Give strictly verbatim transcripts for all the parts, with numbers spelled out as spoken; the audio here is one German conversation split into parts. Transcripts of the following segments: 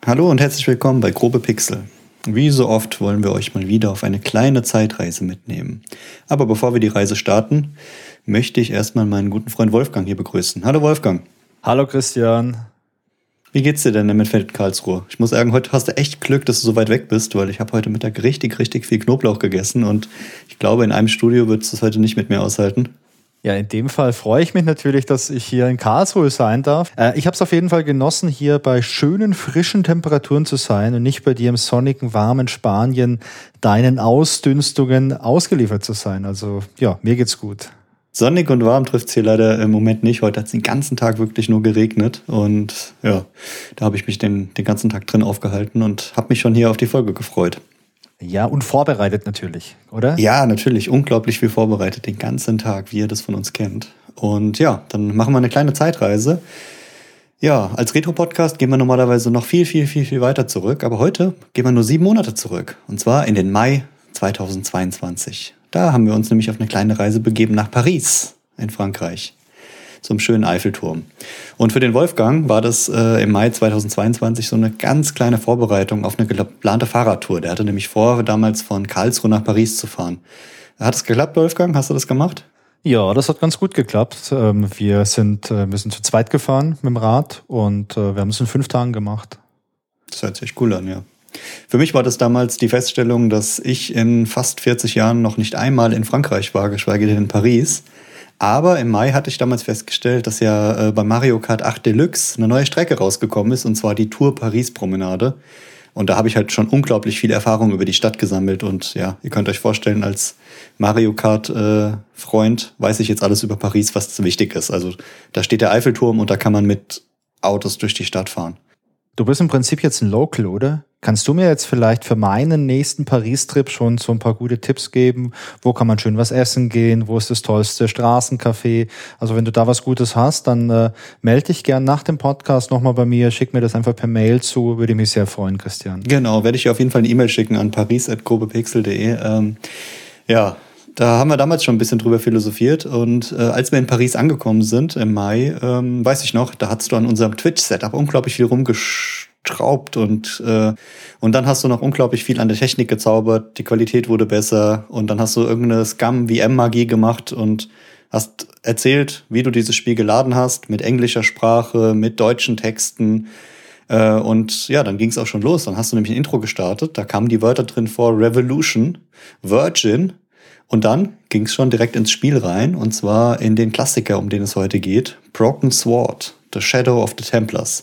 Hallo und herzlich willkommen bei Grobe Pixel. Wie so oft wollen wir euch mal wieder auf eine kleine Zeitreise mitnehmen. Aber bevor wir die Reise starten, möchte ich erstmal meinen guten Freund Wolfgang hier begrüßen. Hallo Wolfgang. Hallo Christian. Wie geht's dir denn im Mittelfeld Karlsruhe? Ich muss sagen, heute hast du echt Glück, dass du so weit weg bist, weil ich habe heute Mittag richtig, richtig viel Knoblauch gegessen und ich glaube, in einem Studio würdest du es heute nicht mit mir aushalten. Ja, in dem Fall freue ich mich natürlich, dass ich hier in Karlsruhe sein darf. Äh, ich habe es auf jeden Fall genossen, hier bei schönen, frischen Temperaturen zu sein und nicht bei dir im sonnigen, warmen Spanien deinen Ausdünstungen ausgeliefert zu sein. Also ja, mir geht's gut. Sonnig und warm trifft es hier leider im Moment nicht. Heute hat es den ganzen Tag wirklich nur geregnet und ja, da habe ich mich den, den ganzen Tag drin aufgehalten und habe mich schon hier auf die Folge gefreut. Ja, und vorbereitet natürlich, oder? Ja, natürlich. Unglaublich viel vorbereitet, den ganzen Tag, wie ihr das von uns kennt. Und ja, dann machen wir eine kleine Zeitreise. Ja, als Retro-Podcast gehen wir normalerweise noch viel, viel, viel, viel weiter zurück. Aber heute gehen wir nur sieben Monate zurück. Und zwar in den Mai zweitausendzweiundzwanzig. Da haben wir uns nämlich auf eine kleine Reise begeben nach Paris in Frankreich. Zum schönen Eiffelturm. Und für den Wolfgang war das äh, im Mai zweitausendzweiundzwanzig so eine ganz kleine Vorbereitung auf eine geplante Fahrradtour. Der hatte nämlich vor, damals von Karlsruhe nach Paris zu fahren. Hat es geklappt, Wolfgang? Hast du das gemacht? Ja, das hat ganz gut geklappt. Wir sind, wir sind zu zweit gefahren mit dem Rad und wir haben es in fünf Tagen gemacht. Das hört sich cool an, ja. Für mich war das damals die Feststellung, dass ich in fast vierzig Jahren noch nicht einmal in Frankreich war, geschweige denn in Paris. Aber im Mai hatte ich damals festgestellt, dass ja äh, bei Mario Kart acht Deluxe eine neue Strecke rausgekommen ist, und zwar die Tour Paris Promenade. Und da habe ich halt schon unglaublich viel Erfahrung über die Stadt gesammelt. Und ja, ihr könnt euch vorstellen, als Mario Kart äh, Freund weiß ich jetzt alles über Paris, was wichtig ist. Also da steht der Eiffelturm und da kann man mit Autos durch die Stadt fahren. Du bist im Prinzip jetzt ein Local, oder? Kannst du mir jetzt vielleicht für meinen nächsten Paris-Trip schon so ein paar gute Tipps geben? Wo kann man schön was essen gehen? Wo ist das tollste Straßencafé? Also wenn du da was Gutes hast, dann äh, melde dich gern nach dem Podcast nochmal bei mir. Schick mir das einfach per Mail zu. Würde mich sehr freuen, Christian. Genau, werde ich dir auf jeden Fall eine E-Mail schicken an paris at grobepixel punkt de. Ähm, ja, da haben wir damals schon ein bisschen drüber philosophiert. Und äh, als wir in Paris angekommen sind im Mai, ähm, weiß ich noch, da hattest du an unserem Twitch-Setup unglaublich viel rumgesch Schraubt und äh, und dann hast du noch unglaublich viel an der Technik gezaubert, die Qualität wurde besser und dann hast du irgendeine Scum-V M-Magie gemacht und hast erzählt, wie du dieses Spiel geladen hast, mit englischer Sprache, mit deutschen Texten äh, und ja, dann ging es auch schon los. Dann hast du nämlich ein Intro gestartet, da kamen die Wörter drin vor: Revolution, Virgin, und dann ging es schon direkt ins Spiel rein, und zwar in den Klassiker, um den es heute geht: Broken Sword, The Shadow of the Templars.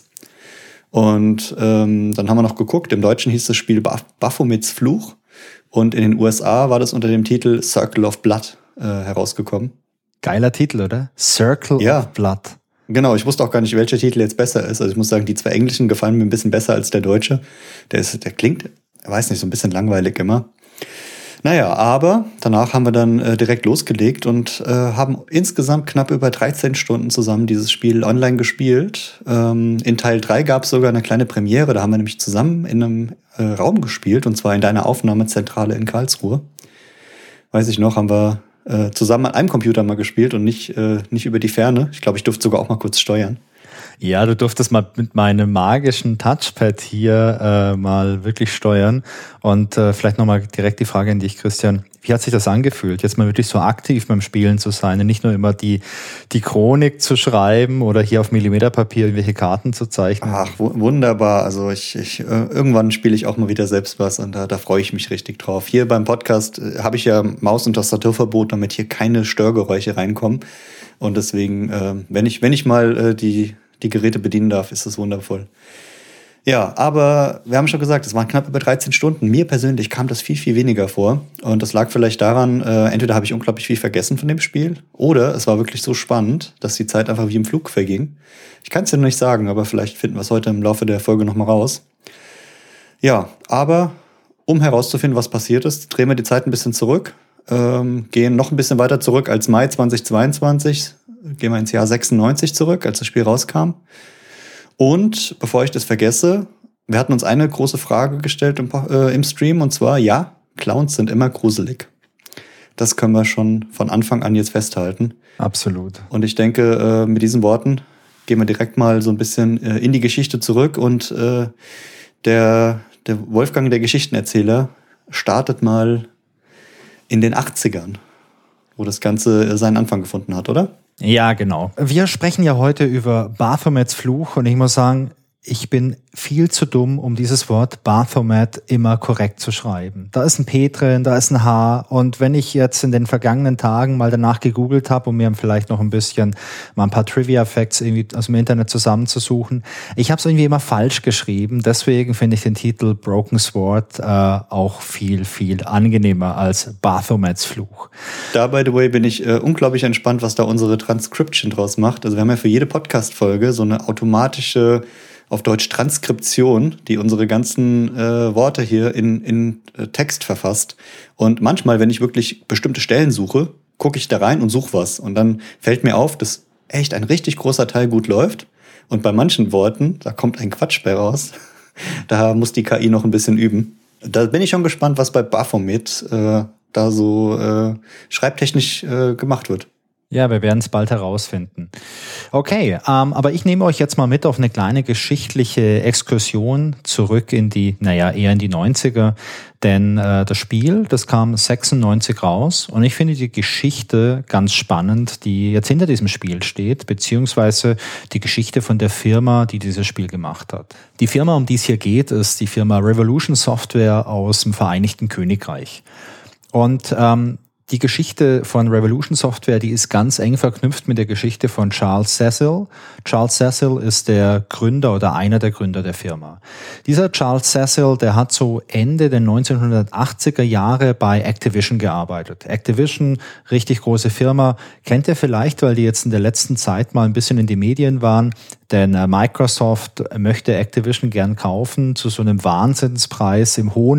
Und ähm, dann haben wir noch geguckt, im Deutschen hieß das Spiel Baphomets Fluch und in den U S A war das unter dem Titel Circle of Blood äh, herausgekommen. Geiler Titel, oder? Circle ja. of Blood. Genau, ich wusste auch gar nicht, welcher Titel jetzt besser ist. Also ich muss sagen, die zwei englischen gefallen mir ein bisschen besser als der deutsche. Der, ist, der klingt, weiß nicht, so ein bisschen langweilig immer. Naja, aber danach haben wir dann äh, direkt losgelegt und äh, haben insgesamt knapp über dreizehn Stunden zusammen dieses Spiel online gespielt. Ähm, in Teil drei gab es sogar eine kleine Premiere, da haben wir nämlich zusammen in einem äh, Raum gespielt, und zwar in deiner Aufnahmezentrale in Karlsruhe. Weiß ich noch, haben wir äh, zusammen an einem Computer mal gespielt und nicht, äh, nicht über die Ferne. Ich glaube, ich durfte sogar auch mal kurz steuern. Ja, du durftest mal mit meinem magischen Touchpad hier äh, mal wirklich steuern. Und äh, vielleicht nochmal direkt die Frage an dich, Christian. Wie hat sich das angefühlt, jetzt mal wirklich so aktiv beim Spielen zu sein und nicht nur immer die, die Chronik zu schreiben oder hier auf Millimeterpapier irgendwelche Karten zu zeichnen? Ach, w- wunderbar. Also ich, ich äh, irgendwann spiele ich auch mal wieder selbst was und da, da freue ich mich richtig drauf. Hier beim Podcast äh, habe ich ja Maus- und Tastaturverbot, damit hier keine Störgeräusche reinkommen. Und deswegen, äh, wenn ich, wenn ich mal äh, die die Geräte bedienen darf, ist das wundervoll. Ja, aber wir haben schon gesagt, es waren knapp über dreizehn Stunden. Mir persönlich kam das viel, viel weniger vor. Und das lag vielleicht daran, äh, entweder habe ich unglaublich viel vergessen von dem Spiel, oder es war wirklich so spannend, dass die Zeit einfach wie im Flug verging. Ich kann es dir noch nicht sagen, aber vielleicht finden wir es heute im Laufe der Folge nochmal raus. Ja, aber um herauszufinden, was passiert ist, drehen wir die Zeit ein bisschen zurück, ähm, gehen noch ein bisschen weiter zurück als Mai zweitausendzweiundzwanzig, gehen wir ins Jahr sechsundneunzig zurück, als das Spiel rauskam. Und bevor ich das vergesse, wir hatten uns eine große Frage gestellt im, äh, im Stream, und zwar, ja, Clowns sind immer gruselig. Das können wir schon von Anfang an jetzt festhalten. Absolut. Und ich denke, äh, mit diesen Worten gehen wir direkt mal so ein bisschen äh, in die Geschichte zurück und äh, der, der Wolfgang, der Geschichtenerzähler, startet mal in den achtzigern, wo das Ganze seinen Anfang gefunden hat, oder? Ja, genau. Wir sprechen ja heute über Baphomets Fluch und ich muss sagen, ich bin viel zu dumm, um dieses Wort Baphomet immer korrekt zu schreiben. Da ist ein P drin, da ist ein H und wenn ich jetzt in den vergangenen Tagen mal danach gegoogelt habe, um mir vielleicht noch ein bisschen mal ein paar Trivia-Facts irgendwie aus dem Internet zusammenzusuchen, ich habe es irgendwie immer falsch geschrieben. Deswegen finde ich den Titel Broken Sword äh, auch viel, viel angenehmer als Baphomets Fluch. Da, by the way, bin ich äh, unglaublich entspannt, was da unsere Transcription draus macht. Also wir haben ja für jede Podcast-Folge so eine automatische, auf Deutsch Transkription, die unsere ganzen äh, Worte hier in, in äh, Text verfasst. Und manchmal, wenn ich wirklich bestimmte Stellen suche, gucke ich da rein und suche was. Und dann fällt mir auf, dass echt ein richtig großer Teil gut läuft. Und bei manchen Worten, da kommt ein Quatsch bei raus. Da muss die K I noch ein bisschen üben. Da bin ich schon gespannt, was bei Baphomet äh, da so äh, schreibtechnisch äh, gemacht wird. Ja, wir werden es bald herausfinden. Okay, ähm, aber ich nehme euch jetzt mal mit auf eine kleine geschichtliche Exkursion zurück in die, naja, eher in die neunziger. Denn äh, das Spiel, das kam sechsundneunzig raus und ich finde die Geschichte ganz spannend, die jetzt hinter diesem Spiel steht, beziehungsweise die Geschichte von der Firma, die dieses Spiel gemacht hat. Die Firma, um die es hier geht, ist die Firma Revolution Software aus dem Vereinigten Königreich. Und ähm, die Geschichte von Revolution Software, die ist ganz eng verknüpft mit der Geschichte von Charles Cecil. Charles Cecil ist der Gründer oder einer der Gründer der Firma. Dieser Charles Cecil, der hat so Ende der neunzehnhundertachtziger Jahre bei Activision gearbeitet. Activision, richtig große Firma, kennt ihr vielleicht, weil die jetzt in der letzten Zeit mal ein bisschen in die Medien waren. Denn Microsoft möchte Activision gern kaufen zu so einem Wahnsinnspreis im hohen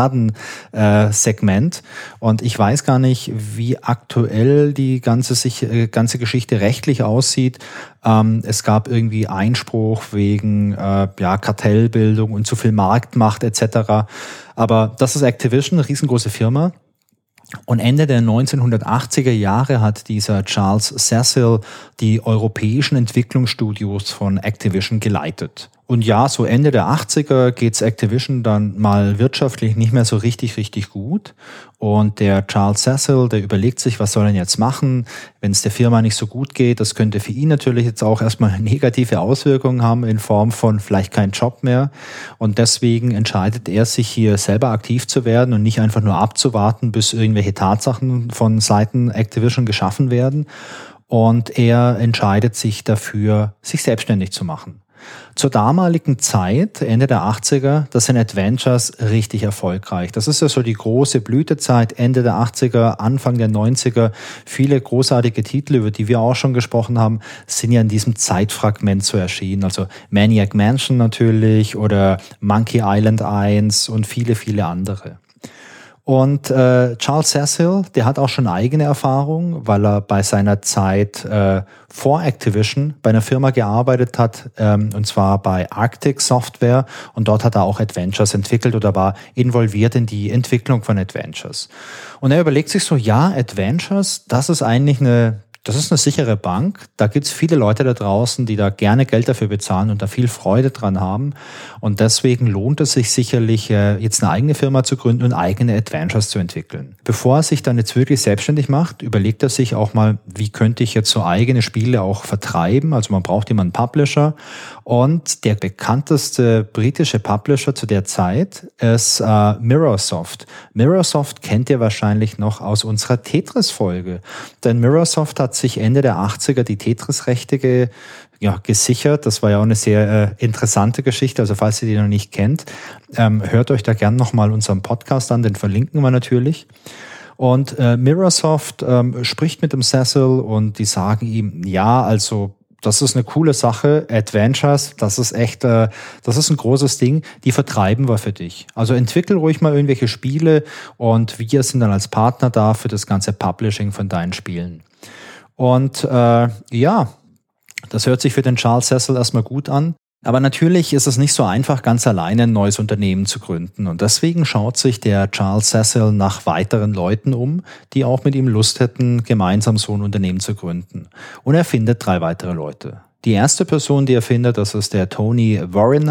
Milliarden-Segment. Äh, und ich weiß gar nicht, wie aktuell die ganze, sich, äh, ganze Geschichte rechtlich aussieht. Ähm, es gab irgendwie Einspruch wegen äh, ja, Kartellbildung und zu viel Marktmacht et cetera. Aber das ist Activision, eine riesengroße Firma. Und Ende der neunzehnhundertachtziger Jahre hat dieser Charles Cecil die europäischen Entwicklungsstudios von Activision geleitet. Und ja, so Ende der achtziger geht's Activision dann mal wirtschaftlich nicht mehr so richtig, richtig gut. Und der Charles Cecil, der überlegt sich, was soll er denn jetzt machen, wenn es der Firma nicht so gut geht. Das könnte für ihn natürlich jetzt auch erstmal negative Auswirkungen haben in Form von vielleicht kein Job mehr. Und deswegen entscheidet er sich hier selber aktiv zu werden und nicht einfach nur abzuwarten, bis irgendwelche Tatsachen von Seiten Activision geschaffen werden. Und er entscheidet sich dafür, sich selbstständig zu machen. Zur damaligen Zeit, Ende der achtziger, das sind Adventures richtig erfolgreich. Das ist ja so die große Blütezeit, Ende der achtziger, Anfang der neunziger. Viele großartige Titel, über die wir auch schon gesprochen haben, sind ja in diesem Zeitfragment so erschienen. Also Maniac Mansion natürlich oder Monkey Island eins und viele, viele andere. Und äh, Charles Cecil, der hat auch schon eigene Erfahrung, weil er bei seiner Zeit äh, vor Activision bei einer Firma gearbeitet hat, ähm, und zwar bei Arctic Software. Und dort hat er auch Adventures entwickelt oder war involviert in die Entwicklung von Adventures. Und er überlegt sich so, ja, Adventures, das ist eigentlich eine... Das ist eine sichere Bank. Da gibt's viele Leute da draußen, die da gerne Geld dafür bezahlen und da viel Freude dran haben. Und deswegen lohnt es sich sicherlich, jetzt eine eigene Firma zu gründen und eigene Adventures zu entwickeln. Bevor er sich dann jetzt wirklich selbstständig macht, überlegt er sich auch mal, wie könnte ich jetzt so eigene Spiele auch vertreiben. Also man braucht immer einen Publisher. Und der bekannteste britische Publisher zu der Zeit ist äh, Mirrorsoft. Mirrorsoft kennt ihr wahrscheinlich noch aus unserer Tetris-Folge. Denn Mirrorsoft hat sich Ende der achtziger die Tetris-Rechte ge, ja, gesichert. Das war ja auch eine sehr äh, interessante Geschichte. Also falls ihr die noch nicht kennt, ähm, hört euch da gern nochmal unseren Podcast an. Den verlinken wir natürlich. Und äh, Mirrorsoft ähm, spricht mit dem Cecil und die sagen ihm, ja, also das ist eine coole Sache, Adventures, das ist echt, äh, das ist ein großes Ding, die vertreiben wir für dich. Also entwickel ruhig mal irgendwelche Spiele und wir sind dann als Partner da für das ganze Publishing von deinen Spielen. Und äh, ja, das hört sich für den Charles Cecil erstmal gut an. Aber natürlich ist es nicht so einfach, ganz alleine ein neues Unternehmen zu gründen. Und deswegen schaut sich der Charles Cecil nach weiteren Leuten um, die auch mit ihm Lust hätten, gemeinsam so ein Unternehmen zu gründen. Und er findet drei weitere Leute. Die erste Person, die er findet, das ist der Tony Warriner.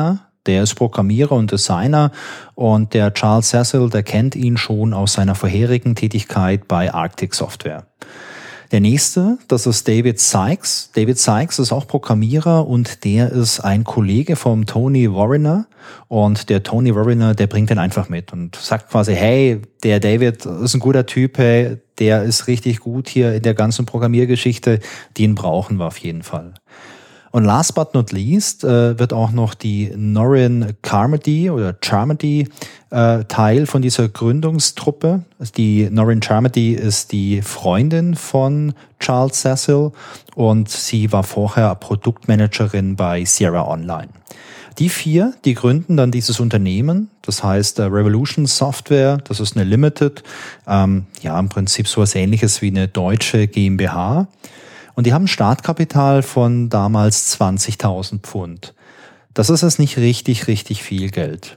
der ist Programmierer und Designer und der Charles Cecil, der kennt ihn schon aus seiner vorherigen Tätigkeit bei Arctic Software. Der nächste, das ist David Sykes. David Sykes ist auch Programmierer und der ist ein Kollege vom Tony Warriner. Und der Tony Warriner, der bringt den einfach mit und sagt quasi, hey, der David ist ein guter Typ, hey, der ist richtig gut hier in der ganzen Programmiergeschichte, den brauchen wir auf jeden Fall. Und last but not least äh, wird auch noch die Norrin Carmody oder Charmody äh, Teil von dieser Gründungstruppe. Die Norrin Charmody ist die Freundin von Charles Cecil und sie war vorher Produktmanagerin bei Sierra Online. Die vier, die gründen dann dieses Unternehmen, das heißt äh, Revolution Software, das ist eine Limited, ähm, ja im Prinzip so was Ähnliches wie eine deutsche GmbH. Und die haben ein Startkapital von damals zwanzigtausend Pfund. Das ist jetzt nicht richtig, richtig viel Geld.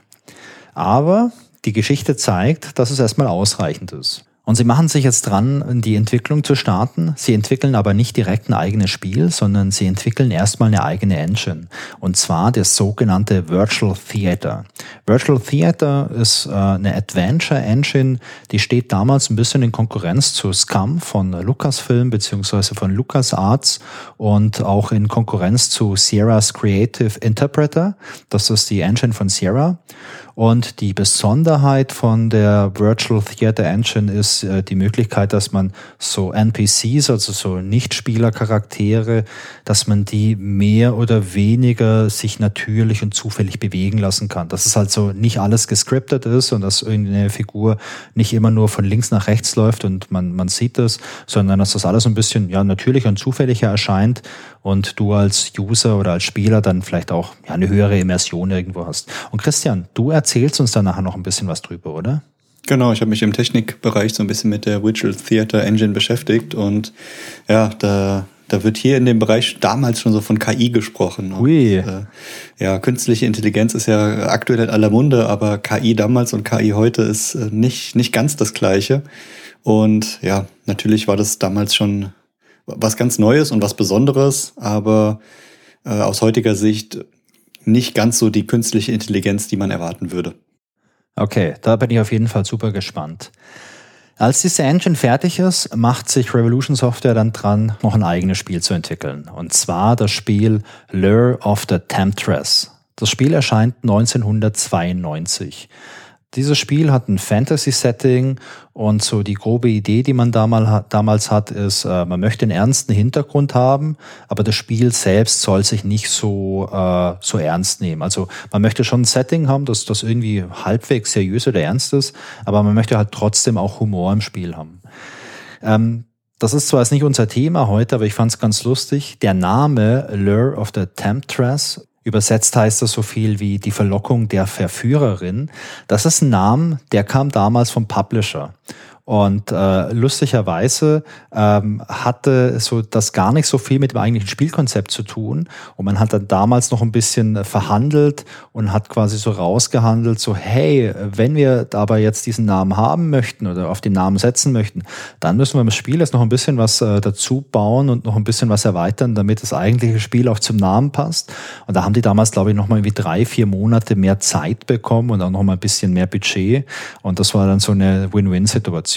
Aber die Geschichte zeigt, dass es erstmal ausreichend ist. Und sie machen sich jetzt dran, die Entwicklung zu starten. Sie entwickeln aber nicht direkt ein eigenes Spiel, sondern sie entwickeln erstmal eine eigene Engine. Und zwar das sogenannte Virtual Theater. Virtual Theater ist äh, eine Adventure-Engine, die steht damals ein bisschen in Konkurrenz zu Scum von Lucasfilm beziehungsweise von LucasArts und auch in Konkurrenz zu Sierras Creative Interpreter. Das ist die Engine von Sierra. Und die Besonderheit von der Virtual Theater Engine ist äh, die Möglichkeit, dass man so N P Cs, also so Nichtspielercharaktere, dass man die mehr oder weniger sich natürlich und zufällig bewegen lassen kann. Dass es also nicht alles gescriptet ist und dass irgendeine Figur nicht immer nur von links nach rechts läuft und man, man sieht das, sondern dass das alles ein bisschen ja natürlich und zufälliger erscheint und du als User oder als Spieler dann vielleicht auch ja, eine höhere Immersion irgendwo hast. Und Christian, du erzählst uns dann nachher noch ein bisschen was drüber, oder? Genau, ich habe mich im Technikbereich so ein bisschen mit der Virtual Theater Engine beschäftigt und ja, da da wird hier in dem Bereich damals schon so von K I gesprochen. Ui. Und, äh, ja, künstliche Intelligenz ist ja aktuell in aller Munde, aber K I damals und K I heute ist äh, nicht nicht ganz das Gleiche. Und ja, natürlich war das damals schon was ganz Neues und was Besonderes, aber äh, aus heutiger Sicht nicht ganz so die künstliche Intelligenz, die man erwarten würde. Okay, da bin ich auf jeden Fall super gespannt. Als diese Engine fertig ist, macht sich Revolution Software dann dran, noch ein eigenes Spiel zu entwickeln. Und zwar das Spiel Lure of the Temptress. Das Spiel erscheint neunzehnhundertzweiundneunzig. Dieses Spiel hat ein Fantasy-Setting und so die grobe Idee, die man damals hat, ist, äh, man möchte einen ernsten Hintergrund haben, aber das Spiel selbst soll sich nicht so äh, so ernst nehmen. Also man möchte schon ein Setting haben, das das irgendwie halbwegs seriös oder ernst ist, aber man möchte halt trotzdem auch Humor im Spiel haben. Ähm, das ist zwar jetzt nicht unser Thema heute, aber ich fand es ganz lustig. Der Name Lure of the Temptress, übersetzt heißt das so viel wie die Verlockung der Verführerin. Das ist ein Name, der kam damals vom Publisher. Und äh, lustigerweise ähm, hatte so das gar nicht so viel mit dem eigentlichen Spielkonzept zu tun. Und man hat dann damals noch ein bisschen verhandelt und hat quasi so rausgehandelt, so hey, wenn wir aber jetzt diesen Namen haben möchten oder auf den Namen setzen möchten, dann müssen wir im Spiel jetzt noch ein bisschen was äh, dazu bauen und noch ein bisschen was erweitern, damit das eigentliche Spiel auch zum Namen passt. Und da haben die damals, glaube ich, noch mal irgendwie drei, vier Monate mehr Zeit bekommen und auch noch mal ein bisschen mehr Budget. Und das war dann so eine Win-Win-Situation.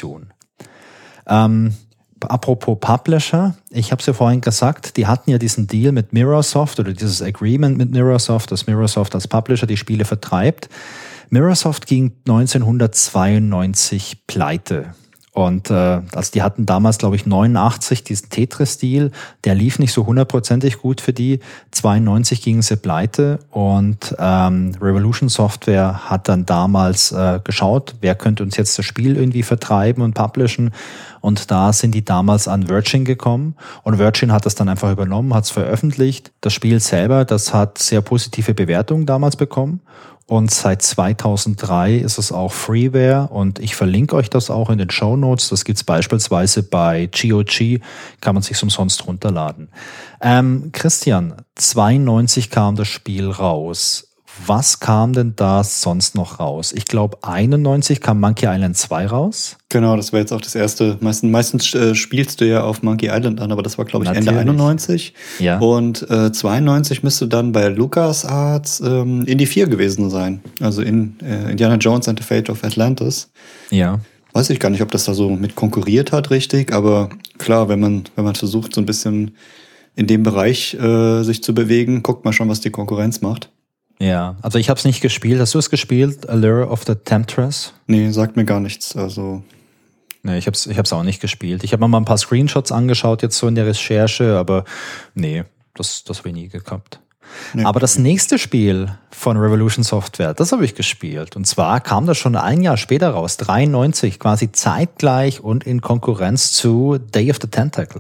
Ähm, apropos Publisher, ich habe es ja vorhin gesagt, die hatten ja diesen Deal mit Mirrorsoft oder dieses Agreement mit Mirrorsoft, dass Mirrorsoft als Publisher die Spiele vertreibt. Mirrorsoft ging neunzehnhundertzweiundneunzig pleite. Und äh, also die hatten damals, glaube ich, neunundachtzig diesen Tetris-Deal, der lief nicht so hundertprozentig gut für die. zweiundneunzig gingen sie pleite und ähm, Revolution Software hat dann damals äh, geschaut, wer könnte uns jetzt das Spiel irgendwie vertreiben und publishen. Und da sind die damals an Virgin gekommen und Virgin hat das dann einfach übernommen, hat es veröffentlicht. Das Spiel selber, das hat sehr positive Bewertungen damals bekommen. Und seit zweitausenddrei ist es auch Freeware und ich verlinke euch das auch in den Shownotes. Das gibt's beispielsweise bei G O G, kann man sich umsonst runterladen. Ähm, Christian, zweiundneunzig kam das Spiel raus. was kam denn da sonst noch raus? Ich glaube, einundneunzig kam Monkey Island zwei raus. Genau, das war jetzt auch das erste. Meistens, meistens äh, spielst du ja auf Monkey Island an, aber das war, glaube ich, Natürlich. Ende einundneunzig. Ja. Und äh, zweiundneunzig müsste dann bei LucasArts ähm, Indy vier gewesen sein. Also in äh, Indiana Jones and the Fate of Atlantis. Ja. Weiß ich gar nicht, ob das da so mit konkurriert hat, richtig. Aber klar, wenn man, wenn man versucht, so ein bisschen in dem Bereich äh, sich zu bewegen, guckt man schon, was die Konkurrenz macht. Ja, also ich habe es nicht gespielt. Hast du es gespielt? Allure of the Temptress? Nee, sagt mir gar nichts. Also Nee, ich habe es ich hab's auch nicht gespielt. Ich habe mir mal ein paar Screenshots angeschaut, jetzt so in der Recherche, aber nee, das, das habe ich nie gehabt. Nee. Aber das nächste Spiel von Revolution Software, das habe ich gespielt. Und zwar kam das schon ein Jahr später raus, dreiundneunzig, quasi zeitgleich und in Konkurrenz zu Day of the Tentacle.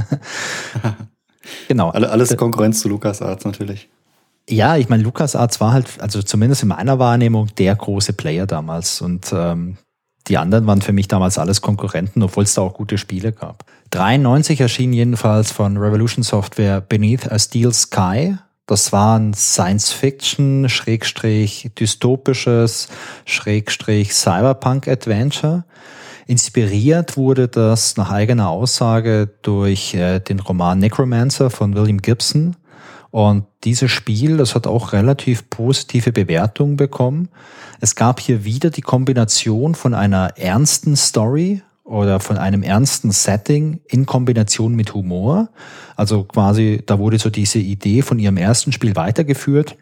Genau. Alles Konkurrenz zu LucasArts natürlich. Ja, ich meine, LucasArts war halt, also zumindest in meiner Wahrnehmung, der große Player damals. Und ähm, die anderen waren für mich damals alles Konkurrenten, obwohl es da auch gute Spiele gab. dreiundneunzig erschien jedenfalls von Revolution Software Beneath a Steel Sky. Das war ein Science-Fiction, Schrägstrich, dystopisches, Schrägstrich, Cyberpunk-Adventure. Inspiriert wurde das nach eigener Aussage durch äh, den Roman Necromancer von William Gibson. Und dieses Spiel, das hat auch relativ positive Bewertungen bekommen. Es gab hier wieder die Kombination von einer ernsten Story oder von einem ernsten Setting in Kombination mit Humor. Also quasi, da wurde so diese Idee von ihrem ersten Spiel weitergeführt.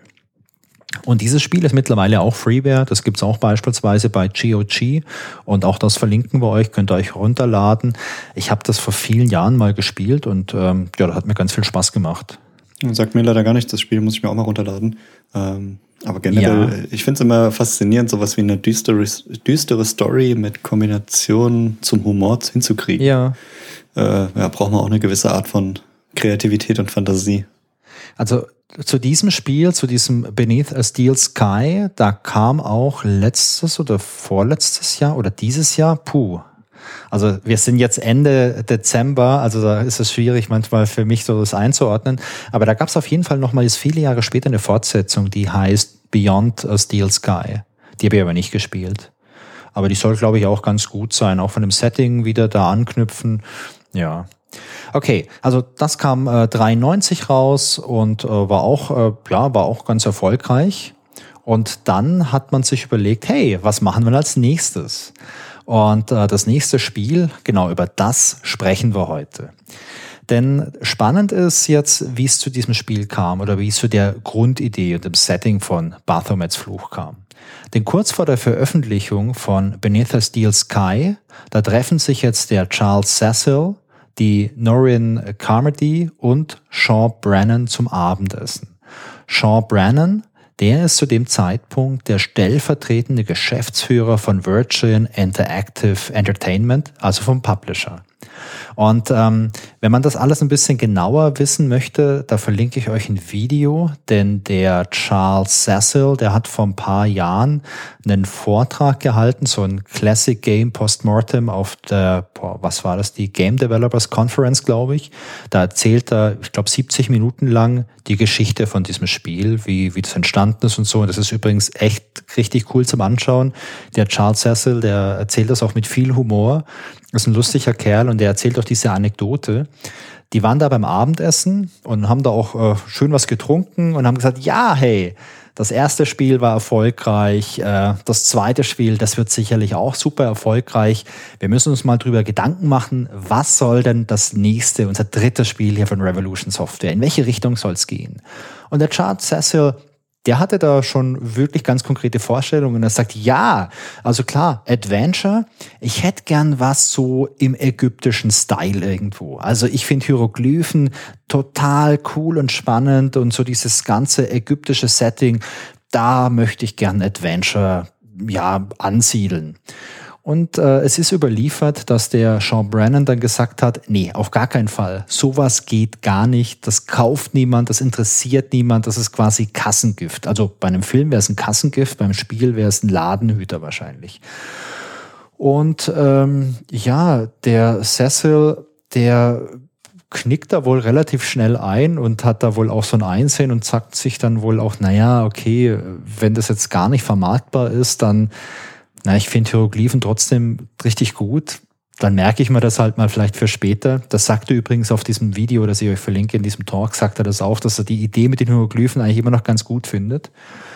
Und dieses Spiel ist mittlerweile auch Freeware. Das gibt's auch beispielsweise bei G O G. Und auch das verlinken wir euch, könnt ihr euch runterladen. Ich habe das vor vielen Jahren mal gespielt und ähm, ja, das hat mir ganz viel Spaß gemacht. Sagt mir leider gar nichts, das Spiel muss ich mir auch mal runterladen. Ähm, aber generell, ja. Ich finde es immer faszinierend, sowas wie eine düstere, düstere Story mit Kombination zum Humor hinzukriegen. Ja. Äh, ja, braucht man auch eine gewisse Art von Kreativität und Fantasie. Also zu diesem Spiel, zu diesem Beneath a Steel Sky, da kam auch letztes oder vorletztes Jahr oder dieses Jahr, puh, also wir sind jetzt Ende Dezember, also da ist es schwierig manchmal für mich so das einzuordnen, aber da gab es auf jeden Fall nochmal jetzt viele Jahre später eine Fortsetzung, die heißt Beyond a Steel Sky. Die habe ich aber nicht gespielt. Aber die soll, glaube ich, auch ganz gut sein, auch von dem Setting wieder da anknüpfen, ja. Okay, also das kam äh, dreiundneunzig raus und äh, war auch, äh, ja, war auch ganz erfolgreich. Und dann hat man sich überlegt, hey, was machen wir als nächstes? Und äh, das nächste Spiel, genau über das sprechen wir heute. Denn spannend ist jetzt, wie es zu diesem Spiel kam oder wie es zu der Grundidee und dem Setting von Baphomets Fluch kam. Denn kurz vor der Veröffentlichung von Beneath a Steel Sky, da treffen sich jetzt der Charles Cecil, die Norrin Carmody und Sean Brannon zum Abendessen. Sean Brannon, der ist zu dem Zeitpunkt der stellvertretende Geschäftsführer von Virgin Interactive Entertainment, also vom Publisher. Und ähm, wenn man das alles ein bisschen genauer wissen möchte, da verlinke ich euch ein Video, denn der Charles Cecil, der hat vor ein paar Jahren einen Vortrag gehalten, so ein Classic Game Postmortem auf der, boah, was war das, die Game Developers Conference, glaube ich. Da erzählt er, ich glaube, siebzig Minuten lang die Geschichte von diesem Spiel, wie wie das entstanden ist und so. Und das ist übrigens echt richtig cool zum Anschauen. Der Charles Cecil, der erzählt das auch mit viel Humor. Ist ein lustiger Kerl und der erzählt auch diese Anekdote. Die waren da beim Abendessen und haben da auch äh, schön was getrunken und haben gesagt, ja, hey, das erste Spiel war erfolgreich, äh, das zweite Spiel, das wird sicherlich auch super erfolgreich. Wir müssen uns mal drüber Gedanken machen, was soll denn das nächste, unser drittes Spiel hier von Revolution Software, in welche Richtung soll es gehen? Und der Charles Cecil, der hatte da schon wirklich ganz konkrete Vorstellungen. Er sagt, ja, also klar, Adventure, ich hätte gern was so im ägyptischen Style irgendwo. Also ich finde Hieroglyphen total cool und spannend und so dieses ganze ägyptische Setting, da möchte ich gern Adventure, ja, ansiedeln. Und äh, es ist überliefert, dass der Sean Brannon dann gesagt hat, nee, auf gar keinen Fall. Sowas geht gar nicht. Das kauft niemand, das interessiert niemand. Das ist quasi Kassengift. Also bei einem Film wäre es ein Kassengift, beim Spiel wäre es ein Ladenhüter wahrscheinlich. Und ähm, ja, der Cecil, der knickt da wohl relativ schnell ein und hat da wohl auch so ein Einsehen und sagt sich dann wohl auch, naja, okay, wenn das jetzt gar nicht vermarktbar ist, dann, na, ich finde Hieroglyphen trotzdem richtig gut. Dann merke ich mir das halt mal vielleicht für später. Das sagt er übrigens auf diesem Video, das ich euch verlinke, in diesem Talk, sagt er das auch, dass er die Idee mit den Hieroglyphen eigentlich immer noch ganz gut findet.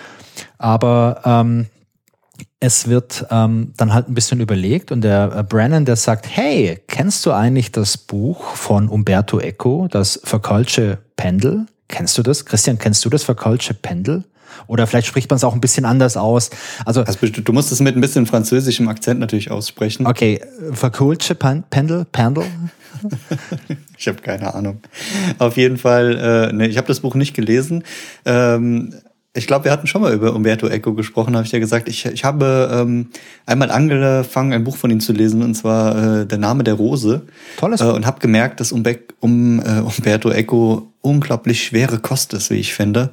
Aber ähm, es wird ähm, dann halt ein bisschen überlegt und der äh, Brennan, der sagt, hey, kennst du eigentlich das Buch von Umberto Eco, das Verculce Pendel? Kennst du das? Christian, kennst du das Verculce Pendel? Oder vielleicht spricht man es auch ein bisschen anders aus. Also, also du musst es mit ein bisschen französischem Akzent natürlich aussprechen. Okay, Verculce Pendel? Pendel? Ich habe keine Ahnung. Auf jeden Fall, äh, ne, ich habe das Buch nicht gelesen. Ähm, ich glaube, wir hatten schon mal über Umberto Eco gesprochen, habe ich ja gesagt. Ich, ich habe ähm, einmal angefangen, ein Buch von ihm zu lesen, und zwar äh, Der Name der Rose. Tolles äh, Und habe gemerkt, dass Umbe- um, äh, Umberto Eco unglaublich schwere Kost ist, wie ich finde.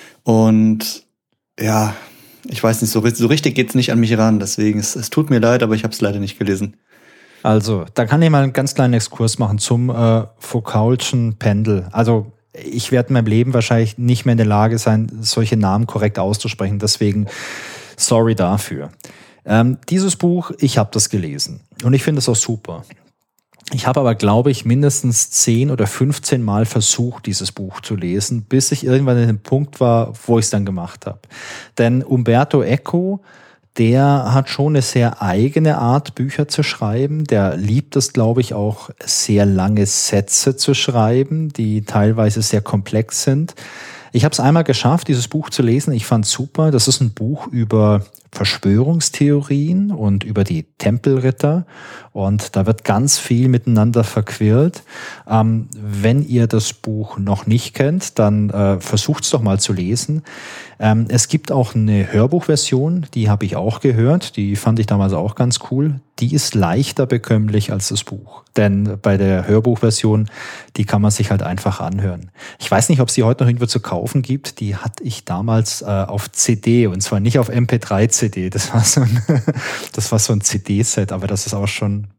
Und ja, ich weiß nicht, so, so richtig geht's nicht an mich ran. Deswegen, es, es tut mir leid, aber ich habe es leider nicht gelesen. Also, da kann ich mal einen ganz kleinen Exkurs machen zum äh, Foucault'schen Pendel. Also, ich werde in meinem Leben wahrscheinlich nicht mehr in der Lage sein, solche Namen korrekt auszusprechen. Deswegen, sorry dafür. Ähm, dieses Buch, ich habe das gelesen. Und ich finde es auch super. Ich habe aber, glaube ich, mindestens zehn oder fünfzehn Mal versucht, dieses Buch zu lesen, bis ich irgendwann an dem Punkt war, wo ich es dann gemacht habe. Denn Umberto Eco, der hat schon eine sehr eigene Art, Bücher zu schreiben. Der liebt es, glaube ich, auch sehr lange Sätze zu schreiben, die teilweise sehr komplex sind. Ich habe es einmal geschafft, dieses Buch zu lesen. Ich fand es super. Das ist ein Buch über Verschwörungstheorien und über die Tempelritter. Und da wird ganz viel miteinander verquirlt. Ähm, wenn ihr das Buch noch nicht kennt, dann äh, versucht es doch mal zu lesen. Ähm, es gibt auch eine Hörbuchversion, die habe ich auch gehört. Die fand ich damals auch ganz cool. Die ist leichter bekömmlich als das Buch. Denn bei der Hörbuchversion, die kann man sich halt einfach anhören. Ich weiß nicht, ob es die heute noch irgendwo zu kaufen gibt. Die hatte ich damals äh, auf C D, und zwar nicht auf M P drei C D. Das war so ein, das war so ein C D-Set, aber das ist auch schon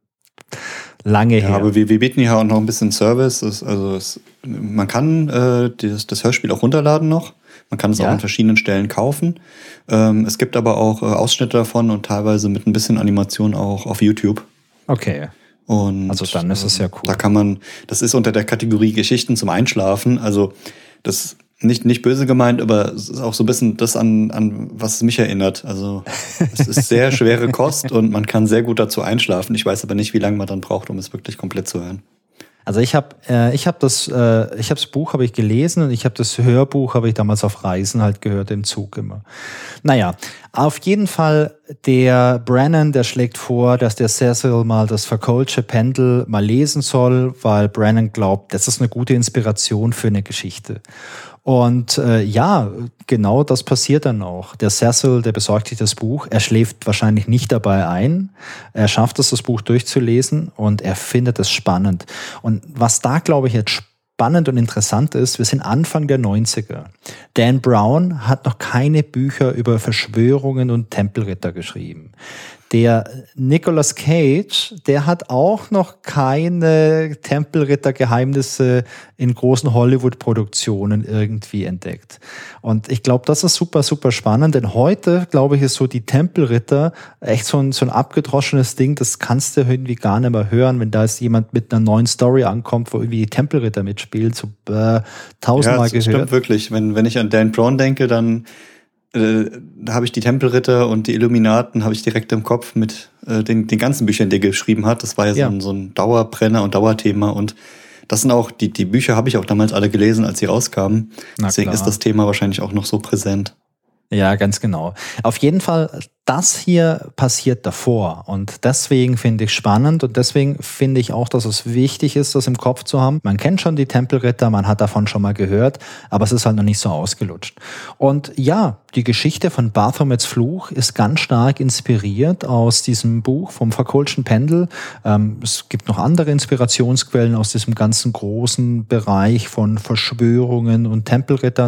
lange ja, her. Aber wir, wir bieten hier auch noch ein bisschen Service. Das, also es, man kann äh, das, das Hörspiel auch runterladen noch. Man kann es ja auch an verschiedenen Stellen kaufen. Ähm, es gibt aber auch äh, Ausschnitte davon und teilweise mit ein bisschen Animation auch auf YouTube. Okay. Und also dann ist es ja cool. Da kann man, das ist unter der Kategorie Geschichten zum Einschlafen. Also das nicht nicht böse gemeint, aber es ist auch so ein bisschen das an an was es mich erinnert. Also es ist sehr schwere Kost und man kann sehr gut dazu einschlafen. Ich weiß aber nicht, wie lange man dann braucht, um es wirklich komplett zu hören. Also ich habe äh, ich habe das äh, ich habe das Buch habe ich gelesen und ich habe das Hörbuch habe ich damals auf Reisen halt gehört im Zug immer. Naja, auf jeden Fall der Brennan, der schlägt vor, dass der Cecil mal das Verculce Pendel mal lesen soll, weil Brennan glaubt, das ist eine gute Inspiration für eine Geschichte. Und äh, ja, genau das passiert dann auch. Der Cecil, der besorgt sich das Buch. Er schläft wahrscheinlich nicht dabei ein. Er schafft es, das Buch durchzulesen und er findet es spannend. Und was da, glaube ich, jetzt spannend und interessant ist, wir sind Anfang der neunziger. Dan Brown hat noch keine Bücher über Verschwörungen und Tempelritter geschrieben. Der Nicolas Cage, der hat auch noch keine Tempelritter-Geheimnisse in großen Hollywood-Produktionen irgendwie entdeckt. Und ich glaube, das ist super, super spannend, denn heute, glaube ich, ist so die Tempelritter echt so ein, so ein abgedroschenes Ding, das kannst du irgendwie gar nicht mehr hören, wenn da jetzt jemand mit einer neuen Story ankommt, wo irgendwie die Tempelritter mitspielen, so äh, tausendmal ja, das gehört. Stimmt wirklich. Wenn, wenn ich an Dan Brown denke, dann äh, da habe ich die Tempelritter und die Illuminaten habe ich direkt im Kopf mit äh, den, den ganzen Büchern, die er geschrieben hat. Das war ja, ja. So, ein, so ein Dauerbrenner und Dauerthema und das sind auch, die, die Bücher habe ich auch damals alle gelesen, als sie rauskamen. Na Deswegen klar. Ist das Thema wahrscheinlich auch noch so präsent. Ja, ganz genau. Auf jeden Fall, das hier passiert davor und deswegen finde ich spannend und deswegen finde ich auch, dass es wichtig ist, das im Kopf zu haben. Man kennt schon die Tempelritter, man hat davon schon mal gehört, aber es ist halt noch nicht so ausgelutscht. Und ja, die Geschichte von Baphomets Fluch ist ganz stark inspiriert aus diesem Buch vom Verculce'schen Pendel. Ähm, es gibt noch andere Inspirationsquellen aus diesem ganzen großen Bereich von Verschwörungen und Tempelrittern.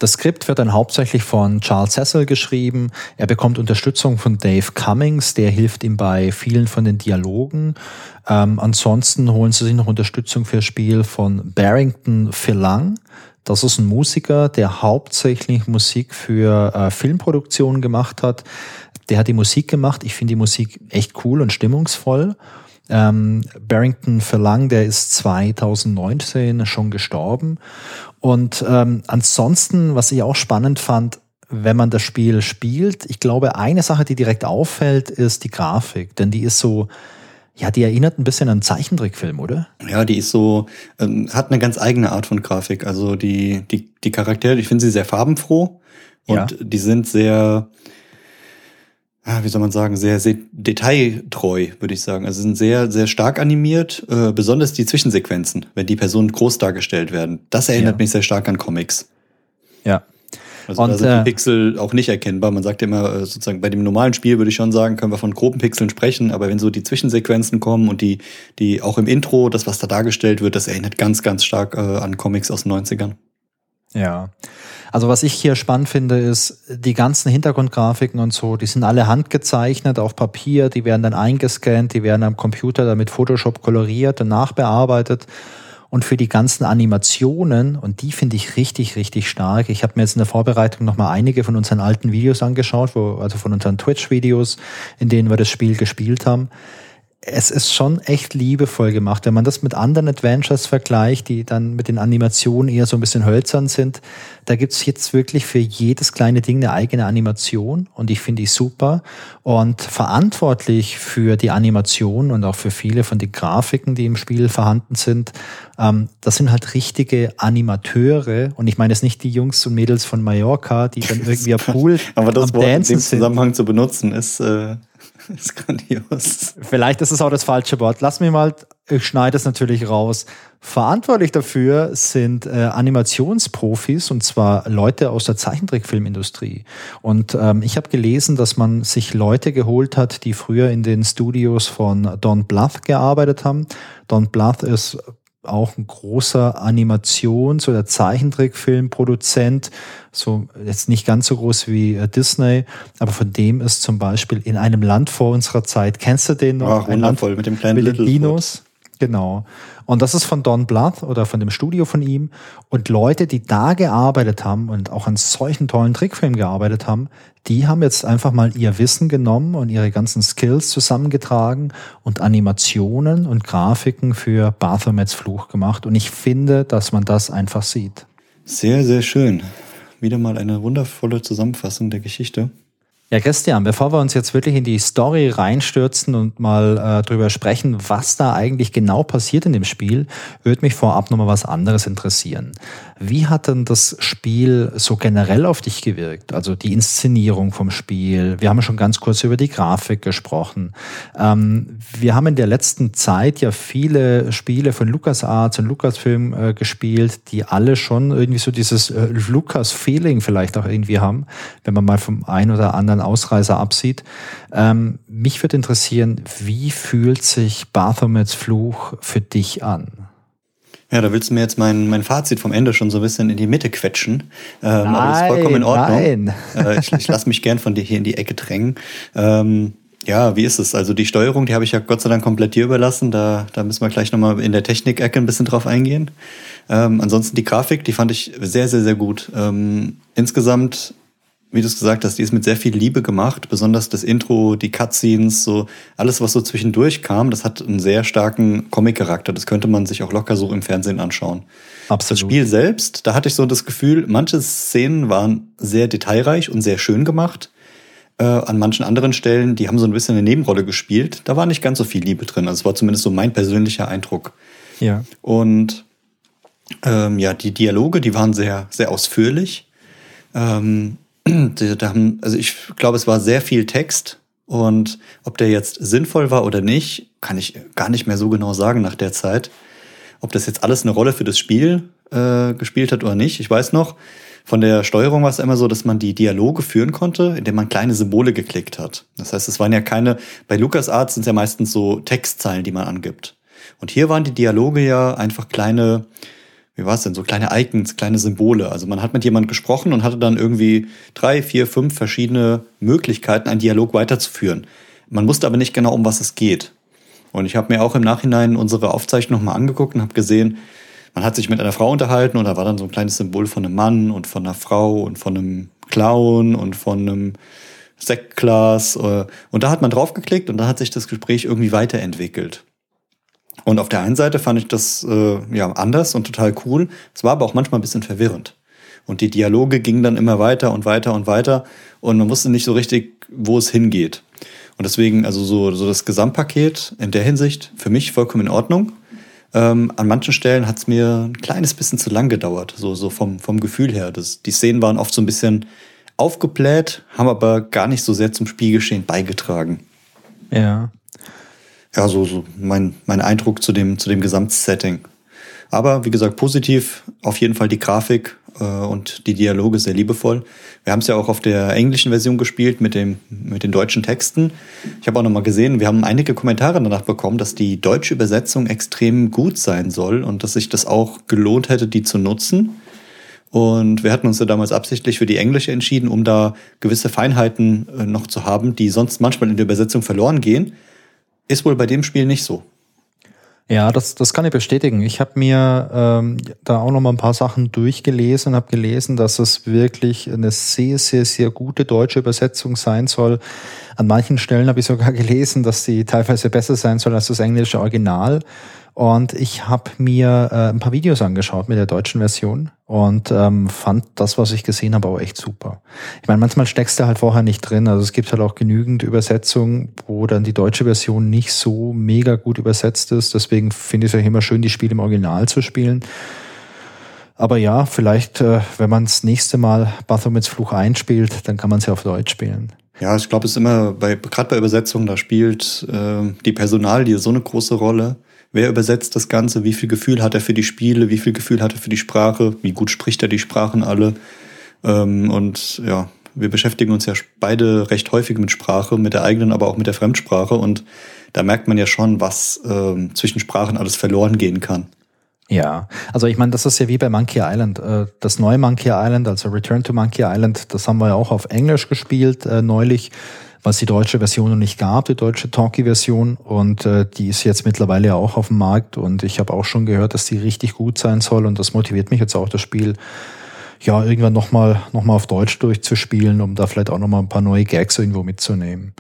Das Skript wird dann hauptsächlich von Charles Cecil geschrieben. Er bekommt Unterstützung von Dave Cummings, der hilft ihm bei vielen von den Dialogen. Ähm, ansonsten holen sie sich noch Unterstützung für das Spiel von Barrington Phelang. Das ist ein Musiker, der hauptsächlich Musik für äh, Filmproduktionen gemacht hat. Der hat die Musik gemacht. Ich finde die Musik echt cool und stimmungsvoll. Ähm, Barrington Phelang, der ist zwanzig neunzehn schon gestorben. Und ähm, ansonsten, was ich auch spannend fand, wenn man das Spiel spielt, ich glaube, eine Sache, die direkt auffällt, ist die Grafik. Denn die ist so, ja, die erinnert ein bisschen an einen Zeichentrickfilm, oder? Ja, die ist so, ähm, hat eine ganz eigene Art von Grafik. Also die, die, die Charaktere, ich finde sie sehr farbenfroh und ja. die sind sehr, wie soll man sagen, sehr, sehr detailtreu, würde ich sagen. Also sie sind sehr, sehr stark animiert, äh, besonders die Zwischensequenzen, wenn die Personen groß dargestellt werden. Das erinnert ja. mich sehr stark an Comics. Ja. Also und, da sind äh, die Pixel auch nicht erkennbar. Man sagt ja immer, sozusagen bei dem normalen Spiel würde ich schon sagen, können wir von groben Pixeln sprechen, aber wenn so die Zwischensequenzen kommen und die, die auch im Intro, das, was da dargestellt wird, das erinnert ganz, ganz stark äh, an Comics aus den neunzigern. Ja. Also was ich hier spannend finde, ist, die ganzen Hintergrundgrafiken und so, die sind alle handgezeichnet auf Papier, die werden dann eingescannt, die werden am Computer dann mit Photoshop koloriert und nachbearbeitet. Und für die ganzen Animationen, und die finde ich richtig, richtig stark. Ich habe mir jetzt in der Vorbereitung nochmal einige von unseren alten Videos angeschaut, wo, also von unseren Twitch-Videos, in denen wir das Spiel gespielt haben. Es ist schon echt liebevoll gemacht. Wenn man das mit anderen Adventures vergleicht, die dann mit den Animationen eher so ein bisschen hölzern sind, da gibt's jetzt wirklich für jedes kleine Ding eine eigene Animation und ich finde die super. Und verantwortlich für die Animation und auch für viele von den Grafiken, die im Spiel vorhanden sind, ähm, das sind halt richtige Animateure. Und ich meine jetzt nicht die Jungs und Mädels von Mallorca, die dann irgendwie am Pool Aber das am Wort in Dancen dem Zusammenhang sind. Zu benutzen ist... Äh Das ist grandios. Vielleicht ist es auch das falsche Wort. Lass mich mal, ich schneide es natürlich raus. Verantwortlich dafür sind äh, Animationsprofis und zwar Leute aus der Zeichentrickfilmindustrie. Und ähm, ich habe gelesen, dass man sich Leute geholt hat, die früher in den Studios von Don Bluth gearbeitet haben. Don Bluth ist auch ein großer Animations- oder Zeichentrickfilmproduzent, so jetzt nicht ganz so groß wie äh, Disney, aber von dem ist zum Beispiel In einem Land vor unserer Zeit, kennst du den noch? Ach, wundervoll, mit dem kleinen mit den Dinos. Genau. Und das ist von Don Bluth oder von dem Studio von ihm. Und Leute, die da gearbeitet haben und auch an solchen tollen Trickfilmen gearbeitet haben, die haben jetzt einfach mal ihr Wissen genommen und ihre ganzen Skills zusammengetragen und Animationen und Grafiken für Baphomets Fluch gemacht. Und ich finde, dass man das einfach sieht. Sehr, sehr schön. Wieder mal eine wundervolle Zusammenfassung der Geschichte. Ja, Christian, bevor wir uns jetzt wirklich in die Story reinstürzen und mal äh, drüber sprechen, was da eigentlich genau passiert in dem Spiel, würde mich vorab nochmal was anderes interessieren. Wie hat denn das Spiel so generell auf dich gewirkt? Also die Inszenierung vom Spiel. Wir haben schon ganz kurz über die Grafik gesprochen. Ähm, wir haben in der letzten Zeit ja viele Spiele von LucasArts und Lucasfilm äh, gespielt, die alle schon irgendwie so dieses äh, Lucas-Feeling vielleicht auch irgendwie haben, wenn man mal vom einen oder anderen Ausreißer absieht. Ähm, mich würde interessieren, wie fühlt sich Baphomets Fluch für dich an? Ja, da willst du mir jetzt mein, mein Fazit vom Ende schon so ein bisschen in die Mitte quetschen. Ähm, nein, aber das ist vollkommen in Ordnung. Nein. Äh, ich ich lasse mich gern von dir hier in die Ecke drängen. Ähm, ja, wie ist es? Also die Steuerung, die habe ich ja Gott sei Dank komplett dir überlassen. Da, da müssen wir gleich nochmal in der Technik-Ecke ein bisschen drauf eingehen. Ähm, ansonsten die Grafik, die fand ich sehr, sehr, sehr gut. Ähm, insgesamt, wie du es gesagt hast, die ist mit sehr viel Liebe gemacht. Besonders das Intro, die Cutscenes, so alles, was so zwischendurch kam, das hat einen sehr starken Comic-Charakter. Das könnte man sich auch locker so im Fernsehen anschauen. Absolut. Das Spiel selbst, da hatte ich so das Gefühl, manche Szenen waren sehr detailreich und sehr schön gemacht. Äh, an manchen anderen Stellen, die haben so ein bisschen eine Nebenrolle gespielt. Da war nicht ganz so viel Liebe drin. Also es war zumindest so mein persönlicher Eindruck. Ja. Und ähm, ja, die Dialoge, die waren sehr, sehr ausführlich. Ähm, Da haben, also ich glaube, es war sehr viel Text und ob der jetzt sinnvoll war oder nicht, kann ich gar nicht mehr so genau sagen nach der Zeit. Ob das jetzt alles eine Rolle für das Spiel äh, gespielt hat oder nicht. Ich weiß noch, von der Steuerung war es immer so, dass man die Dialoge führen konnte, indem man kleine Symbole geklickt hat. Das heißt, es waren ja keine, bei LucasArts sind es ja meistens so Textzeilen, die man angibt. Und hier waren die Dialoge ja einfach kleine, wie war es denn, so kleine Icons, kleine Symbole. Also man hat mit jemandem gesprochen und hatte dann irgendwie drei, vier, fünf verschiedene Möglichkeiten, einen Dialog weiterzuführen. Man wusste aber nicht genau, um was es geht. Und ich habe mir auch im Nachhinein unsere Aufzeichnung nochmal angeguckt und habe gesehen, man hat sich mit einer Frau unterhalten und da war dann so ein kleines Symbol von einem Mann und von einer Frau und von einem Clown und von einem Sektglas. Und da hat man draufgeklickt und da hat sich das Gespräch irgendwie weiterentwickelt. Und auf der einen Seite fand ich das äh, ja anders und total cool. Es war aber auch manchmal ein bisschen verwirrend. Und die Dialoge gingen dann immer weiter und weiter und weiter und man wusste nicht so richtig, wo es hingeht. Und deswegen, also so, so das Gesamtpaket in der Hinsicht für mich vollkommen in Ordnung. Ähm, an manchen Stellen hat es mir ein kleines bisschen zu lang gedauert, so, so vom, vom Gefühl her. Das, die Szenen waren oft so ein bisschen aufgebläht, haben aber gar nicht so sehr zum Spielgeschehen beigetragen. Ja. Ja, so, so mein, mein Eindruck zu dem, zu dem Gesamtsetting. Aber wie gesagt, positiv auf jeden Fall die Grafik äh, und die Dialoge sehr liebevoll. Wir haben es ja auch auf der englischen Version gespielt mit, dem, mit den deutschen Texten. Ich habe auch nochmal gesehen, wir haben einige Kommentare danach bekommen, dass die deutsche Übersetzung extrem gut sein soll und dass sich das auch gelohnt hätte, die zu nutzen. Und wir hatten uns ja damals absichtlich für die englische entschieden, um da gewisse Feinheiten äh, noch zu haben, die sonst manchmal in der Übersetzung verloren gehen. Ist wohl bei dem Spiel nicht so. Ja, das, das kann ich bestätigen. Ich habe mir ähm, da auch noch mal ein paar Sachen durchgelesen und habe gelesen, dass es wirklich eine sehr, sehr, sehr gute deutsche Übersetzung sein soll. An manchen Stellen habe ich sogar gelesen, dass sie teilweise besser sein soll als das englische Original. Und ich habe mir äh, ein paar Videos angeschaut mit der deutschen Version und ähm, fand das, was ich gesehen habe, auch echt super. Ich meine, manchmal steckst du halt vorher nicht drin. Also es gibt halt auch genügend Übersetzungen, wo dann die deutsche Version nicht so mega gut übersetzt ist. Deswegen finde ich es ja immer schön, die Spiele im Original zu spielen. Aber ja, vielleicht, äh, wenn man das nächste Mal Baphomets Fluch einspielt, dann kann man es ja auf Deutsch spielen. Ja, ich glaube, es ist immer, bei, gerade bei Übersetzungen, da spielt äh, die Personalie so eine große Rolle. Wer übersetzt das Ganze? Wie viel Gefühl hat er für die Spiele? Wie viel Gefühl hat er für die Sprache? Wie gut spricht er die Sprachen alle? Ähm, und ja, wir beschäftigen uns ja beide recht häufig mit Sprache, mit der eigenen, aber auch mit der Fremdsprache. Und da merkt man ja schon, was ähm, zwischen Sprachen alles verloren gehen kann. Ja, also ich meine, das ist ja wie bei Monkey Island. Das neue Monkey Island, also Return to Monkey Island, das haben wir ja auch auf Englisch gespielt äh, neulich, was die deutsche Version noch nicht gab, die deutsche Talkie-Version. Und äh, die ist jetzt mittlerweile ja auch auf dem Markt. Und ich habe auch schon gehört, dass die richtig gut sein soll. Und das motiviert mich jetzt auch, das Spiel ja irgendwann nochmal noch mal auf Deutsch durchzuspielen, um da vielleicht auch nochmal ein paar neue Gags irgendwo mitzunehmen.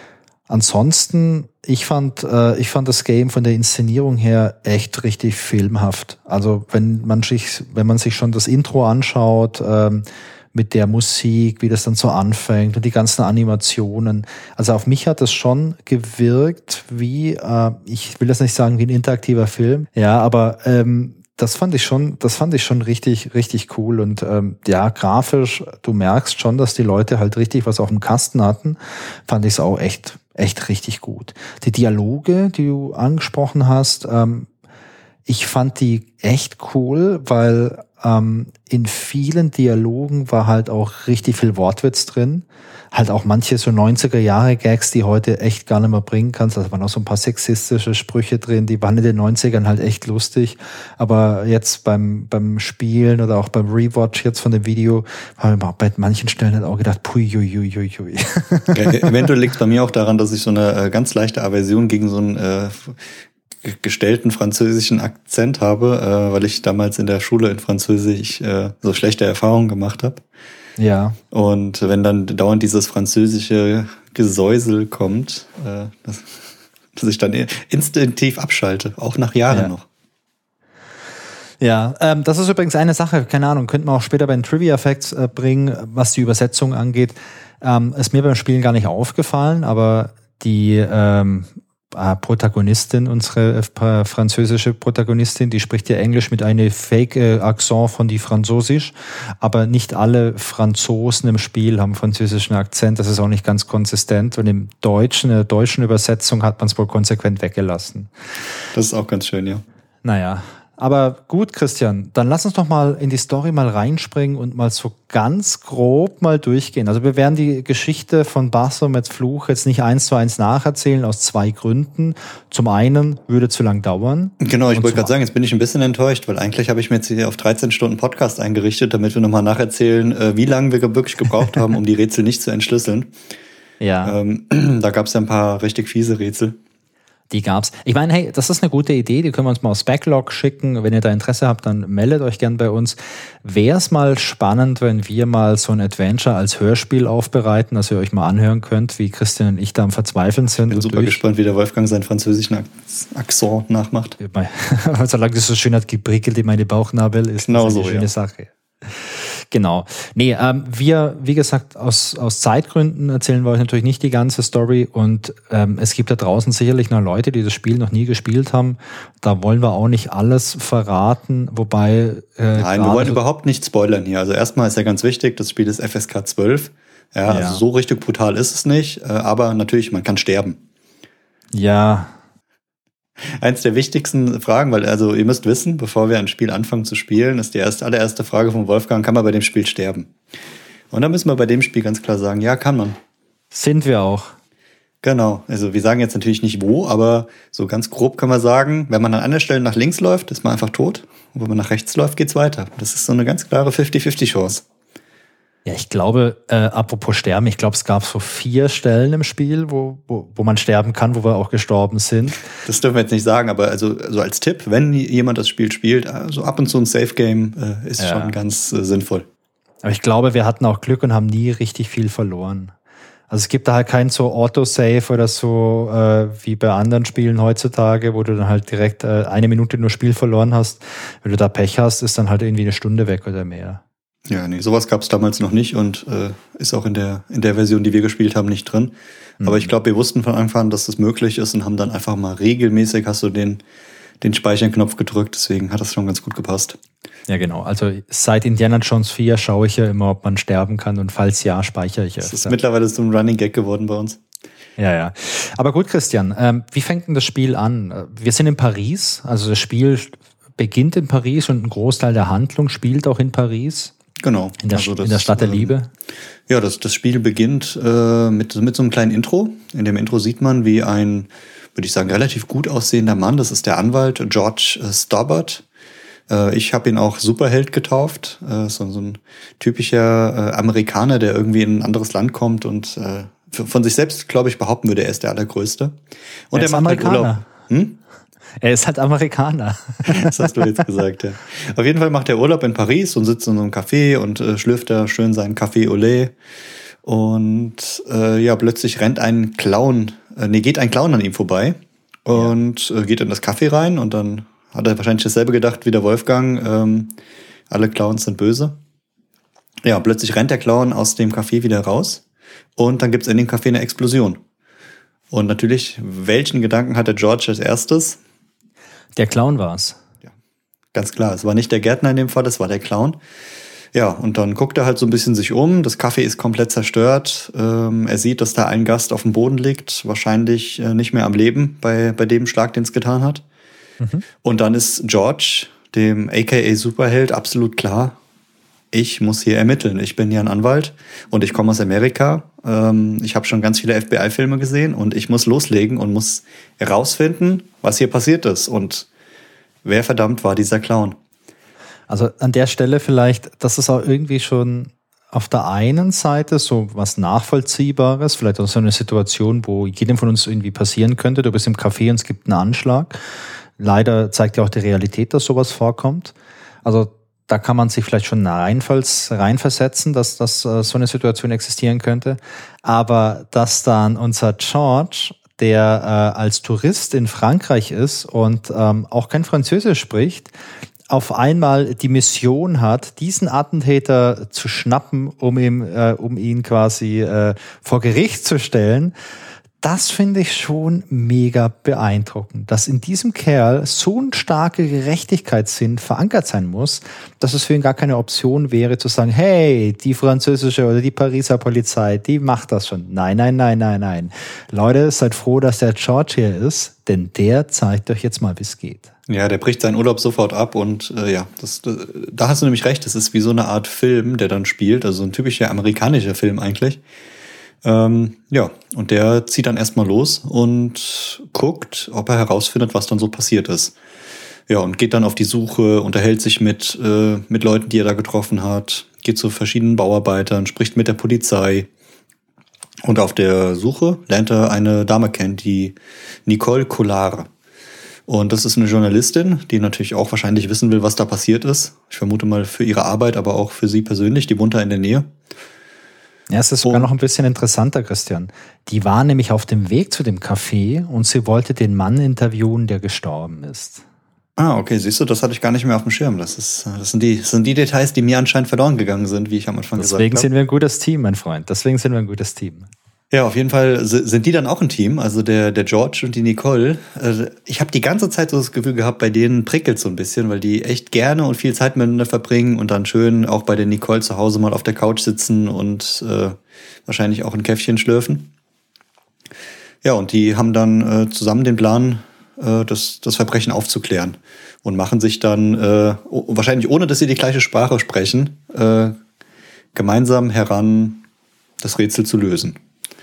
Ansonsten, ich fand, äh, ich fand das Game von der Inszenierung her echt richtig filmhaft. Also wenn man sich, wenn man sich schon das Intro anschaut, ähm, mit der Musik, wie das dann so anfängt und die ganzen Animationen. Also auf mich hat das schon gewirkt wie, äh, ich will das nicht sagen wie ein interaktiver Film, ja, aber ähm, das fand ich schon, das fand ich schon richtig, richtig cool und ähm, ja, grafisch, du merkst schon, dass die Leute halt richtig was auf dem Kasten hatten, fand ich es auch echt, echt richtig gut. Die Dialoge, die du angesprochen hast, ähm, ich fand die echt cool, weil ähm, in vielen Dialogen war halt auch richtig viel Wortwitz drin. Halt auch manche so neunziger-Jahre-Gags, die heute echt gar nicht mehr bringen kannst. Also waren auch so ein paar sexistische Sprüche drin, die waren in den neunzigern halt echt lustig. Aber jetzt beim beim Spielen oder auch beim Rewatch jetzt von dem Video habe ich mir bei manchen Stellen halt auch gedacht, pui, jui, jui, jui, jui. Ja, eventuell liegt es bei mir auch daran, dass ich so eine äh, ganz leichte Aversion gegen so einen äh, gestellten französischen Akzent habe, äh, weil ich damals in der Schule in Französisch äh, so schlechte Erfahrungen gemacht habe. Ja. Und wenn dann dauernd dieses französische Gesäusel kommt, äh, dass, dass ich dann instinktiv abschalte, auch nach Jahren ja. noch. Ja, ähm, das ist übrigens eine Sache, keine Ahnung, könnten wir auch später bei den Trivia-Facts äh, bringen, was die Übersetzung angeht. Ähm, ist mir beim Spielen gar nicht aufgefallen, aber die ähm, Protagonistin, unsere äh, französische Protagonistin, die spricht ja Englisch mit einem Fake-Akzent von die Französisch, aber nicht alle Franzosen im Spiel haben französischen Akzent, das ist auch nicht ganz konsistent und im Deutschen, in der deutschen Übersetzung hat man es wohl konsequent weggelassen. Das ist auch ganz schön, ja. Naja, Aber gut, Christian, dann lass uns doch mal in die Story mal reinspringen und mal so ganz grob mal durchgehen. Also wir werden die Geschichte von Baphomets Fluch jetzt nicht eins zu eins nacherzählen, aus zwei Gründen. Zum einen würde zu lang dauern. Genau, ich wollte gerade sagen, jetzt bin ich ein bisschen enttäuscht, weil eigentlich habe ich mir jetzt hier auf dreizehn Stunden Podcast eingerichtet, damit wir nochmal nacherzählen, wie lange wir wirklich gebraucht haben, um die Rätsel nicht zu entschlüsseln. Ja. Ähm, da gab es ja ein paar richtig fiese Rätsel. Die gab's. Ich meine, hey, das ist eine gute Idee, die können wir uns mal aufs Backlog schicken. Wenn ihr da Interesse habt, dann meldet euch gern bei uns. Wäre es mal spannend, wenn wir mal so ein Adventure als Hörspiel aufbereiten, dass ihr euch mal anhören könnt, wie Christian und ich da am Verzweifeln sind. Ich bin super durch. gespannt, wie der Wolfgang seinen französischen Akzent nachmacht. Solange das so schön hat geprickelt in meine Bauchnabel, ist genau das eine so, schöne ja. Sache. Genau. Nee, ähm, wir, wie gesagt, aus, aus Zeitgründen erzählen wir euch natürlich nicht die ganze Story und ähm, es gibt da draußen sicherlich noch Leute, die das Spiel noch nie gespielt haben. Da wollen wir auch nicht alles verraten, wobei... Äh, Nein, wir wollen überhaupt nicht spoilern hier. Also erstmal ist ja ganz wichtig, das Spiel ist F S K zwölf. Ja, ja. Also so richtig brutal ist es nicht, äh, aber natürlich, man kann sterben. Ja, Eins der wichtigsten Fragen, weil also ihr müsst wissen, bevor wir ein Spiel anfangen zu spielen, ist die erste, allererste Frage von Wolfgang, kann man bei dem Spiel sterben? Und dann müssen wir bei dem Spiel ganz klar sagen, ja, kann man. Sind wir auch. Genau, also wir sagen jetzt natürlich nicht wo, aber so ganz grob kann man sagen, wenn man an einer Stelle nach links läuft, ist man einfach tot. Und wenn man nach rechts läuft, geht's weiter. Das ist so eine ganz klare fünfzig fünfzig Chance. Ja, ich glaube, äh, apropos Sterben, ich glaube, es gab so vier Stellen im Spiel, wo, wo, wo man sterben kann, wo wir auch gestorben sind. Das dürfen wir jetzt nicht sagen, aber also, also als Tipp, wenn jemand das Spiel spielt, so ab und zu ein Safe-Game äh, ist ja. schon ganz äh, sinnvoll. Aber ich glaube, wir hatten auch Glück und haben nie richtig viel verloren. Also es gibt da halt kein so Autosave oder so äh, wie bei anderen Spielen heutzutage, wo du dann halt direkt äh, eine Minute nur Spiel verloren hast. Wenn du da Pech hast, ist dann halt irgendwie eine Stunde weg oder mehr. Ja, nee, sowas gab es damals noch nicht und äh, ist auch in der in der Version, die wir gespielt haben, nicht drin. Mhm. Aber ich glaube, wir wussten von Anfang an, dass das möglich ist und haben dann einfach mal regelmäßig hast du den den Speicherknopf gedrückt. Deswegen hat das schon ganz gut gepasst. Ja, genau. Also seit Indiana Jones vier schaue ich ja immer, ob man sterben kann und falls ja, speichere ich es. Das ist mittlerweile so ein Running Gag geworden bei uns. Ja, ja. Aber gut, Christian, ähm, wie fängt denn das Spiel an? Wir sind in Paris, also das Spiel beginnt in Paris und ein Großteil der Handlung spielt auch in Paris. Genau. In der, also das, in der Stadt der Liebe. Ähm, ja, das, das Spiel beginnt äh, mit, mit so einem kleinen Intro. In dem Intro sieht man, wie ein, würde ich sagen, relativ gut aussehender Mann, das ist der Anwalt George äh, Stobbart. Äh, ich habe ihn auch Superheld getauft. Äh, so, so ein typischer äh, Amerikaner, der irgendwie in ein anderes Land kommt und äh, von sich selbst, glaube ich, behaupten würde, er ist der Allergrößte. Und er er macht halt Urlaub. Hm? Er ist halt Amerikaner. Das hast du jetzt gesagt, ja. Auf jeden Fall macht er Urlaub in Paris und sitzt in so einem Café und äh, schlürft da schön seinen Café au lait. Und äh, ja, plötzlich rennt ein Clown, äh, nee, geht ein Clown an ihm vorbei und ja. äh, geht in das Café rein und dann hat er wahrscheinlich dasselbe gedacht wie der Wolfgang. Ähm, alle Clowns sind böse. Ja, plötzlich rennt der Clown aus dem Café wieder raus und dann gibt's in dem Café eine Explosion. Und natürlich, welchen Gedanken hat der George als erstes? Der Clown war's. Ja, ganz klar. Es war nicht der Gärtner in dem Fall, es war der Clown. Ja, und dann guckt er halt so ein bisschen sich um. Das Café ist komplett zerstört. Ähm, er sieht, dass da ein Gast auf dem Boden liegt, wahrscheinlich äh, nicht mehr am Leben bei, bei dem Schlag, den es getan hat. Mhm. Und dann ist George, dem A K A Superheld, absolut klar, ich muss hier ermitteln. Ich bin ja ein Anwalt und ich komme aus Amerika. Ähm, ich habe schon ganz viele F B I-Filme gesehen und ich muss loslegen und muss herausfinden, was hier passiert ist und wer verdammt war dieser Clown. Also an der Stelle vielleicht, das ist auch irgendwie schon auf der einen Seite so was Nachvollziehbares, vielleicht auch so eine Situation, wo jedem von uns irgendwie passieren könnte. Du bist im Café und es gibt einen Anschlag. Leider zeigt ja auch die Realität, dass sowas vorkommt. Also da kann man sich vielleicht schon reinfalls, reinversetzen, dass, dass uh, so eine Situation existieren könnte. Aber dass dann unser George, der äh, als Tourist in Frankreich ist und ähm, auch kein Französisch spricht, auf einmal die Mission hat, diesen Attentäter zu schnappen, um ihm, äh, um ihn quasi äh, vor Gericht zu stellen, Das finde ich schon mega beeindruckend, dass in diesem Kerl so ein starker Gerechtigkeitssinn verankert sein muss, dass es für ihn gar keine Option wäre zu sagen, hey, die französische oder die Pariser Polizei, die macht das schon. Nein, nein, nein, nein, nein. Leute, seid froh, dass der George hier ist, denn der zeigt euch jetzt mal, wie es geht. Ja, der bricht seinen Urlaub sofort ab und äh, ja, das, das, da hast du nämlich recht, das ist wie so eine Art Film, der dann spielt, also ein typischer amerikanischer Film eigentlich. Ähm, ja, und der zieht dann erstmal los und guckt, ob er herausfindet, was dann so passiert ist. Ja, und geht dann auf die Suche, unterhält sich mit, äh, mit Leuten, die er da getroffen hat, geht zu verschiedenen Bauarbeitern, spricht mit der Polizei. Und auf der Suche lernt er eine Dame kennen, die Nicole Collard. Und das ist eine Journalistin, die natürlich auch wahrscheinlich wissen will, was da passiert ist. Ich vermute mal für ihre Arbeit, aber auch für sie persönlich. Die wohnt da in der Nähe. Ja, es ist sogar noch ein bisschen interessanter, Christian. Die war nämlich auf dem Weg zu dem Café und sie wollte den Mann interviewen, der gestorben ist. Ah, okay, siehst du, das hatte ich gar nicht mehr auf dem Schirm. Das ist, das sind die, das sind die Details, die mir anscheinend verloren gegangen sind, wie ich am Anfang gesagt habe. Deswegen sind wir ein gutes Team, mein Freund. Deswegen sind wir ein gutes Team. Ja, auf jeden Fall sind die dann auch ein Team, also der, der George und die Nicole. Ich habe die ganze Zeit so das Gefühl gehabt, bei denen prickelt so ein bisschen, weil die echt gerne und viel Zeit miteinander verbringen und dann schön auch bei der Nicole zu Hause mal auf der Couch sitzen und äh, wahrscheinlich auch ein Käffchen schlürfen. Ja, und die haben dann äh, zusammen den Plan, äh, das, das Verbrechen aufzuklären und machen sich dann, äh, wahrscheinlich ohne, dass sie die gleiche Sprache sprechen, äh, gemeinsam heran, das Rätsel zu lösen.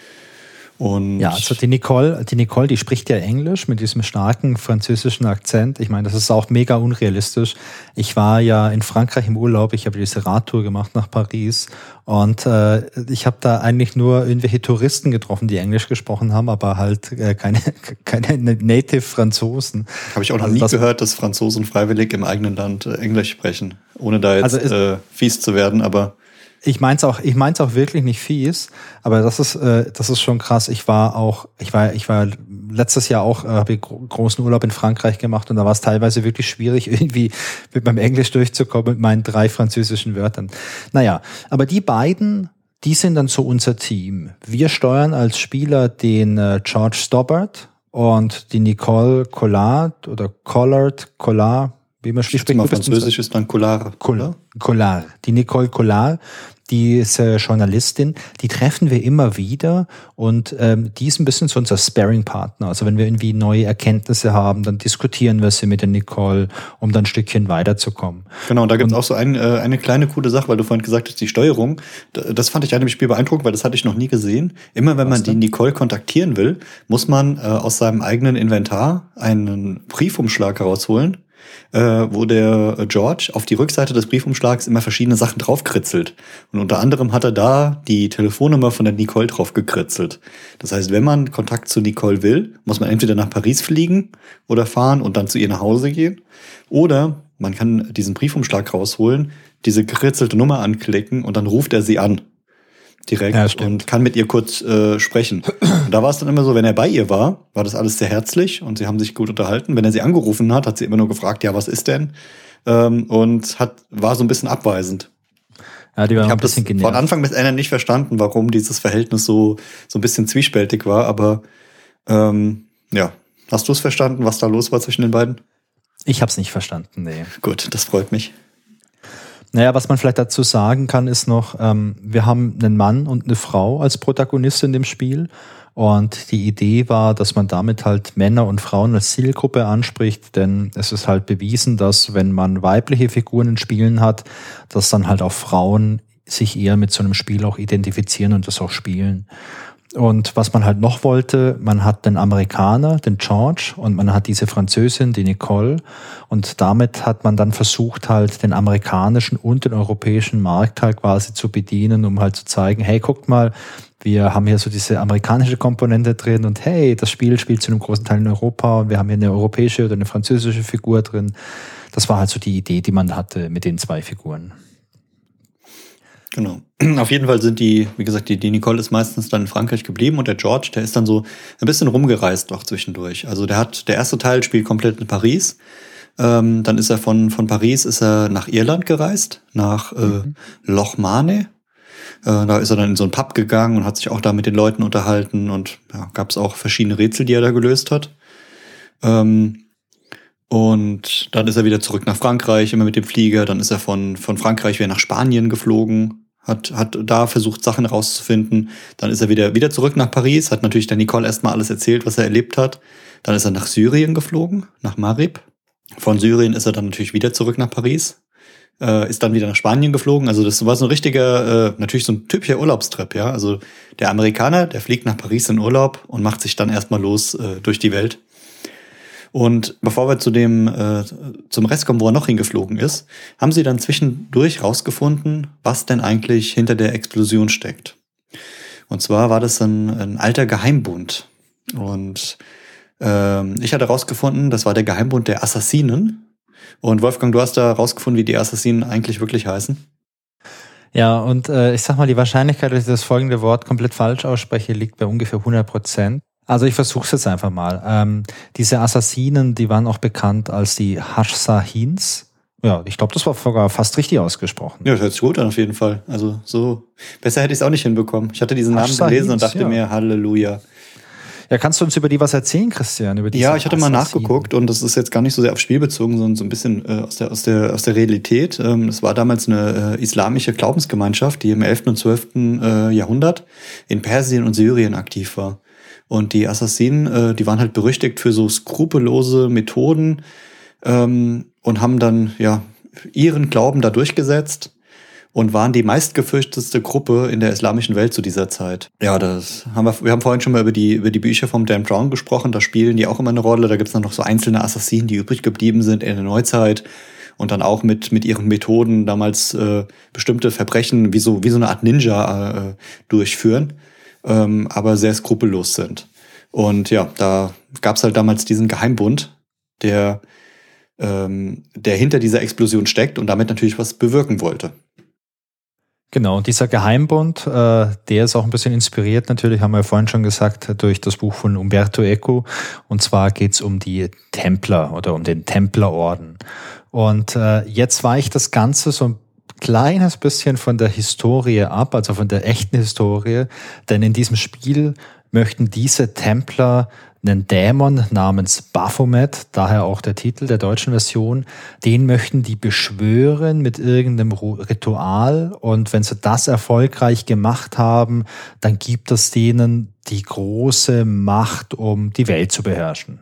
Und ja, also die Nicole, die Nicole, die spricht ja Englisch mit diesem starken französischen Akzent. Ich meine, das ist auch mega unrealistisch. Ich war ja in Frankreich im Urlaub, ich habe diese Radtour gemacht nach Paris und äh, ich habe da eigentlich nur irgendwelche Touristen getroffen, die Englisch gesprochen haben, aber halt äh, keine, keine Native Franzosen. Habe ich auch noch also nie das, gehört, dass Franzosen freiwillig im eigenen Land äh, Englisch sprechen, ohne da jetzt also ist, äh, fies zu werden, aber Ich mein's auch, ich mein's auch wirklich nicht fies, aber das ist, äh, das ist schon krass. Ich war auch, ich war, ich war letztes Jahr auch, äh, habe gro- großen Urlaub in Frankreich gemacht und da war es teilweise wirklich schwierig, irgendwie mit meinem Englisch durchzukommen mit meinen drei französischen Wörtern. Naja, aber die beiden, die sind dann so unser Team. Wir steuern als Spieler den äh, George Stobbart und die Nicole Collard oder Collard, Collard, wie man spricht. Mal Französisch ist dann Collard. Collard. Collard. Die Nicole Collard, die ist äh, Journalistin, die treffen wir immer wieder und ähm, die ist ein bisschen so unser Sparring-Partner. Also wenn wir irgendwie neue Erkenntnisse haben, dann diskutieren wir sie mit der Nicole, um dann ein Stückchen weiterzukommen. Genau, und da gibt es auch so ein, äh, eine kleine coole Sache, weil du vorhin gesagt hast, die Steuerung, das fand ich an dem Spiel beeindruckend, weil das hatte ich noch nie gesehen. Immer wenn man die Nicole kontaktieren will, muss man äh, aus seinem eigenen Inventar einen Briefumschlag herausholen, Äh, wo der George auf die Rückseite des Briefumschlags immer verschiedene Sachen draufkritzelt. Und unter anderem hat er da die Telefonnummer von der Nicole drauf gekritzelt. Das heißt, wenn man Kontakt zu Nicole will, muss man entweder nach Paris fliegen oder fahren und dann zu ihr nach Hause gehen. Oder man kann diesen Briefumschlag rausholen, diese gekritzelte Nummer anklicken und dann ruft er sie an. Direkt ja, und kann mit ihr kurz äh, sprechen. Und da war es dann immer so, wenn er bei ihr war, war das alles sehr herzlich und sie haben sich gut unterhalten. Wenn er sie angerufen hat, hat sie immer nur gefragt, ja, was ist denn? Ähm, und hat war so ein bisschen abweisend. Ja, die war ich habe das genervt. Von Anfang bis Ende nicht verstanden, warum dieses Verhältnis so so ein bisschen zwiespältig war. Aber ähm, ja, hast du es verstanden, was da los war zwischen den beiden? Ich habe es nicht verstanden, nee. Gut, das freut mich. Naja, was man vielleicht dazu sagen kann, ist noch, ähm, wir haben einen Mann und eine Frau als Protagonist in dem Spiel und die Idee war, dass man damit halt Männer und Frauen als Zielgruppe anspricht, denn es ist halt bewiesen, dass wenn man weibliche Figuren in Spielen hat, dass dann halt auch Frauen sich eher mit so einem Spiel auch identifizieren und das auch spielen. Und was man halt noch wollte, man hat den Amerikaner, den George, und man hat diese Französin, die Nicole. Und damit hat man dann versucht, halt den amerikanischen und den europäischen Markt halt quasi zu bedienen, um halt zu zeigen, hey, guckt mal, wir haben hier so diese amerikanische Komponente drin und hey, das Spiel spielt zu einem großen Teil in Europa und wir haben hier eine europäische oder eine französische Figur drin. Das war halt so die Idee, die man hatte mit den zwei Figuren. Genau. Auf jeden Fall sind die, wie gesagt, die, die Nicole ist meistens dann in Frankreich geblieben und der George, der ist dann so ein bisschen rumgereist auch zwischendurch. Also der hat, der erste Teil spielt komplett in Paris. Ähm, dann ist er von, von Paris ist er nach Irland gereist, nach äh, mhm. Lochmane. Äh, da ist er dann in so einen Pub gegangen und hat sich auch da mit den Leuten unterhalten und ja, gab es auch verschiedene Rätsel, die er da gelöst hat. Ähm, und dann ist er wieder zurück nach Frankreich, immer mit dem Flieger. Dann ist er von, von Frankreich wieder nach Spanien geflogen, hat, hat da versucht, Sachen rauszufinden. Dann ist er wieder, wieder zurück nach Paris, hat natürlich dann Nicole erstmal alles erzählt, was er erlebt hat. Dann ist er nach Syrien geflogen, nach Marib. Von Syrien ist er dann natürlich wieder zurück nach Paris. Äh, ist dann wieder nach Spanien geflogen. Also das war so ein richtiger, äh, natürlich so ein typischer Urlaubstrip, ja. Also der Amerikaner, der fliegt nach Paris in Urlaub und macht sich dann erstmal los äh, durch die Welt. Und bevor wir zu dem äh, zum Rest kommen, wo er noch hingeflogen ist, haben sie dann zwischendurch rausgefunden, was denn eigentlich hinter der Explosion steckt. Und zwar war das ein, ein alter Geheimbund. Und ähm, ich hatte rausgefunden, das war der Geheimbund der Assassinen. Und Wolfgang, du hast da rausgefunden, wie die Assassinen eigentlich wirklich heißen? Ja, und äh, ich sag mal, die Wahrscheinlichkeit, dass ich das folgende Wort komplett falsch ausspreche, liegt bei ungefähr hundert Prozent. Also ich versuche es jetzt einfach mal. Ähm, diese Assassinen, die waren auch bekannt als die Hashsahins. Ja, ich glaube, das war sogar fast richtig ausgesprochen. Ja, das hört sich gut an auf jeden Fall. Also so besser hätte ich es auch nicht hinbekommen. Ich hatte diesen Namen gelesen und dachte ja. mir, Halleluja. Ja, kannst du uns über die was erzählen, Christian? Über ja, ich hatte mal nachgeguckt und das ist jetzt gar nicht so sehr auf Spiel bezogen, sondern so ein bisschen äh, aus der aus der aus der Realität. Ähm, es war damals eine äh, islamische Glaubensgemeinschaft, die im elften und zwölften Äh, Jahrhundert in Persien und Syrien aktiv war. Und die Assassinen, äh, die waren halt berüchtigt für so skrupellose Methoden ähm, und haben dann ja ihren Glauben da durchgesetzt und waren die meistgefürchtetste Gruppe in der islamischen Welt zu dieser Zeit. Ja, das haben wir, wir haben vorhin schon mal über die über die Bücher von Dan Brown gesprochen, da spielen die auch immer eine Rolle. Da gibt's dann noch so einzelne Assassinen, die übrig geblieben sind in der Neuzeit und dann auch mit mit ihren Methoden damals äh, bestimmte Verbrechen wie so wie so eine Art Ninja äh, durchführen. Ähm, aber sehr skrupellos sind. Und ja, da gab's halt damals diesen Geheimbund, der, ähm, der hinter dieser Explosion steckt und damit natürlich was bewirken wollte. Genau, und dieser Geheimbund, äh, der ist auch ein bisschen inspiriert natürlich, haben wir ja vorhin schon gesagt, durch das Buch von Umberto Eco. Und zwar geht's um die Templer oder um den Templerorden. Und äh, jetzt weicht das Ganze so ein kleines bisschen von der Historie ab, also von der echten Historie, denn in diesem Spiel möchten diese Templer einen Dämon namens Baphomet, daher auch der Titel der deutschen Version, den möchten die beschwören mit irgendeinem Ritual und wenn sie das erfolgreich gemacht haben, dann gibt es denen die große Macht, um die Welt zu beherrschen.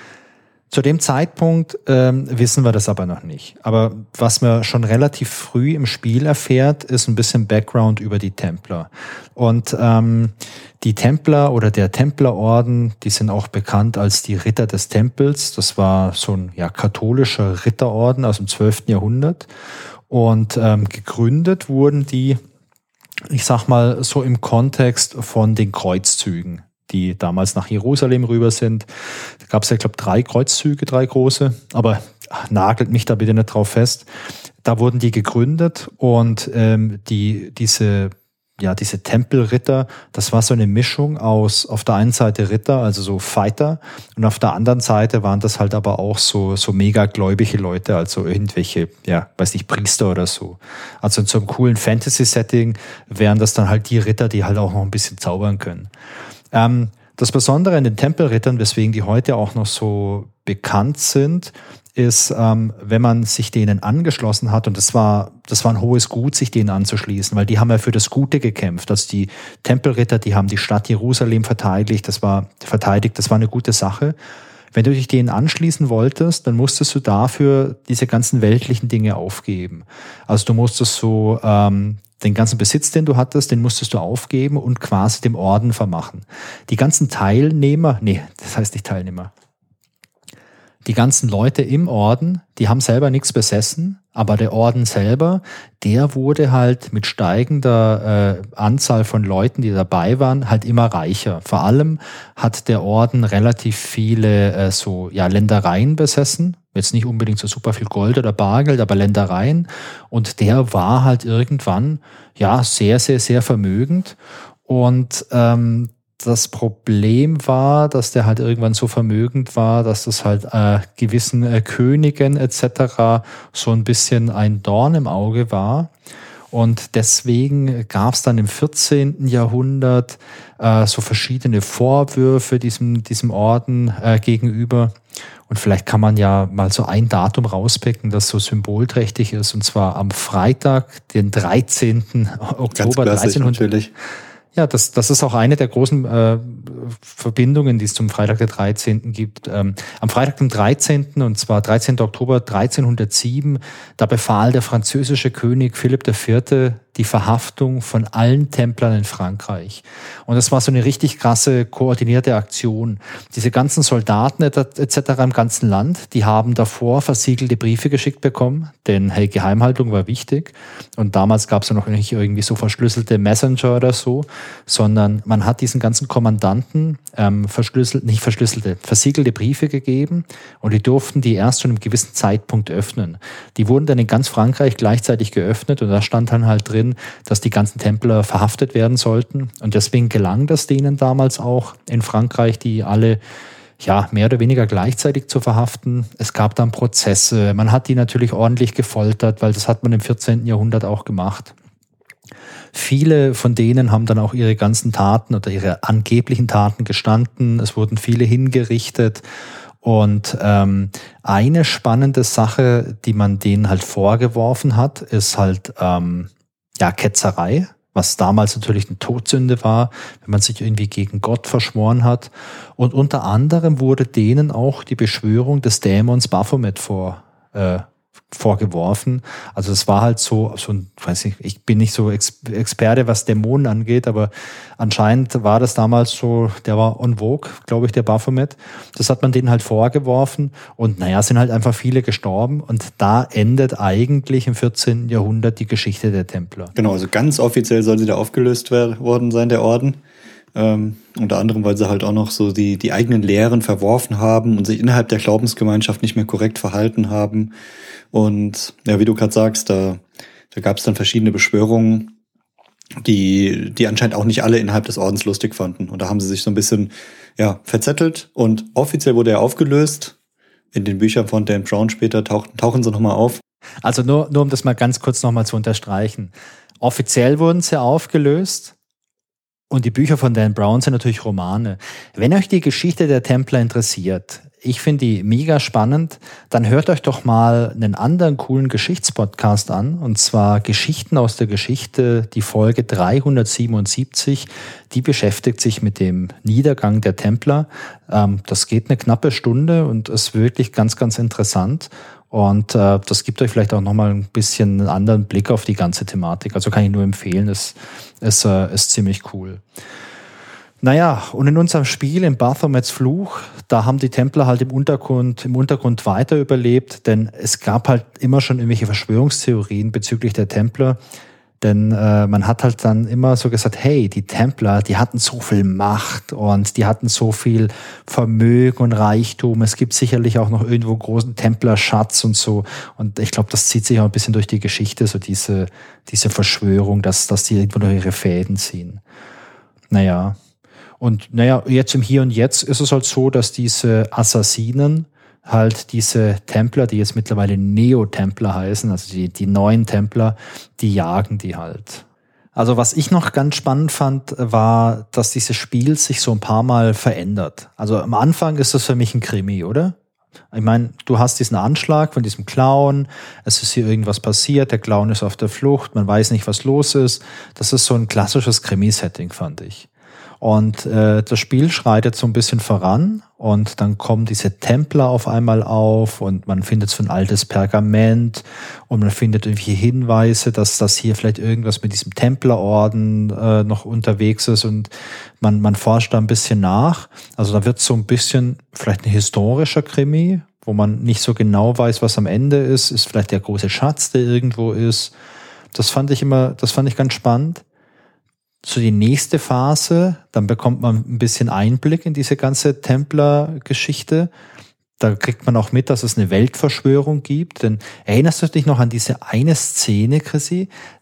Zu dem Zeitpunkt ähm, wissen wir das aber noch nicht. Aber was man schon relativ früh im Spiel erfährt, ist ein bisschen Background über die Templer. Und ähm, die Templer oder der Templerorden, die sind auch bekannt als die Ritter des Tempels. Das war so ein ja, katholischer Ritterorden aus dem zwölften Jahrhundert. Und ähm, gegründet wurden die, ich sag mal, so im Kontext von den Kreuzzügen, die damals nach Jerusalem rüber sind. Da gab es ja, glaube ich, drei Kreuzzüge, drei große, aber ach, nagelt mich da bitte nicht drauf fest. Da wurden die gegründet und ähm, die diese ja diese Tempelritter, das war so eine Mischung aus auf der einen Seite Ritter, also so Fighter, und auf der anderen Seite waren das halt aber auch so so mega gläubige Leute, also irgendwelche, ja, weiß nicht, Priester oder so. Also in so einem coolen Fantasy-Setting wären das dann halt die Ritter, die halt auch noch ein bisschen zaubern können. Ähm, das Besondere an den Tempelrittern, weswegen die heute auch noch so bekannt sind, ist, ähm, wenn man sich denen angeschlossen hat, und das war, das war ein hohes Gut, sich denen anzuschließen, weil die haben ja für das Gute gekämpft. Also die Tempelritter, die haben die Stadt Jerusalem verteidigt, das war verteidigt, das war eine gute Sache. Wenn du dich denen anschließen wolltest, dann musstest du dafür diese ganzen weltlichen Dinge aufgeben. Also du musstest so ähm, den ganzen Besitz, den du hattest, den musstest du aufgeben und quasi dem Orden vermachen. Die ganzen Teilnehmer, nee, das heißt nicht Teilnehmer, die ganzen Leute im Orden, die haben selber nichts besessen, aber der Orden selber, der wurde halt mit steigender äh, Anzahl von Leuten, die dabei waren, halt immer reicher. Vor allem hat der Orden relativ viele äh, so ja Ländereien besessen, jetzt nicht unbedingt so super viel Gold oder Bargeld, aber Ländereien, und der war halt irgendwann ja sehr, sehr, sehr vermögend und ähm, das Problem war, dass der halt irgendwann so vermögend war, dass das halt äh, gewissen äh, Königen et cetera so ein bisschen ein Dorn im Auge war. Und deswegen gab es dann im vierzehnten Jahrhundert äh, so verschiedene Vorwürfe diesem, diesem Orden äh, gegenüber. Und vielleicht kann man ja mal so ein Datum rauspicken, das so symbolträchtig ist, und zwar am Freitag, den dreizehnten Oktober dreizehnhundert. Natürlich. Ja, das, das ist auch eine der großen äh, Verbindungen, die es zum Freitag der dreizehnten gibt. Ähm, am Freitag, dem dreizehnten und zwar dreizehnten Oktober dreizehnhundertsieben, da befahl der französische König Philipp der Vierte die Verhaftung von allen Templern in Frankreich. Und das war so eine richtig krasse, koordinierte Aktion. Diese ganzen Soldaten et cetera im ganzen Land, die haben davor versiegelte Briefe geschickt bekommen, denn hey, Geheimhaltung war wichtig. Und damals gab es ja noch nicht irgendwie so verschlüsselte Messenger oder so, sondern man hat diesen ganzen Kommandanten ähm, verschlüsselt, nicht verschlüsselte, versiegelte Briefe gegeben und die durften die erst zu einem gewissen Zeitpunkt öffnen. Die wurden dann in ganz Frankreich gleichzeitig geöffnet und da stand dann halt drin, dass die ganzen Templer verhaftet werden sollten. Und deswegen gelang das denen damals auch in Frankreich, die alle ja mehr oder weniger gleichzeitig zu verhaften. Es gab dann Prozesse. Man hat die natürlich ordentlich gefoltert, weil das hat man im vierzehnten Jahrhundert auch gemacht. Viele von denen haben dann auch ihre ganzen Taten oder ihre angeblichen Taten gestanden. Es wurden viele hingerichtet. Und ähm, eine spannende Sache, die man denen halt vorgeworfen hat, ist halt ähm, ja Ketzerei, was damals natürlich eine Todsünde war, wenn man sich irgendwie gegen Gott verschworen hat. Und unter anderem wurde denen auch die Beschwörung des Dämons Baphomet vor äh, vorgeworfen. Also es war halt so, so ein, weiß ich, ich bin nicht so Ex- Experte, was Dämonen angeht, aber anscheinend war das damals so, der war en vogue, glaube ich, der Baphomet. Das hat man denen halt vorgeworfen und naja, sind halt einfach viele gestorben und da endet eigentlich im vierzehnten Jahrhundert die Geschichte der Templer. Genau, also ganz offiziell soll sie da aufgelöst worden sein, der Orden. Ähm, unter anderem, weil sie halt auch noch so die, die eigenen Lehren verworfen haben und sich innerhalb der Glaubensgemeinschaft nicht mehr korrekt verhalten haben. Und ja, wie du gerade sagst, da, da gab es dann verschiedene Beschwörungen, die, die anscheinend auch nicht alle innerhalb des Ordens lustig fanden. Und da haben sie sich so ein bisschen ja, verzettelt und offiziell wurde er aufgelöst. In den Büchern von Dan Brown später tauchen, tauchen sie nochmal auf. Also nur, nur um das mal ganz kurz nochmal zu unterstreichen. Offiziell wurden sie aufgelöst. Und die Bücher von Dan Brown sind natürlich Romane. Wenn euch die Geschichte der Templer interessiert, ich finde die mega spannend, dann hört euch doch mal einen anderen coolen Geschichtspodcast an, und zwar Geschichten aus der Geschichte, die Folge dreihundertsiebenundsiebzig, die beschäftigt sich mit dem Niedergang der Templer. Das geht eine knappe Stunde und ist wirklich ganz, ganz interessant. Und äh, das gibt euch vielleicht auch nochmal ein bisschen einen anderen Blick auf die ganze Thematik. Also kann ich nur empfehlen, es ist, äh, ist ziemlich cool. Naja, und in unserem Spiel, in Baphomets Fluch, da haben die Templer halt im Untergrund, im Untergrund weiter überlebt, denn es gab halt immer schon irgendwelche Verschwörungstheorien bezüglich der Templer. Denn äh, man hat halt dann immer so gesagt, hey, die Templer, die hatten so viel Macht und die hatten so viel Vermögen und Reichtum. Es gibt sicherlich auch noch irgendwo einen großen Templerschatz und so. Und ich glaube, das zieht sich auch ein bisschen durch die Geschichte, so diese diese Verschwörung, dass, dass die irgendwo noch ihre Fäden ziehen. Naja, und naja, jetzt im Hier und Jetzt ist es halt so, dass diese Assassinen halt diese Templer, die jetzt mittlerweile Neo-Templer heißen, also die, die neuen Templer, die jagen die halt. Also was ich noch ganz spannend fand, war, dass dieses Spiel sich so ein paar Mal verändert. Also am Anfang ist das für mich ein Krimi, oder? Ich meine, du hast diesen Anschlag von diesem Clown, es ist hier irgendwas passiert, der Clown ist auf der Flucht, man weiß nicht, was los ist. Das ist so ein klassisches Krimi-Setting, fand ich. Und äh, das Spiel schreitet so ein bisschen voran und dann kommen diese Templer auf einmal auf und man findet so ein altes Pergament und man findet irgendwie Hinweise, dass das hier vielleicht irgendwas mit diesem Templerorden äh, noch unterwegs ist und man, man forscht da ein bisschen nach. Also da wird so ein bisschen vielleicht ein historischer Krimi, wo man nicht so genau weiß, was am Ende ist. Ist vielleicht der große Schatz, der irgendwo ist. Das fand ich immer, das fand ich ganz spannend. So die nächste Phase, dann bekommt man ein bisschen Einblick in diese ganze Templer-Geschichte. Da kriegt man auch mit, dass es eine Weltverschwörung gibt. Denn erinnerst du dich noch an diese eine Szene, Chrissy?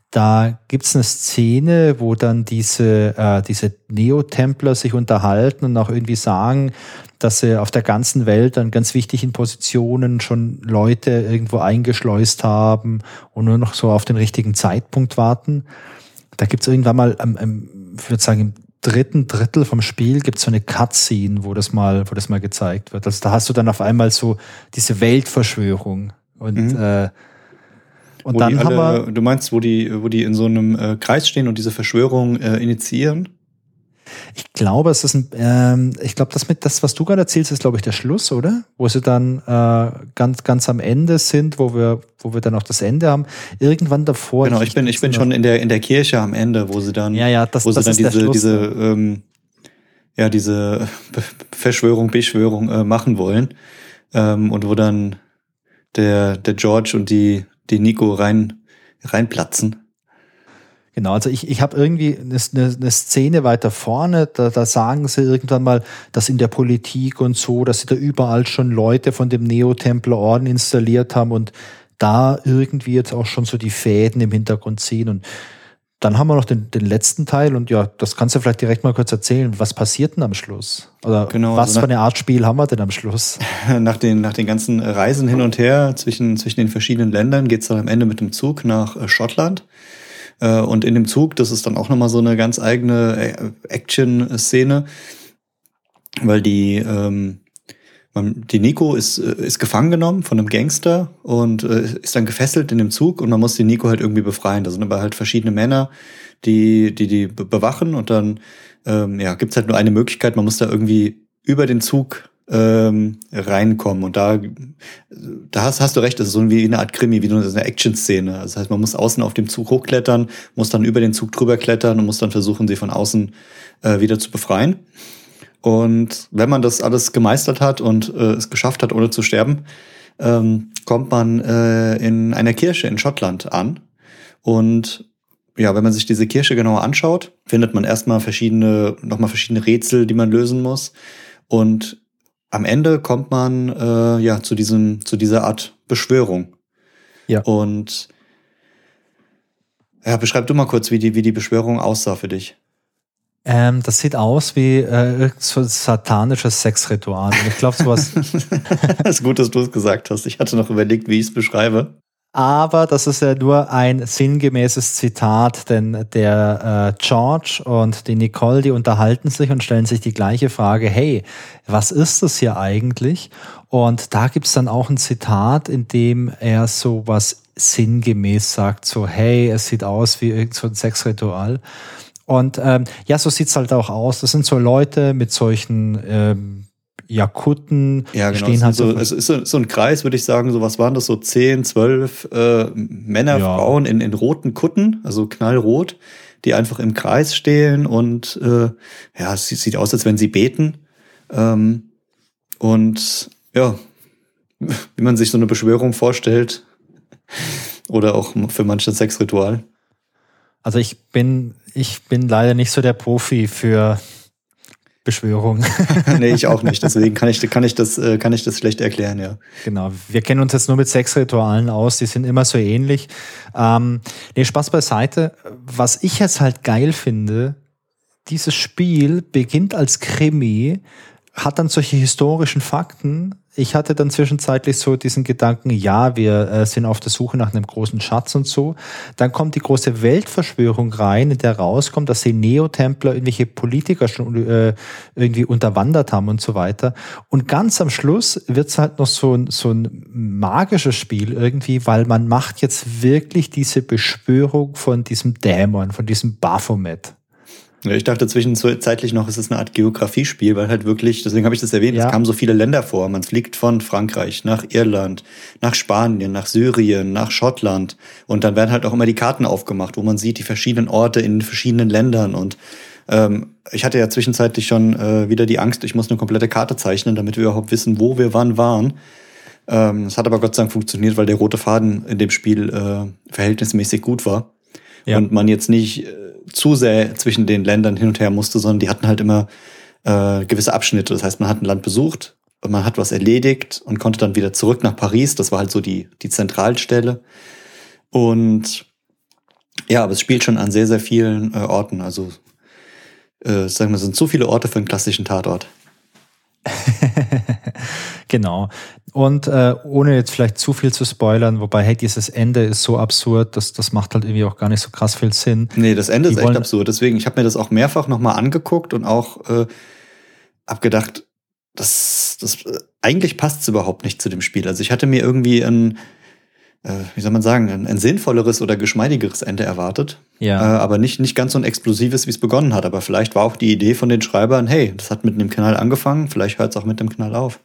Da gibt's eine Szene, wo dann diese, äh, diese Neotempler sich unterhalten und auch irgendwie sagen, dass sie auf der ganzen Welt an ganz wichtigen Positionen schon Leute irgendwo eingeschleust haben und nur noch so auf den richtigen Zeitpunkt warten. Da gibt's irgendwann mal, ähm, ähm, ich würde sagen, im dritten Drittel vom Spiel gibt's so eine Cutscene, wo das mal, wo das mal gezeigt wird. Also da hast du dann auf einmal so diese Weltverschwörung und mhm. äh, Und wo dann alle, haben wir, du meinst, wo die, wo die in so einem äh, Kreis stehen und diese Verschwörung äh, initiieren? Ich glaube, es ist ein, ähm, ich glaube, das mit das, was du gerade erzählst, ist, glaube ich, der Schluss, oder? Wo sie dann äh, ganz, ganz am Ende sind, wo wir, wo wir dann auch das Ende haben. Irgendwann davor. Genau, ich bin, ich bin schon in der in der Kirche am Ende, wo sie dann, ja, ja, das, wo sie das dann ist diese, der Schluss, diese, ja. ähm, ja, diese Verschwörung, Beschwörung äh, machen wollen ähm, und wo dann der der George und die die Nico rein reinplatzen. Genau, also ich, ich habe irgendwie eine, eine Szene weiter vorne, da, da sagen sie irgendwann mal, dass in der Politik und so, dass sie da überall schon Leute von dem Neotemplerorden installiert haben und da irgendwie jetzt auch schon so die Fäden im Hintergrund ziehen. Und dann haben wir noch den, den letzten Teil und ja, das kannst du vielleicht direkt mal kurz erzählen. Was passiert denn am Schluss? Oder genau, was also für eine Art Spiel haben wir denn am Schluss? Nach den, nach den ganzen Reisen hin und her zwischen, zwischen den verschiedenen Ländern geht's dann am Ende mit dem Zug nach äh, Schottland. Äh, und in dem Zug, das ist dann auch nochmal so eine ganz eigene äh, Action-Szene, weil die, ähm, man, die Nico ist, äh, ist gefangen genommen von einem Gangster und äh, ist dann gefesselt in dem Zug und man muss die Nico halt irgendwie befreien. Da sind aber halt verschiedene Männer, die die, die bewachen und dann ähm, ja, gibt's halt nur eine Möglichkeit, man muss da irgendwie über den Zug ähm, reinkommen und da da hast, hast du recht, das ist so wie eine Art Krimi, wie eine Action-Szene. Das heißt, man muss außen auf dem Zug hochklettern, muss dann über den Zug drüber klettern und muss dann versuchen, sie von außen äh, wieder zu befreien. Und wenn man das alles gemeistert hat und äh, es geschafft hat, ohne zu sterben, ähm, kommt man äh, in einer Kirche in Schottland an. Und ja, wenn man sich diese Kirche genauer anschaut, findet man erstmal verschiedene, nochmal verschiedene Rätsel, die man lösen muss. Und am Ende kommt man äh, ja zu diesem, zu dieser Art Beschwörung. Ja. Und ja, beschreib du mal kurz, wie die, wie die Beschwörung aussah für dich. Ähm, das sieht aus wie äh, so ein satanisches Sexritual. Und ich glaube, sowas. Es ist gut, dass du es gesagt hast. Ich hatte noch überlegt, wie ich es beschreibe. Aber das ist ja nur ein sinngemäßes Zitat, denn der äh, George und die Nicole, die unterhalten sich und stellen sich die gleiche Frage, hey, was ist das hier eigentlich? Und da gibt's dann auch ein Zitat, in dem er so was sinngemäß sagt, so hey, es sieht aus wie irgend so ein Sexritual. Und ähm, ja, so sieht's halt auch aus. Das sind so Leute mit solchen ähm, Jakuten, ja, genau. stehen halt so, so, es ist so, so ein Kreis, würde ich sagen, so was waren das, so zehn, zwölf äh, Männer, ja. Frauen in, in roten Kutten, also knallrot, die einfach im Kreis stehen und äh, ja, es sieht aus, als wenn sie beten. Ähm, und ja, wie man sich so eine Beschwörung vorstellt oder auch für manche ein Sexritual. Also ich bin, ich bin leider nicht so der Profi für Beschwörung. Nee, ich auch nicht. Deswegen kann ich, kann ich das, kann ich das schlecht erklären, ja. Genau. Wir kennen uns jetzt nur mit Sexritualen aus. Die sind immer so ähnlich. Ähm, nee, Spaß beiseite. Was ich jetzt halt geil finde, dieses Spiel beginnt als Krimi, hat dann solche historischen Fakten. Ich hatte dann zwischenzeitlich so diesen Gedanken, ja, wir äh, sind auf der Suche nach einem großen Schatz und so. Dann kommt die große Weltverschwörung rein, in der rauskommt, dass die Neotempler irgendwelche Politiker schon äh, irgendwie unterwandert haben und so weiter. Und ganz am Schluss wird's halt noch so ein, so ein magisches Spiel irgendwie, weil man macht jetzt wirklich diese Beschwörung von diesem Dämon, von diesem Baphomet. Ja, ich dachte zwischenzeitlich noch, es ist eine Art Geografiespiel, weil halt wirklich, deswegen habe ich das erwähnt, ja. Es kamen so viele Länder vor. Man fliegt von Frankreich nach Irland, nach Spanien, nach Syrien, nach Schottland. Und dann werden halt auch immer die Karten aufgemacht, wo man sieht die verschiedenen Orte in verschiedenen Ländern. Und ähm, ich hatte ja zwischenzeitlich schon äh, wieder die Angst, ich muss eine komplette Karte zeichnen, damit wir überhaupt wissen, wo wir wann waren. Ähm, das hat aber Gott sei Dank funktioniert, weil der rote Faden in dem Spiel äh, verhältnismäßig gut war. Ja. Und man jetzt nicht äh, zu sehr zwischen den Ländern hin und her musste, sondern die hatten halt immer äh, gewisse Abschnitte. Das heißt, man hat ein Land besucht, man hat was erledigt und konnte dann wieder zurück nach Paris. Das war halt so die die Zentralstelle. Und Ja, aber es spielt schon an sehr, sehr vielen äh, Orten. Also, äh, sagen wir, es sind zu viele Orte für einen klassischen Tatort. Genau. Und äh, ohne jetzt vielleicht zu viel zu spoilern, wobei, hey, dieses Ende ist so absurd, dass das macht halt irgendwie auch gar nicht so krass viel Sinn. Nee, das Ende Die ist echt wollen- absurd. Deswegen, ich habe mir das auch mehrfach nochmal angeguckt und auch äh, hab gedacht, das, das äh, eigentlich passt es überhaupt nicht zu dem Spiel. Also ich hatte mir irgendwie ein, äh, wie soll man sagen, ein, ein sinnvolleres oder geschmeidigeres Ende erwartet. Ja. Äh, aber nicht, nicht ganz so ein explosives, wie es begonnen hat. Aber vielleicht war auch die Idee von den Schreibern, hey, das hat mit einem Knall angefangen, vielleicht hört es auch mit dem Knall auf.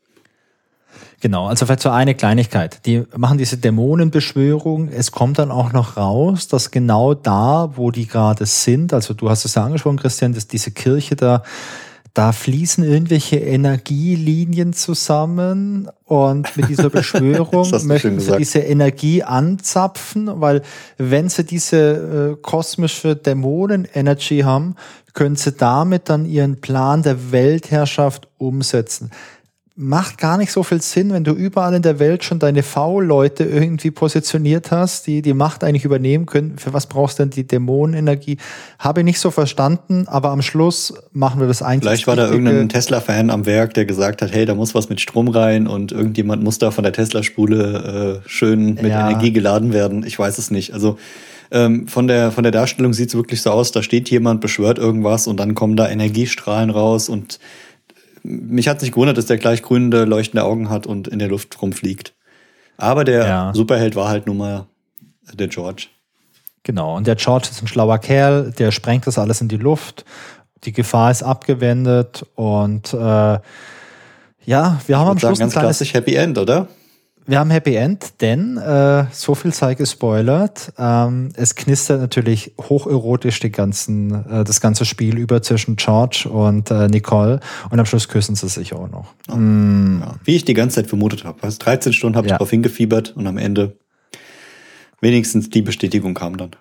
Genau, also vielleicht so eine Kleinigkeit. Die machen diese Dämonenbeschwörung. Es kommt dann auch noch raus, dass genau da, wo die gerade sind, also du hast es ja angesprochen, Christian, dass diese Kirche da, da fließen irgendwelche Energielinien zusammen und mit dieser Beschwörung Das hast du schön möchten sie gesagt. diese Energie anzapfen, weil wenn sie diese äh, kosmische Dämonen-Energy haben, können sie damit dann ihren Plan der Weltherrschaft umsetzen. Macht gar nicht so viel Sinn, wenn du überall in der Welt schon deine V-Leute irgendwie positioniert hast, die die Macht eigentlich übernehmen können. Für was brauchst du denn die Dämonenenergie? Habe ich nicht so verstanden, aber am Schluss machen wir das einzig Vielleicht war da Richtige. irgendein Tesla-Fan am Werk, der gesagt hat, hey, da muss was mit Strom rein und irgendjemand muss da von der Tesla-Spule äh, schön mit Ja. Energie geladen werden. Ich weiß es nicht. Also ähm, von der von der Darstellung sieht es wirklich so aus, da steht jemand, beschwört irgendwas und dann kommen da Energiestrahlen raus und mich hat nicht gewundert, dass der gleich grünende, leuchtende Augen hat und in der Luft rumfliegt. Aber der Ja. Superheld war halt nun mal der George. Genau, und der George ist ein schlauer Kerl, der sprengt das alles in die Luft. Die Gefahr ist abgewendet und äh, ja, wir haben Ich am würde sagen, Schluss ein ganz kleines klassisch Happy End, oder? Wir haben Happy End, denn äh, so viel sei gespoilert. Ähm, es knistert natürlich hocherotisch die ganzen, äh, das ganze Spiel über zwischen George und äh, Nicole und am Schluss küssen sie sich auch noch. Oh. Mm. Ja. Wie ich die ganze Zeit vermutet habe. Also dreizehn Stunden habe ich Ja. darauf hingefiebert und am Ende wenigstens die Bestätigung kam dann.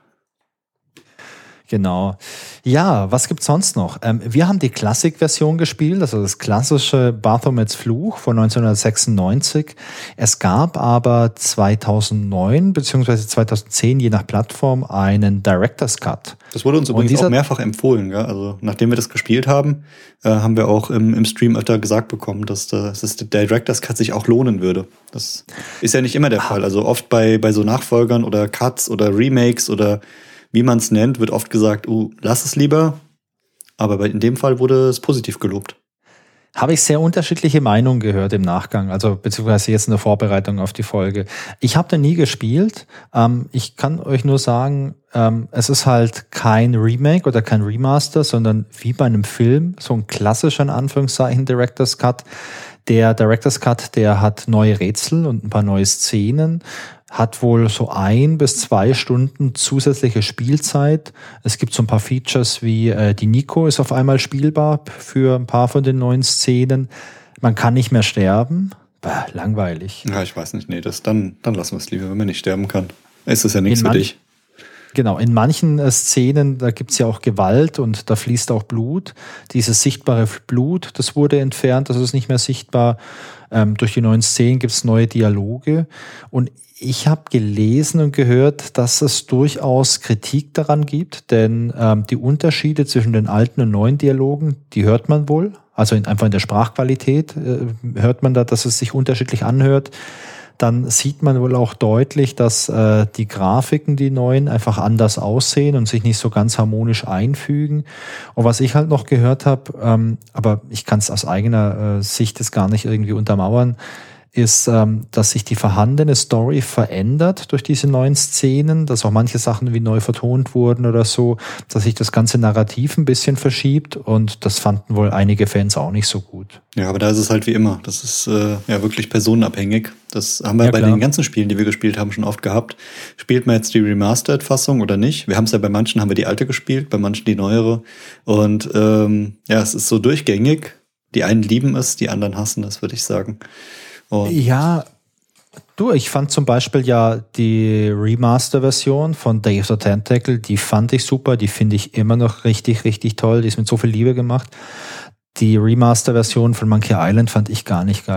Genau. Ja, was gibt's sonst noch? Ähm, wir haben die Classic-Version gespielt, also das klassische Baphomets Fluch von neunzehnhundertsechsundneunzig. Es gab aber zweitausendneun beziehungsweise zweitausendzehn, je nach Plattform, einen Director's Cut. Das wurde uns Und übrigens dieser- auch mehrfach empfohlen. Gell? Also nachdem wir das gespielt haben, äh, haben wir auch im, im Stream öfter gesagt bekommen, dass, das, dass der Director's Cut sich auch lohnen würde. Das ist ja nicht immer der Fall. Also oft bei, bei so Nachfolgern oder Cuts oder Remakes oder wie man es nennt, wird oft gesagt, uh, lass es lieber. Aber bei, in dem Fall wurde es positiv gelobt. Habe ich sehr unterschiedliche Meinungen gehört im Nachgang, also beziehungsweise jetzt in der Vorbereitung auf die Folge. Ich habe da nie gespielt. Ähm, ich kann euch nur sagen, ähm, es ist halt kein Remake oder kein Remaster, sondern wie bei einem Film, so ein klassischer in Anführungszeichen Director's Cut. Der Director's Cut, der hat neue Rätsel und ein paar neue Szenen, hat wohl so ein bis zwei Stunden zusätzliche Spielzeit. Es gibt so ein paar Features wie äh, die Nico ist auf einmal spielbar für ein paar von den neuen Szenen. Man kann nicht mehr sterben. Bah, langweilig. Ja, ich weiß nicht. Nee, das, dann, dann lassen wir es lieber, wenn man nicht sterben kann. Ist das ja nichts In für manch- dich. Genau, in manchen äh, Szenen, da gibt's ja auch Gewalt und da fließt auch Blut. Dieses sichtbare Blut, das wurde entfernt, das ist nicht mehr sichtbar. Ähm, durch die neuen Szenen gibt's neue Dialoge. Und ich habe gelesen und gehört, dass es durchaus Kritik daran gibt, denn ähm, die Unterschiede zwischen den alten und neuen Dialogen, die hört man wohl. Also in, einfach in der Sprachqualität äh, hört man da, dass es sich unterschiedlich anhört. Dann sieht man wohl auch deutlich, dass äh, die Grafiken, die neuen, einfach anders aussehen und sich nicht so ganz harmonisch einfügen. Und was ich halt noch gehört habe, ähm, aber ich kann es aus eigener äh, Sicht jetzt gar nicht irgendwie untermauern, ist, ähm, dass sich die vorhandene Story verändert durch diese neuen Szenen, dass auch manche Sachen wie neu vertont wurden oder so, dass sich das ganze Narrativ ein bisschen verschiebt und das fanden wohl einige Fans auch nicht so gut. Ja, aber da ist es halt wie immer. Das ist äh, ja wirklich personenabhängig. Das haben wir Ja, bei klar. den ganzen Spielen, die wir gespielt haben, schon oft gehabt. Spielt man jetzt die Remastered-Fassung oder nicht? Wir haben es ja bei manchen, haben wir die alte gespielt, bei manchen die neuere. Und ähm, ja, es ist so durchgängig. Die einen lieben es, die anderen hassen es, würde ich sagen. Und Ja, du, ich fand zum Beispiel ja die Remaster-Version von Day of the Tentacle, die fand ich super, die finde ich immer noch richtig, richtig toll, die ist mit so viel Liebe gemacht. Die Remaster-Version von Monkey Island fand ich gar nicht geil.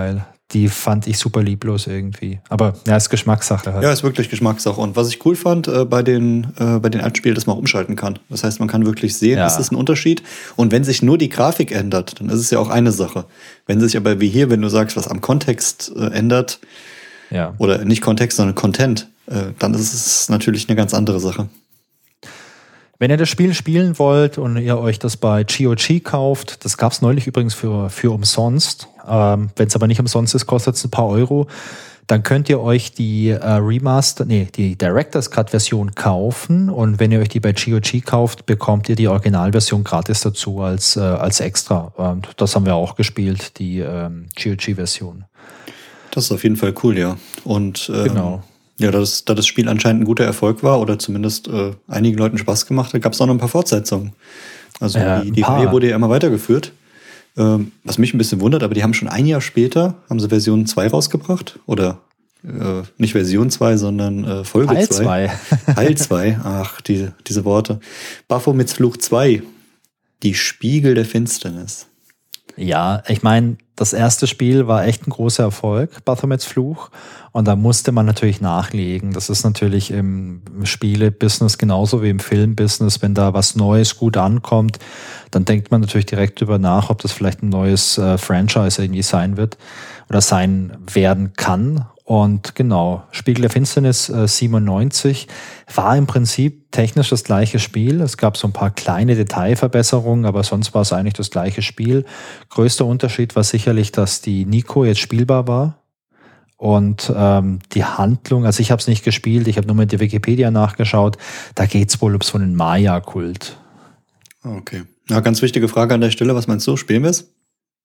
die fand ich super lieblos irgendwie. Aber ja, ist Geschmackssache halt. Ja, ist wirklich Geschmackssache. Und was ich cool fand äh, bei den, äh, bei den Altspielen, dass man umschalten kann. Das heißt, man kann wirklich sehen, Ja. ist das ein Unterschied. Und wenn sich nur die Grafik ändert, dann ist es ja auch eine Sache. Wenn sich aber wie hier, wenn du sagst, was am Kontext äh, ändert, Ja. oder nicht Kontext, sondern Content, äh, dann ist es natürlich eine ganz andere Sache. Wenn ihr das Spiel spielen wollt und ihr euch das bei G O G kauft, das gab es neulich übrigens für, für umsonst, ähm, wenn es aber nicht umsonst ist, kostet es ein paar Euro, dann könnt ihr euch die äh, Remaster, nee, die Director's Cut Version kaufen und wenn ihr euch die bei G O G kauft, bekommt ihr die Originalversion gratis dazu als, äh, als extra. Und das haben wir auch gespielt, die ähm, G O G Version. Das ist auf jeden Fall cool, ja. Und ähm, Genau. ja, da das, da das Spiel anscheinend ein guter Erfolg war oder zumindest äh, einigen Leuten Spaß gemacht hat, gab es auch noch ein paar Fortsetzungen. Also Ja, die, ein die paar. Reihe wurde ja immer weitergeführt. Ähm, was mich ein bisschen wundert, aber die haben schon ein Jahr später, haben sie Version zwei rausgebracht. Oder äh, nicht Version zwei, sondern äh, Folge Teil zwei. zwei. Teil zwei. Ach, die, diese Worte. Baphomets Fluch zwei. Die Spiegel der Finsternis. Ja, ich meine, das erste Spiel war echt ein großer Erfolg, Baphomets Fluch. Und da musste man natürlich nachlegen. Das ist natürlich im Spiele-Business genauso wie im Film-Business. Wenn da was Neues gut ankommt, dann denkt man natürlich direkt drüber nach, ob das vielleicht ein neues äh, Franchise irgendwie sein wird oder sein werden kann. Und genau, Spiegel der Finsternis äh, siebenundneunzig war im Prinzip technisch das gleiche Spiel. Es gab so ein paar kleine Detailverbesserungen, aber sonst war es eigentlich das gleiche Spiel. Größter Unterschied war sicherlich, dass die Nico jetzt spielbar war. Und ähm, die Handlung, also ich habe es nicht gespielt, ich habe nur mit der Wikipedia nachgeschaut, da geht es wohl um so einen Maya-Kult. Okay. Ja, ganz wichtige Frage an der Stelle. Was meinst du? Spielen wir es?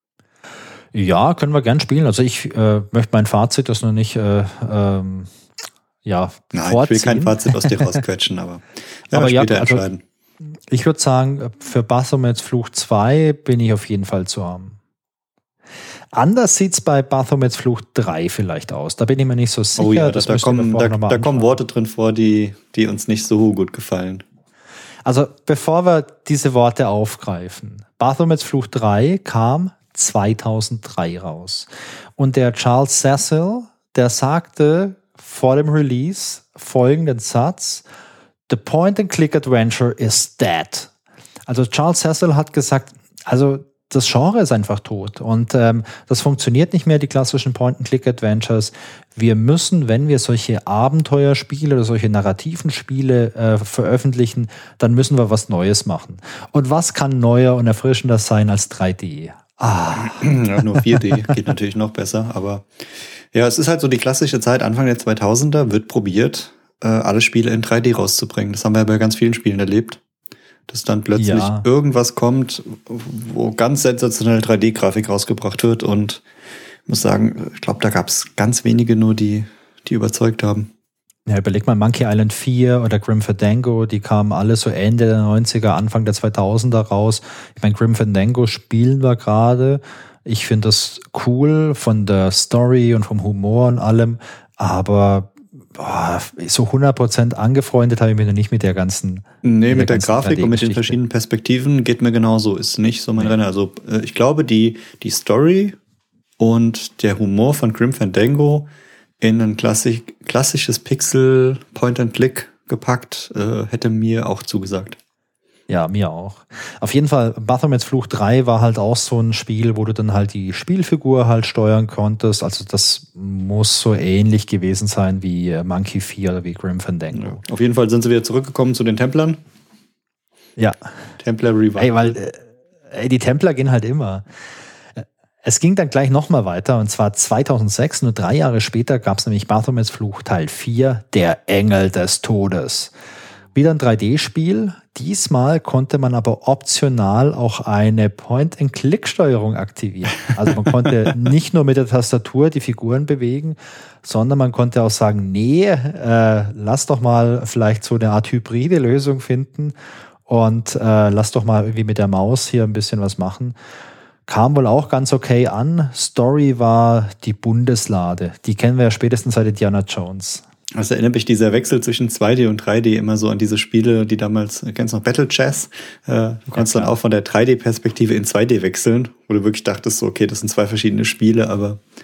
Ja, können wir gern spielen. Also ich äh, möchte mein Fazit das noch nicht äh, ähm, ja, Nein, vorziehen. ich will kein Fazit aus dir rausquetschen, aber, ja, aber später ja, also, entscheiden. Ich würde sagen, für Baphomets Fluch zwei bin ich auf jeden Fall zu haben. Anders sieht es bei Baphomets Fluch drei vielleicht aus. Da bin ich mir nicht so sicher. Oh ja, das da, müsst ihr kommen, mir da, vorher noch mal da kommen anschauen. Worte drin vor, die, die uns nicht so gut gefallen. Also bevor wir diese Worte aufgreifen, Baphomets Fluch drei kam zweitausenddrei raus. Und der Charles Cecil, der sagte vor dem Release folgenden Satz: The Point-and-Click-Adventure is dead. Also Charles Cecil hat gesagt, also das Genre ist einfach tot und ähm, das funktioniert nicht mehr, die klassischen Point-and-Click-Adventures. Wir müssen, wenn wir solche Abenteuerspiele oder solche narrativen Spiele äh, veröffentlichen, dann müssen wir was Neues machen. Und was kann neuer und erfrischender sein als drei D? Ah. Ja, nur vier D geht natürlich noch besser, aber ja, es ist halt so die klassische Zeit, Anfang der zweitausender wird probiert, äh, alle Spiele in drei D rauszubringen. Das haben wir ja bei ganz vielen Spielen erlebt. Dass dann plötzlich Ja. irgendwas kommt, wo ganz sensationell drei D-Grafik rausgebracht wird. Und ich muss sagen, ich glaube, da gab es ganz wenige nur, die, die überzeugt haben. Ja, überleg mal, Monkey Island vier oder Grim Fandango, die kamen alle so Ende der neunziger, Anfang der zweitausender raus. Ich meine, Grim Fandango spielen wir gerade. Ich finde das cool von der Story und vom Humor und allem, aber boah, so hundert Prozent angefreundet habe ich mich noch nicht mit der ganzen Nee, mit mit der ganzen Grafik und mit den drei D-Geschichte. verschiedenen Perspektiven geht mir genauso. Ist nicht so mein Nee. Renner. Also äh, ich glaube, die, die Story und der Humor von Grim Fandango in ein klassisch, klassisches Pixel Point-and-Click gepackt, äh, hätte mir auch zugesagt. Ja, mir auch. Auf jeden Fall, Baphomets Fluch drei war halt auch so ein Spiel, wo du dann halt die Spielfigur halt steuern konntest. Also das muss so ähnlich gewesen sein wie äh, Monkey vier oder wie Grim Fandango. Ja. Auf jeden Fall sind sie wieder zurückgekommen zu den Templern. Ja. Templar Revival. Ey, weil äh, ey, die Templer gehen halt immer. Äh, Es ging dann gleich nochmal weiter und zwar zweitausendsechs, nur drei Jahre später gab es nämlich Baphomets Fluch Teil vier, der Engel des Todes. Wieder ein drei D-Spiel. Diesmal konnte man aber optional auch eine Point-and-Click-Steuerung aktivieren. Also man konnte nicht nur mit der Tastatur die Figuren bewegen, sondern man konnte auch sagen, nee, äh, lass doch mal vielleicht so eine Art hybride Lösung finden und äh, lass doch mal irgendwie mit der Maus hier ein bisschen was machen. Kam wohl auch ganz okay an. Story war die Bundeslade. Die kennen wir ja spätestens seit Indiana Jones. Das erinnert mich dieser Wechsel zwischen zwei D und drei D immer so an diese Spiele, die damals, kennst du noch Battle Chess? Äh, du konntest Ja, dann auch von der drei D-Perspektive in zwei D wechseln, wo du wirklich dachtest, so, okay, das sind zwei verschiedene Spiele, aber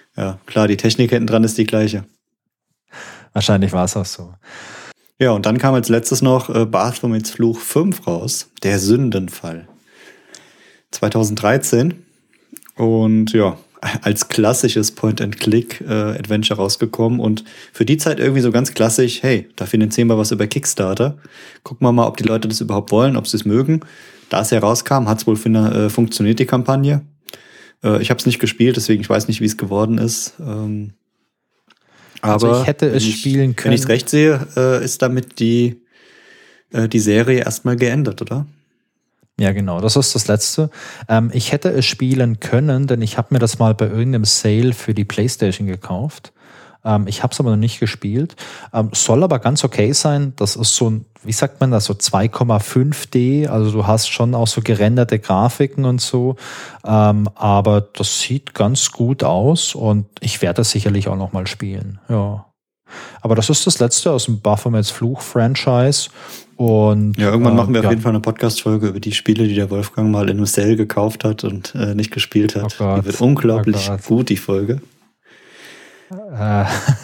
Ja, klar, die Technik hinten dran ist die gleiche. Wahrscheinlich war es auch so. Ja, und dann kam als letztes noch äh, Baphomets Fluch fünf raus, der Sündenfall. zweitausenddreizehn. Und ja, als klassisches Point-and-Click-Adventure äh, rausgekommen. Und für die Zeit irgendwie so ganz klassisch, hey, da finanzieren wir was über Kickstarter. Gucken wir mal, ob die Leute das überhaupt wollen, ob sie es mögen. Da es herauskam, hat es wohl fin- äh, funktioniert, die Kampagne. Äh, ich habe es nicht gespielt, deswegen ich weiß nicht, wie es geworden ist. Ähm, aber also ich hätte es ich, spielen können. Wenn ich es recht sehe, äh, ist damit die, äh, die Serie erstmal geendet, oder? Ja, genau, das ist das Letzte. Ähm, ich hätte es spielen können, denn ich habe mir das mal bei irgendeinem Sale für die PlayStation gekauft. Ähm, ich habe es aber noch nicht gespielt. Ähm, soll aber ganz okay sein. Das ist so ein, wie sagt man das, so zwei Komma fünf D. Also du hast schon auch so gerenderte Grafiken und so. Ähm, aber das sieht ganz gut aus und ich werde das sicherlich auch noch mal spielen. Ja. Aber das ist das Letzte aus dem Baphomets Fluch-Franchise. Und, ja, irgendwann äh, machen wir ja. auf jeden Fall eine Podcast-Folge über die Spiele, die der Wolfgang mal in einem Sale gekauft hat und äh, nicht gespielt hat. Oh Gott, die wird unglaublich oh Gott. gut, die Folge. Äh,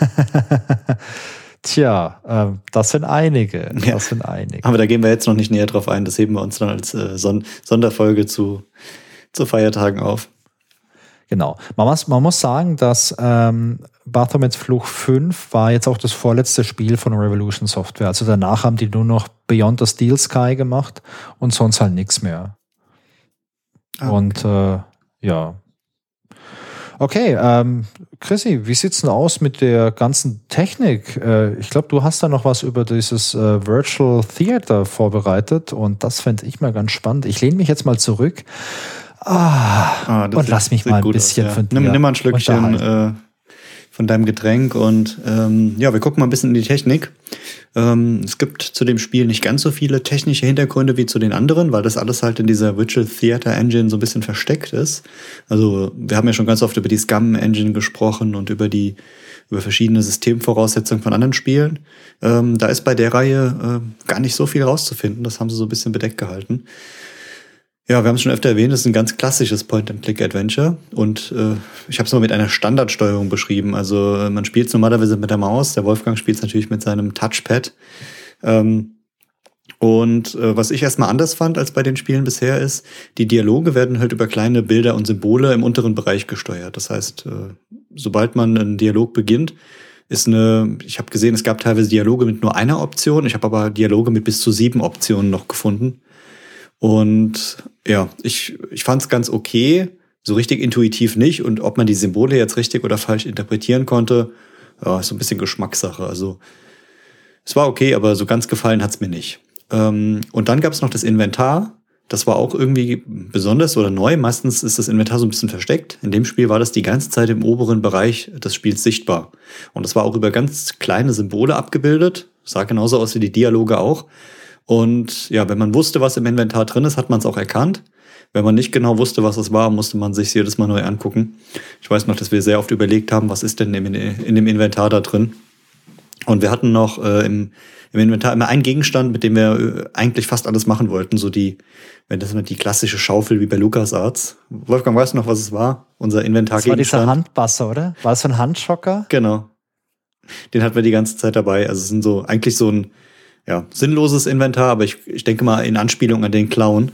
Tja, äh, das sind einige. Das Ja. sind einige. Aber da gehen wir jetzt noch nicht näher drauf ein. Das heben wir uns dann als äh, Son- Sonderfolge zu, zu Feiertagen auf. Genau. Man muss, man muss sagen, dass ähm, Baphomets Fluch fünf war jetzt auch das vorletzte Spiel von Revolution Software. Also danach haben die nur noch Beyond the Steel Sky gemacht und sonst halt nichts mehr. Ah, und äh, ja. Okay, ähm, Chrissy, wie sieht's denn aus mit der ganzen Technik? Äh, ich glaube, du hast da noch was über dieses äh, Virtual Theater vorbereitet und das fände ich mal ganz spannend. Ich lehne mich jetzt mal zurück ah, Ah, das und sieht- lass mich sieht mal ein gut bisschen aus, ja. von dir Nimm, nimm mal ein Schlückchen unterhalten. äh, von deinem Getränk und ähm, ja, wir gucken mal ein bisschen in die Technik. Ähm, es gibt zu dem Spiel nicht ganz so viele technische Hintergründe wie zu den anderen, weil das alles halt in dieser Virtual Theater Engine so ein bisschen versteckt ist. Also wir haben ja schon ganz oft über die Scum Engine gesprochen und über die über verschiedene Systemvoraussetzungen von anderen Spielen. Ähm, da ist bei der Reihe äh, gar nicht so viel rauszufinden. Das haben sie so ein bisschen bedeckt gehalten. Ja, wir haben es schon öfter erwähnt, es ist ein ganz klassisches Point-and-Click-Adventure und äh, ich habe es mal mit einer Standardsteuerung beschrieben. Also äh, man spielt es normalerweise mit der Maus, der Wolfgang spielt es natürlich mit seinem Touchpad. Ähm, und äh, was ich erstmal anders fand als bei den Spielen bisher ist, die Dialoge werden halt über kleine Bilder und Symbole im unteren Bereich gesteuert. Das heißt, äh, sobald man einen Dialog beginnt, ist eine, ich habe gesehen, es gab teilweise Dialoge mit nur einer Option, ich habe aber Dialoge mit bis zu sieben Optionen noch gefunden. Und ja, ich, ich fand es ganz okay, so richtig intuitiv nicht. Und ob man die Symbole jetzt richtig oder falsch interpretieren konnte, ja, ist so ein bisschen Geschmackssache. Also es war okay, aber so ganz gefallen hat's mir nicht. Ähm, und dann gab es noch das Inventar. Das war auch irgendwie besonders oder neu. Meistens ist das Inventar so ein bisschen versteckt. In dem Spiel war das die ganze Zeit im oberen Bereich des Spiels sichtbar. Und das war auch über ganz kleine Symbole abgebildet. Sah genauso aus wie die Dialoge auch. Und ja, wenn man wusste, was im Inventar drin ist, hat man es auch erkannt. Wenn man nicht genau wusste, was es war, musste man sich jedes Mal neu angucken. Ich weiß noch, dass wir sehr oft überlegt haben, was ist denn in, in dem Inventar da drin. Und wir hatten noch äh, im, im Inventar immer einen Gegenstand, mit dem wir äh, eigentlich fast alles machen wollten. So die, wenn das mal die klassische Schaufel wie bei LucasArts. Wolfgang, weißt du noch, was es war? Unser Inventargegenstand. Das war dieser Handbasser, oder? War es so ein Handschocker? Genau. Den hatten wir die ganze Zeit dabei. Also es sind so eigentlich so ein ja, sinnloses Inventar, aber ich, ich denke mal in Anspielung an den Clown,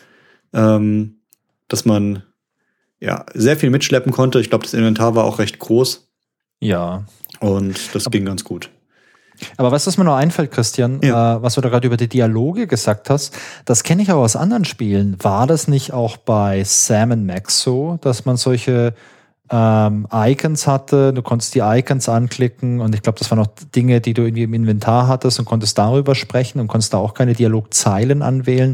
ähm, dass man ja sehr viel mitschleppen konnte. Ich glaube, das Inventar war auch recht groß. Ja. Und das aber, ging ganz gut. Aber weißt du, was mir noch einfällt, Christian, Ja. äh, was du da gerade über die Dialoge gesagt hast, das kenne ich auch aus anderen Spielen. War das nicht auch bei Sam and Max so, dass man solche ähm, Icons hatte, du konntest die Icons anklicken und ich glaube, das waren auch Dinge, die du irgendwie im Inventar hattest und konntest darüber sprechen und konntest da auch keine Dialogzeilen anwählen.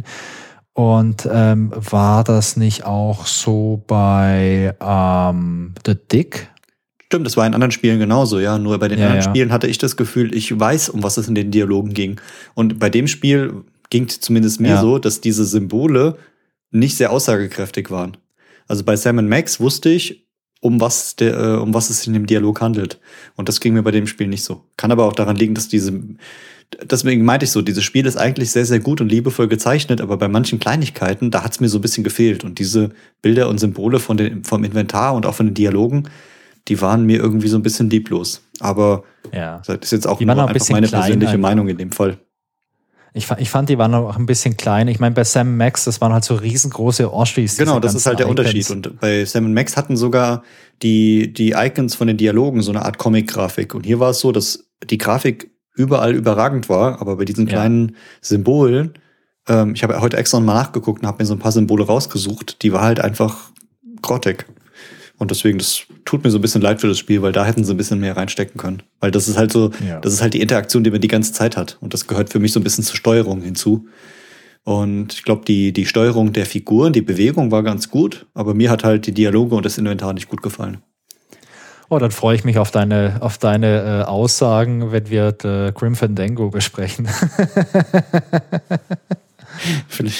Und ähm, war das nicht auch so bei ähm, The Dick? Stimmt, das war in anderen Spielen genauso, ja. Nur bei den Ja, anderen ja. Spielen hatte ich das Gefühl, ich weiß, um was es in den Dialogen ging. Und bei dem Spiel ging zumindest mir Ja. so, dass diese Symbole nicht sehr aussagekräftig waren. Also bei Sam and Max wusste ich, um was, der, äh, um was es in dem Dialog handelt. Und das ging mir bei dem Spiel nicht so. Kann aber auch daran liegen, dass diese, deswegen meinte ich so, dieses Spiel ist eigentlich sehr, sehr gut und liebevoll gezeichnet, aber bei manchen Kleinigkeiten, da hat es mir so ein bisschen gefehlt. Und diese Bilder und Symbole von den, vom Inventar und auch von den Dialogen, die waren mir irgendwie so ein bisschen lieblos. Aber ja. das ist jetzt auch die nur waren auch einfach meine persönliche einfach. Meinung in dem Fall. Ich, ich fand, die waren auch ein bisschen klein. Ich meine, bei Sam Max, das waren halt so riesengroße Oschis. Genau, das ist halt der Icons. Unterschied. Und bei Sam Max hatten sogar die, die Icons von den Dialogen so eine Art Comic-Grafik. Und hier war es so, dass die Grafik überall überragend war, aber bei diesen kleinen ja. Symbolen, ähm, ich habe heute extra mal nachgeguckt und habe mir so ein paar Symbole rausgesucht, die war halt einfach grottig. Und deswegen, das tut mir so ein bisschen leid für das Spiel, weil da hätten sie ein bisschen mehr reinstecken können. Weil das ist halt so, ja. das ist halt die Interaktion, die man die ganze Zeit hat. Und das gehört für mich so ein bisschen zur Steuerung hinzu. Und ich glaube, die, die Steuerung der Figuren, die Bewegung war ganz gut, aber mir hat halt die Dialoge und das Inventar nicht gut gefallen. Oh, dann freue ich mich auf deine, auf deine äh, Aussagen, wenn wir äh, Grim Fandango besprechen. Vielleicht.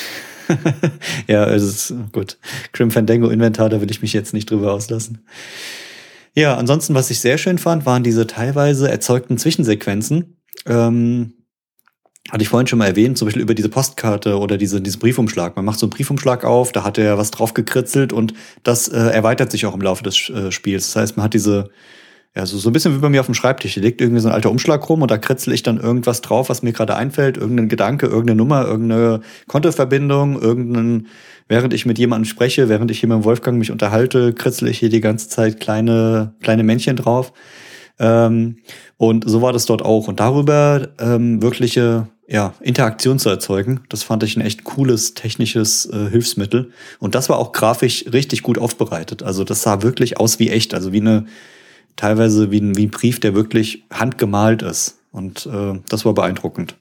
Ja, es ist gut. Grim Fandango Inventar, da will ich mich jetzt nicht drüber auslassen. Ja, ansonsten, was ich sehr schön fand, waren diese teilweise erzeugten Zwischensequenzen. Ähm, hatte ich vorhin schon mal erwähnt, zum Beispiel über diese Postkarte oder diese, diesen Briefumschlag. Man macht so einen Briefumschlag auf, da hat er was drauf gekritzelt und das äh, erweitert sich auch im Laufe des äh, Spiels. Das heißt, man hat diese, ja, so, so ein bisschen wie bei mir auf dem Schreibtisch. Hier liegt irgendwie so ein alter Umschlag rum und da kritzel ich dann irgendwas drauf, was mir gerade einfällt. Irgendein Gedanke, irgendeine Nummer, irgendeine Kontoverbindung, irgendein, während ich mit jemandem spreche, während ich hier mit Wolfgang mich unterhalte, kritzel ich hier die ganze Zeit kleine, kleine Männchen drauf. Ähm, und so war das dort auch. Und darüber ähm, wirkliche ja, Interaktion zu erzeugen, das fand ich ein echt cooles technisches äh, Hilfsmittel. Und das war auch grafisch richtig gut aufbereitet. Also das sah wirklich aus wie echt, also wie eine teilweise wie ein, wie ein Brief, der wirklich handgemalt ist. Und äh, das war beeindruckend.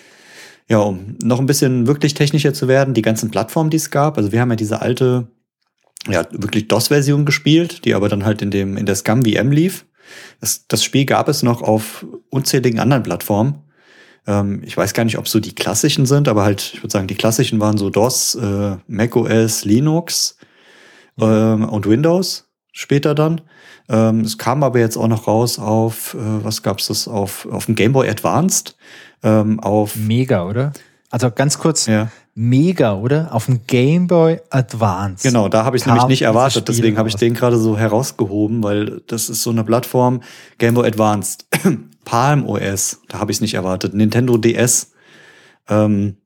Ja, um noch ein bisschen wirklich technischer zu werden, die ganzen Plattformen, die es gab. Also wir haben ja diese alte, ja, wirklich DOS-Version gespielt, die aber dann halt in dem in der Scum V M lief. Das, das Spiel gab es noch auf unzähligen anderen Plattformen. Ähm, ich weiß gar nicht, ob so die klassischen sind, aber halt, ich würde sagen, die klassischen waren so DOS, äh, macOS, Linux ähm, und Windows später dann. Ähm, es kam aber jetzt auch noch raus auf, äh, was gab's das, auf, auf dem Game Boy Advanced, ähm, auf Mega, oder? Also ganz kurz, ja. Mega, oder? Auf dem Game Boy Advance. Genau, da habe ich es nämlich nicht erwartet, deswegen habe ich den gerade so herausgehoben, weil das ist so eine Plattform, Game Boy Advanced, Palm O S, da habe ich es nicht erwartet, Nintendo D S, ähm,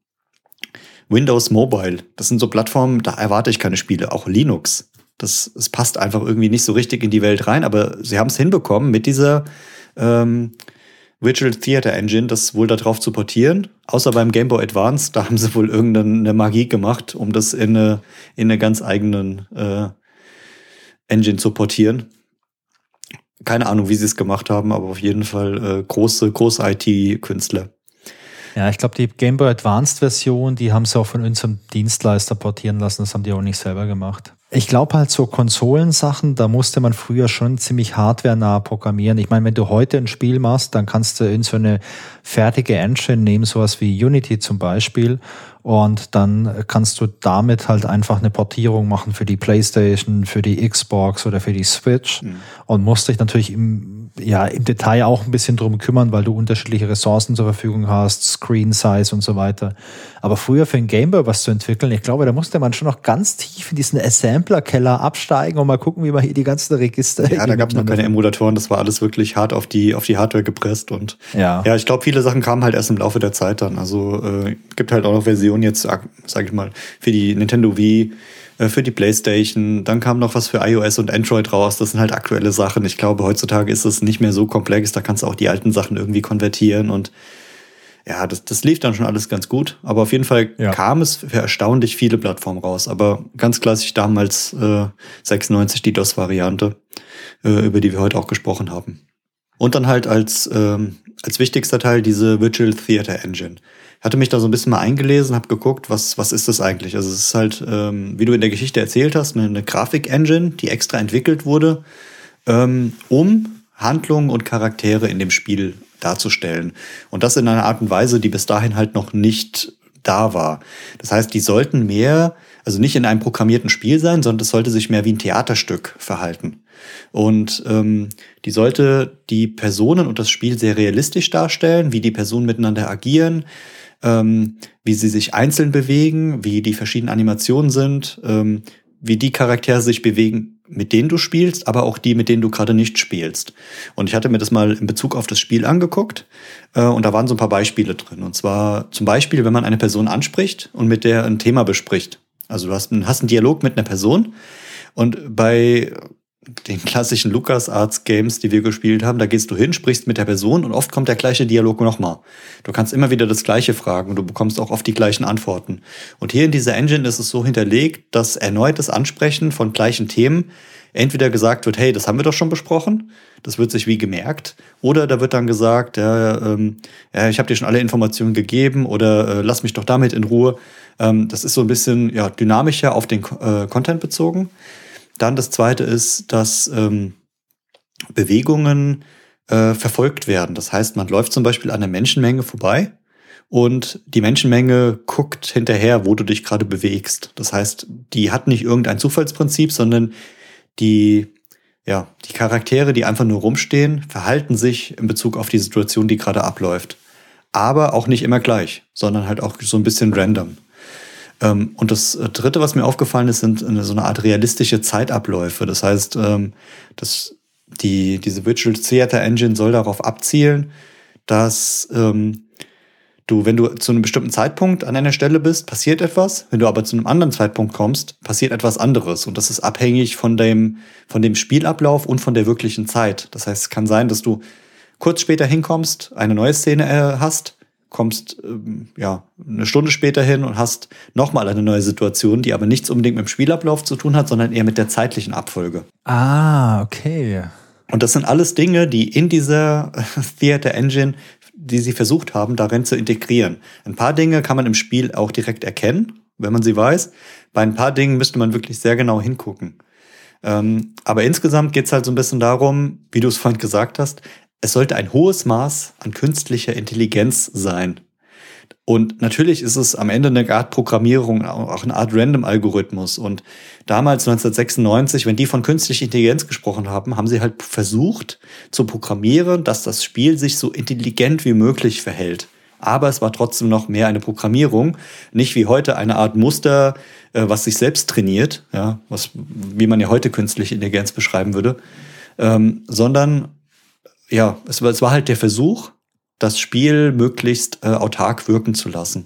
Windows Mobile, das sind so Plattformen, da erwarte ich keine Spiele, auch Linux. Das, das passt einfach irgendwie nicht so richtig in die Welt rein, aber sie haben es hinbekommen, mit dieser ähm, Virtual Theater Engine das wohl da drauf zu portieren. Außer beim Game Boy Advance, da haben sie wohl irgendeine Magie gemacht, um das in eine, in eine ganz eigenen äh, Engine zu portieren. Keine Ahnung, wie sie es gemacht haben, aber auf jeden Fall äh, große, große I T-Künstler. Ja, ich glaube, die Game Boy Advanced Version, die haben sie auch von unserem Dienstleister portieren lassen. Das haben die auch nicht selber gemacht. Ich glaube halt so Konsolensachen, da musste man früher schon ziemlich hardwarenah programmieren. Ich meine, wenn du heute ein Spiel machst, dann kannst du in so eine fertige Engine nehmen, sowas wie Unity zum Beispiel. Und dann kannst du damit halt einfach eine Portierung machen für die PlayStation, für die Xbox oder für die Switch. Mhm. Und musst dich natürlich im, ja, im Detail auch ein bisschen drum kümmern, weil du unterschiedliche Ressourcen zur Verfügung hast, Screen Size und so weiter. Aber früher für ein Gameboy was zu entwickeln, ich glaube, da musste man schon noch ganz tief in diesen Assembler-Keller absteigen und mal gucken, wie man hier die ganzen Register... Ja, da gab es noch keine Emulatoren, das war alles wirklich hart auf die auf die Hardware gepresst. Und ja, ja ich glaube, viele Sachen kamen halt erst im Laufe der Zeit dann. Also äh, gibt halt auch noch Versionen jetzt, sage ich mal, für die Nintendo Wii, äh, für die PlayStation. Dann kam noch was für iOS und Android raus. Das sind halt aktuelle Sachen. Ich glaube, heutzutage ist es nicht mehr so komplex. Da kannst du auch die alten Sachen irgendwie konvertieren. Und ja, das, das lief dann schon alles ganz gut. Aber auf jeden Fall ja. kam es für erstaunlich viele Plattformen raus. Aber ganz klassisch damals äh, sechsundneunzig die DOS-Variante, äh, über die wir heute auch gesprochen haben. Und dann halt als, ähm, als wichtigster Teil diese Virtual Theater Engine. Ich hatte mich da so ein bisschen mal eingelesen, habe geguckt, was was ist das eigentlich? Also es ist halt, ähm, wie du in der Geschichte erzählt hast, eine, eine Grafik-Engine, die extra entwickelt wurde, ähm, um Handlungen und Charaktere in dem Spiel darzustellen. Und das in einer Art und Weise, die bis dahin halt noch nicht da war. Das heißt, die sollten mehr, also nicht in einem programmierten Spiel sein, sondern es sollte sich mehr wie ein Theaterstück verhalten. Und ähm, die sollte die Personen und das Spiel sehr realistisch darstellen, wie die Personen miteinander agieren, ähm, wie sie sich einzeln bewegen, wie die verschiedenen Animationen sind, ähm, wie die Charaktere sich bewegen, mit denen du spielst, aber auch die, mit denen du gerade nicht spielst. Und ich hatte mir das mal in Bezug auf das Spiel angeguckt äh, und da waren so ein paar Beispiele drin. Und zwar zum Beispiel, wenn man eine Person anspricht und mit der ein Thema bespricht. Also du hast einen, hast einen Dialog mit einer Person und bei den klassischen LucasArts-Games, die wir gespielt haben, da gehst du hin, sprichst mit der Person und oft kommt der gleiche Dialog nochmal. Du kannst immer wieder das Gleiche fragen und du bekommst auch oft die gleichen Antworten. Und hier in dieser Engine ist es so hinterlegt, dass erneutes Ansprechen von gleichen Themen entweder gesagt wird, hey, das haben wir doch schon besprochen, das wird sich wie gemerkt, oder da wird dann gesagt, ja, ähm, ja ich habe dir schon alle Informationen gegeben oder äh, lass mich doch damit in Ruhe. Ähm, das ist so ein bisschen ja, dynamischer auf den äh, Content bezogen. Dann das Zweite ist, dass ähm, Bewegungen äh, verfolgt werden. Das heißt, man läuft zum Beispiel an einer Menschenmenge vorbei und die Menschenmenge guckt hinterher, wo du dich gerade bewegst. Das heißt, die hat nicht irgendein Zufallsprinzip, sondern die, ja, die Charaktere, die einfach nur rumstehen, verhalten sich in Bezug auf die Situation, die gerade abläuft. Aber auch nicht immer gleich, sondern halt auch so ein bisschen random. Und das Dritte, was mir aufgefallen ist, sind so eine Art realistische Zeitabläufe. Das heißt, dass die, diese Virtual Theater Engine soll darauf abzielen, dass ähm, du, wenn du zu einem bestimmten Zeitpunkt an einer Stelle bist, passiert etwas. Wenn du aber zu einem anderen Zeitpunkt kommst, passiert etwas anderes. Und das ist abhängig von dem, von dem Spielablauf und von der wirklichen Zeit. Das heißt, es kann sein, dass du kurz später hinkommst, eine neue Szene äh, hast, kommst ähm, ja eine Stunde später hin und hast nochmal eine neue Situation, die aber nichts unbedingt mit dem Spielablauf zu tun hat, sondern eher mit der zeitlichen Abfolge. Ah, okay. Und das sind alles Dinge, die in dieser Theater Engine, die sie versucht haben, darin zu integrieren. Ein paar Dinge kann man im Spiel auch direkt erkennen, wenn man sie weiß. Bei ein paar Dingen müsste man wirklich sehr genau hingucken. Ähm, aber insgesamt geht es halt so ein bisschen darum, wie du es vorhin gesagt hast, es sollte ein hohes Maß an künstlicher Intelligenz sein. Und natürlich ist es am Ende eine Art Programmierung, auch eine Art Random-Algorithmus. Und damals neunzehnhundertsechsundneunzig, wenn die von künstlicher Intelligenz gesprochen haben, haben sie halt versucht zu programmieren, dass das Spiel sich so intelligent wie möglich verhält. Aber es war trotzdem noch mehr eine Programmierung, nicht wie heute eine Art Muster, was sich selbst trainiert, ja, was, wie man ja heute künstliche Intelligenz beschreiben würde, ähm, sondern ja, es war, es war halt der Versuch, das Spiel möglichst äh, autark wirken zu lassen.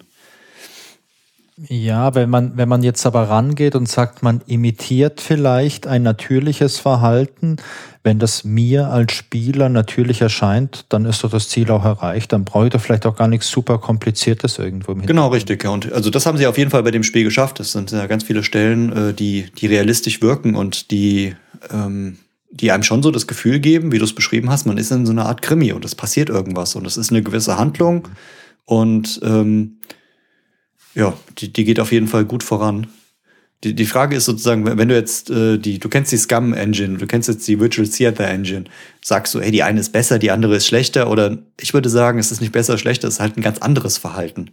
Ja, wenn man, wenn man jetzt aber rangeht und sagt, man imitiert vielleicht ein natürliches Verhalten, wenn das mir als Spieler natürlich erscheint, dann ist doch das Ziel auch erreicht. Dann brauche ich doch vielleicht auch gar nichts super Kompliziertes irgendwo im Hintergrund. Genau, richtig. Ja. Und also das haben sie auf jeden Fall bei dem Spiel geschafft. Es sind ja ganz viele Stellen, äh, die, die realistisch wirken und die ähm, die einem schon so das Gefühl geben, wie du es beschrieben hast, man ist in so einer Art Krimi und es passiert irgendwas und es ist eine gewisse Handlung und ähm, ja, die, die geht auf jeden Fall gut voran. Die, die Frage ist sozusagen, wenn du jetzt äh, die, du kennst die Scum Engine, du kennst jetzt die Virtual Theater Engine, sagst du, hey, die eine ist besser, die andere ist schlechter, oder ich würde sagen, es ist nicht besser, schlechter, es ist halt ein ganz anderes Verhalten.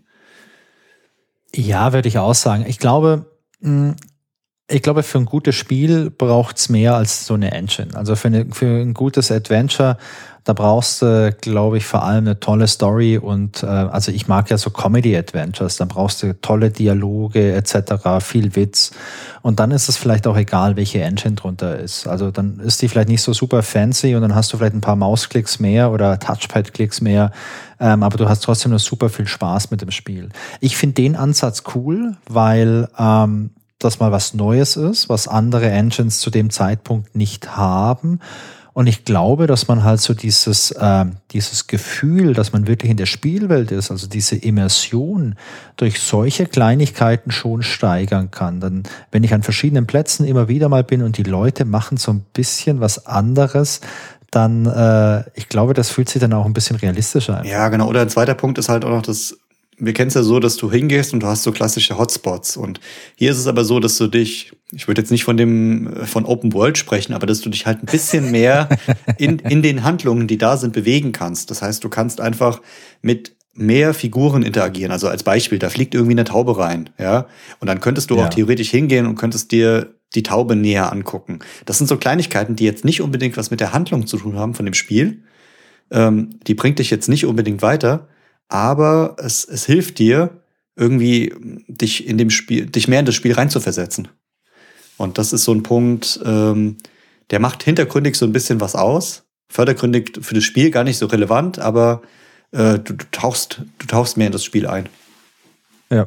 Ja, würde ich auch sagen. Ich glaube, mh, Ich glaube, für ein gutes Spiel braucht es mehr als so eine Engine. Also für, eine, für ein gutes Adventure, da brauchst du, glaube ich, vor allem eine tolle Story und äh, also ich mag ja so Comedy-Adventures, da brauchst du tolle Dialoge et cetera, viel Witz und dann ist es vielleicht auch egal, welche Engine drunter ist. Also dann ist die vielleicht nicht so super fancy und dann hast du vielleicht ein paar Mausklicks mehr oder Touchpad-Klicks mehr, ähm, aber du hast trotzdem noch super viel Spaß mit dem Spiel. Ich finde den Ansatz cool, weil ähm, das mal was Neues ist, was andere Engines zu dem Zeitpunkt nicht haben. Und ich glaube, dass man halt so dieses, äh, dieses Gefühl, dass man wirklich in der Spielwelt ist, also diese Immersion durch solche Kleinigkeiten schon steigern kann. Dann, wenn ich an verschiedenen Plätzen immer wieder mal bin und die Leute machen so ein bisschen was anderes, dann, äh, ich glaube, das fühlt sich dann auch ein bisschen realistischer an. Ja, genau. Oder ein zweiter Punkt ist halt auch noch das, wir kennen es ja so, dass du hingehst und du hast so klassische Hotspots. Und hier ist es aber so, dass du dich, ich würde jetzt nicht von dem von Open World sprechen, aber dass du dich halt ein bisschen mehr in, in den Handlungen, die da sind, bewegen kannst. Das heißt, du kannst einfach mit mehr Figuren interagieren. Also als Beispiel, da fliegt irgendwie eine Taube rein, ja. Und dann könntest du ja auch theoretisch hingehen und könntest dir die Taube näher angucken. Das sind so Kleinigkeiten, die jetzt nicht unbedingt was mit der Handlung zu tun haben von dem Spiel. Ähm, die bringt dich jetzt nicht unbedingt weiter. Aber es, es hilft dir, irgendwie dich in dem Spiel, dich mehr in das Spiel reinzuversetzen. Und das ist so ein Punkt, ähm, der macht hintergründig so ein bisschen was aus. Vordergründig für das Spiel gar nicht so relevant, aber äh, du, du, tauchst, du tauchst mehr in das Spiel ein. Ja.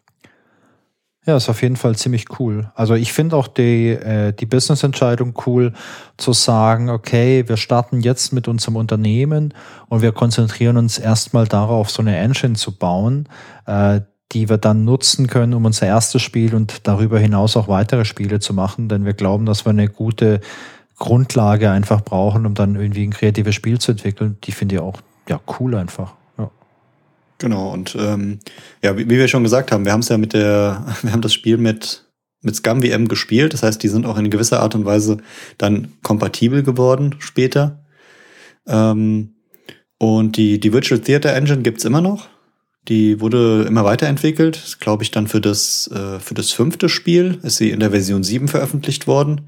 Ja, ist auf jeden Fall ziemlich cool. Also ich finde auch die, äh, die Business-Entscheidung cool, zu sagen, okay, wir starten jetzt mit unserem Unternehmen und wir konzentrieren uns erstmal darauf, so eine Engine zu bauen, äh, die wir dann nutzen können, um unser erstes Spiel und darüber hinaus auch weitere Spiele zu machen, denn wir glauben, dass wir eine gute Grundlage einfach brauchen, um dann irgendwie ein kreatives Spiel zu entwickeln. Die finde ich auch ja cool einfach. Ja. Genau, und ähm, ja, wie, wie wir schon gesagt haben, wir haben es ja mit der, wir haben das Spiel mit, mit Scum V M gespielt, das heißt, die sind auch in gewisser Art und Weise dann kompatibel geworden später. Ähm, und die, die Virtual Theater Engine gibt's immer noch. Die wurde immer weiterentwickelt. Das ist, glaube ich, dann für das, äh, für das fünfte Spiel ist sie in der Version sieben veröffentlicht worden.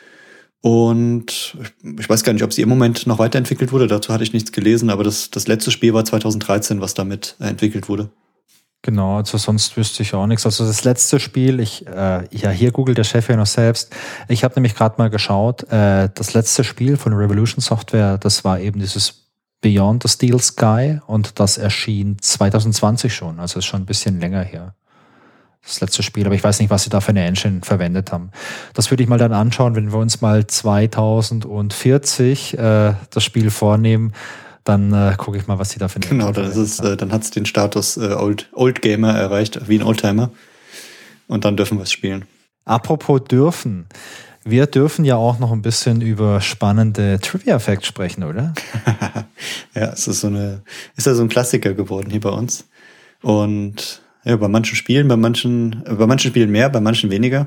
Und ich weiß gar nicht, ob sie im Moment noch weiterentwickelt wurde. Dazu hatte ich nichts gelesen, aber das, das letzte Spiel war zwanzig dreizehn, was damit entwickelt wurde. Genau, also sonst wüsste ich auch nichts. Also das letzte Spiel, ich, äh, ja, hier googelt der Chef ja noch selbst. Ich habe nämlich gerade mal geschaut, äh, das letzte Spiel von Revolution Software, das war eben dieses Beyond the Steel Sky und das erschien zwanzig zwanzig schon, also ist schon ein bisschen länger her. Das letzte Spiel, aber ich weiß nicht, was sie da für eine Engine verwendet haben. Das würde ich mal dann anschauen, wenn wir uns mal zwanzig vierzig äh, das Spiel vornehmen, dann äh, gucke ich mal, was sie da für eine Genau, dann ist es, äh, dann hat es den Status äh, Old, Old Gamer erreicht, wie ein Oldtimer. Und dann dürfen wir es spielen. Apropos dürfen. Wir dürfen ja auch noch ein bisschen über spannende Trivia-Facts sprechen, oder? Ja, es ist so eine, ist ja so ein Klassiker geworden hier bei uns. Und ja, bei manchen Spielen, bei manchen, bei manchen Spielen mehr, bei manchen weniger.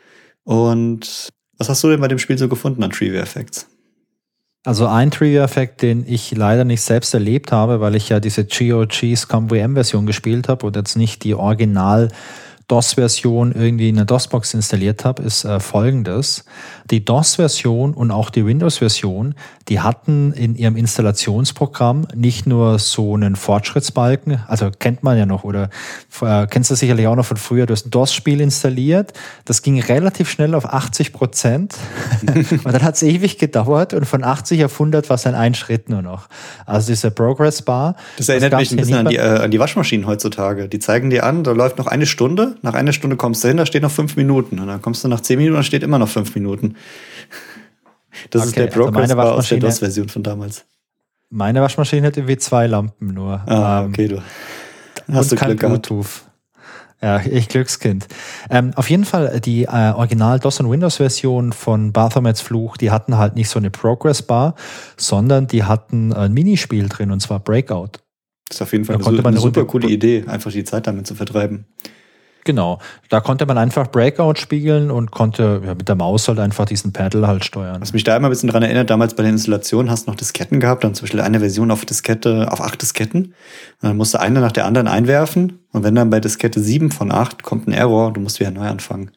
Und was hast du denn bei dem Spiel so gefunden an Trivia-Facts? Also ein Trivia-Fact, den ich leider nicht selbst erlebt habe, weil ich ja diese G O G Scum V M-Version gespielt habe und jetzt nicht die Original DOS-Version irgendwie in der DOS-Box installiert habe, ist äh, folgendes. Die DOS-Version und auch die Windows-Version, die hatten in ihrem Installationsprogramm nicht nur so einen Fortschrittsbalken, also kennt man ja noch oder äh, kennst du sicherlich auch noch von früher, du hast ein DOS-Spiel installiert, das ging relativ schnell auf achtzig Prozent und dann hat es ewig gedauert und von achtzig auf hundert war es dann ein Schritt nur noch. Also diese Progress-Bar. Das erinnert mich ein bisschen an die, äh, an die Waschmaschinen heutzutage. Die zeigen dir an, da läuft noch eine Stunde, nach einer Stunde kommst du hin, da steht noch fünf Minuten. Und dann kommst du nach zehn Minuten, da steht immer noch fünf Minuten. Das okay, ist der Progress-Bar also aus der DOS-Version von damals. Meine Waschmaschine hat irgendwie zwei Lampen nur. Ah, okay, du hast du Glück gehabt. Bluetooth. Ja, ich Glückskind. Ähm, auf jeden Fall, die äh, Original-DOS- und Windows-Version von Baphomets Fluch, die hatten halt nicht so eine Progress-Bar, sondern die hatten ein Minispiel drin, und zwar Breakout. Das ist auf jeden Fall eine, eine, eine super coole Idee, einfach die Zeit damit zu vertreiben. Genau, da konnte man einfach Breakout spielen und konnte ja, mit der Maus halt einfach diesen Paddle halt steuern. Was mich da immer ein bisschen dran erinnert, damals bei den Installationen hast du noch Disketten gehabt, dann zum Beispiel eine Version auf Diskette, auf acht Disketten. Und dann musst du eine nach der anderen einwerfen und wenn dann bei Diskette sieben von acht kommt ein Error, du musst wieder neu anfangen.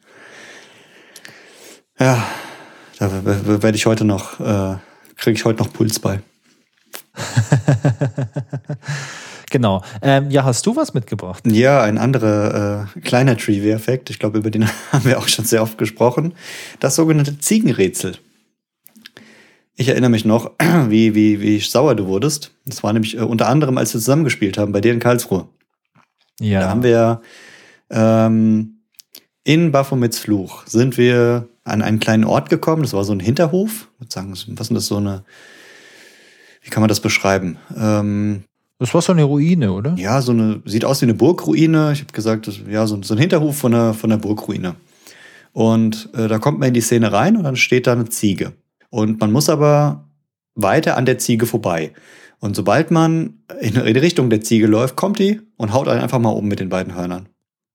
Ja, da werde ich heute noch, äh, kriege ich heute noch Puls bei. Genau. Ähm, ja, hast du was mitgebracht? Ja, ein anderer äh, kleiner Trivia-Fact. Ich glaube, über den haben wir auch schon sehr oft gesprochen. Das sogenannte Ziegenrätsel. Ich erinnere mich noch, wie, wie, wie sauer du wurdest. Das war nämlich äh, unter anderem, als wir zusammengespielt haben, bei dir in Karlsruhe. Ja. Da haben wir ähm, in Baphomets Fluch sind wir an einen kleinen Ort gekommen. Das war so ein Hinterhof. Ich würde sagen, was ist das so eine, wie kann man das beschreiben? Ähm, Das war so eine Ruine, oder? Ja, so eine, sieht aus wie eine Burgruine. Ich habe gesagt, das, ja, so, so ein Hinterhof von einer, von einer Burgruine. Und äh, da kommt man in die Szene rein und dann steht da eine Ziege. Und man muss aber weiter an der Ziege vorbei. Und sobald man in die Richtung der Ziege läuft, kommt die und haut einen einfach mal um mit den beiden Hörnern.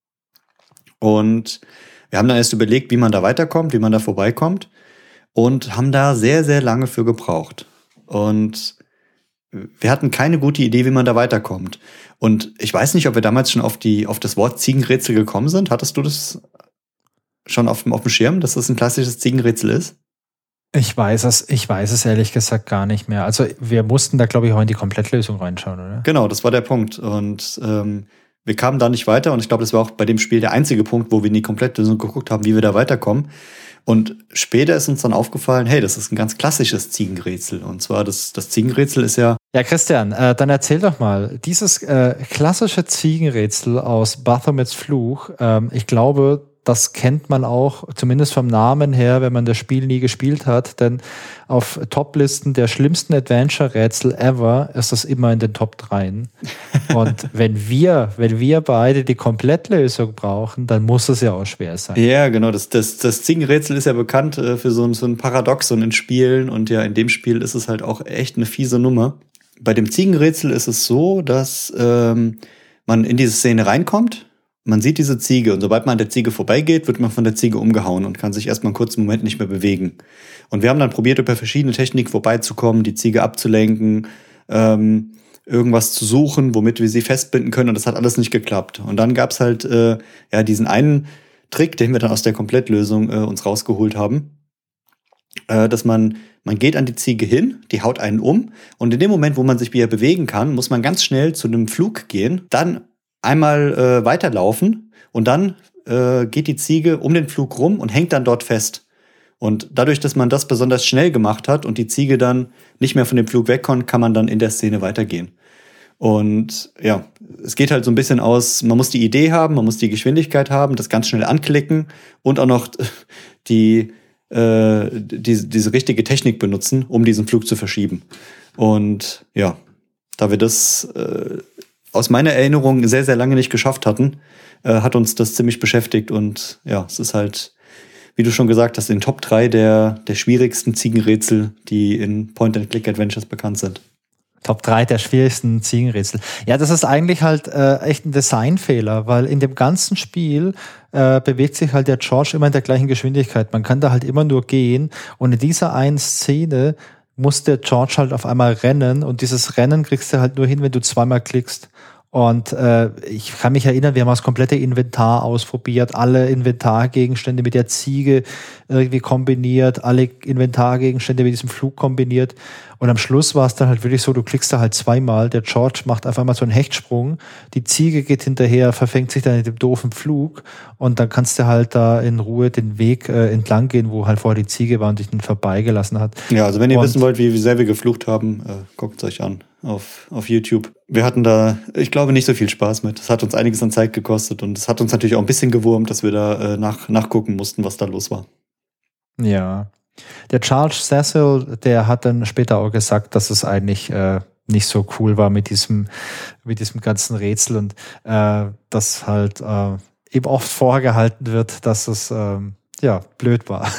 Und wir haben dann erst überlegt, wie man da weiterkommt, wie man da vorbeikommt. Und haben da sehr, sehr lange für gebraucht. Und wir hatten keine gute Idee, wie man da weiterkommt. Und ich weiß nicht, ob wir damals schon auf die, auf das Wort Ziegenrätsel gekommen sind. Hattest du das schon auf dem, auf dem Schirm, dass das ein klassisches Ziegenrätsel ist? Ich weiß es, ich weiß es ehrlich gesagt gar nicht mehr. Also wir mussten da, glaube ich, auch in die Komplettlösung reinschauen, oder? Genau, das war der Punkt. Und ähm, wir kamen da nicht weiter. Und ich glaube, das war auch bei dem Spiel der einzige Punkt, wo wir in die Komplettlösung geguckt haben, wie wir da weiterkommen. Und später ist uns dann aufgefallen, hey, das ist ein ganz klassisches Ziegenrätsel. Und zwar, das, das Ziegenrätsel ist ja... Ja, Christian, äh, dann erzähl doch mal, dieses äh, klassische Ziegenrätsel aus Baphomets Fluch, ähm, ich glaube, das kennt man auch, zumindest vom Namen her, wenn man das Spiel nie gespielt hat, denn auf Toplisten der schlimmsten Adventure-Rätsel ever ist das immer in den Top dreien. Und wenn wir, wenn wir beide die Komplettlösung brauchen, dann muss es ja auch schwer sein. Ja, genau, das, das, das Ziegenrätsel ist ja bekannt äh, für so ein, so ein Paradoxon in Spielen und ja, in dem Spiel ist es halt auch echt eine fiese Nummer. Bei dem Ziegenrätsel ist es so, dass ähm, man in diese Szene reinkommt. Man sieht diese Ziege und sobald man an der Ziege vorbeigeht, wird man von der Ziege umgehauen und kann sich erstmal einen kurzen Moment nicht mehr bewegen. Und wir haben dann probiert, über verschiedene Techniken vorbeizukommen, die Ziege abzulenken, ähm, irgendwas zu suchen, womit wir sie festbinden können, und das hat alles nicht geklappt. Und dann gab's halt äh, ja diesen einen Trick, den wir dann aus der Komplettlösung äh, uns rausgeholt haben, äh, dass man man geht an die Ziege hin, die haut einen um, und in dem Moment, wo man sich wieder bewegen kann, muss man ganz schnell zu einem Flug gehen, dann einmal äh, weiterlaufen und dann äh, geht die Ziege um den Flug rum und hängt dann dort fest. Und dadurch, dass man das besonders schnell gemacht hat und die Ziege dann nicht mehr von dem Flug wegkommt, kann man dann in der Szene weitergehen. Und ja, es geht halt so ein bisschen aus, man muss die Idee haben, man muss die Geschwindigkeit haben, das ganz schnell anklicken und auch noch die, äh, die diese richtige Technik benutzen, um diesen Flug zu verschieben. Und ja, da wir das äh, aus meiner Erinnerung sehr, sehr lange nicht geschafft hatten, äh, hat uns das ziemlich beschäftigt. Und ja, es ist halt, wie du schon gesagt hast, in den Top drei der, der schwierigsten Ziegenrätsel, die in Point-and-Click-Adventures bekannt sind. Top drei der schwierigsten Ziegenrätsel. Ja, das ist eigentlich halt äh, echt ein Designfehler, weil in dem ganzen Spiel äh, bewegt sich halt der George immer in der gleichen Geschwindigkeit. Man kann da halt immer nur gehen. Und in dieser einen Szene muss der George halt auf einmal rennen, und dieses Rennen kriegst du halt nur hin, wenn du zweimal klickst. Und äh, ich kann mich erinnern, wir haben das komplette Inventar ausprobiert, alle Inventargegenstände mit der Ziege irgendwie kombiniert, alle Inventargegenstände mit diesem Flug kombiniert. Und am Schluss war es dann halt wirklich so, du klickst da halt zweimal, der George macht einfach mal so einen Hechtsprung, die Ziege geht hinterher, verfängt sich dann in dem doofen Flug, und dann kannst du halt da in Ruhe den Weg äh, entlang gehen, wo halt vorher die Ziege war und dich dann vorbeigelassen hat. Ja, also wenn ihr und wissen wollt, wie, wie sehr wir geflucht haben, äh, guckt es euch an auf, auf YouTube. Wir hatten da, ich glaube, nicht so viel Spaß mit. Es hat uns einiges an Zeit gekostet, und es hat uns natürlich auch ein bisschen gewurmt, dass wir da äh, nach, nachgucken mussten, was da los war. Ja. Der Charles Cecil, der hat dann später auch gesagt, dass es eigentlich äh, nicht so cool war mit diesem, mit diesem ganzen Rätsel, und äh, dass halt äh, eben oft vorgehalten wird, dass es ähm, ja blöd war.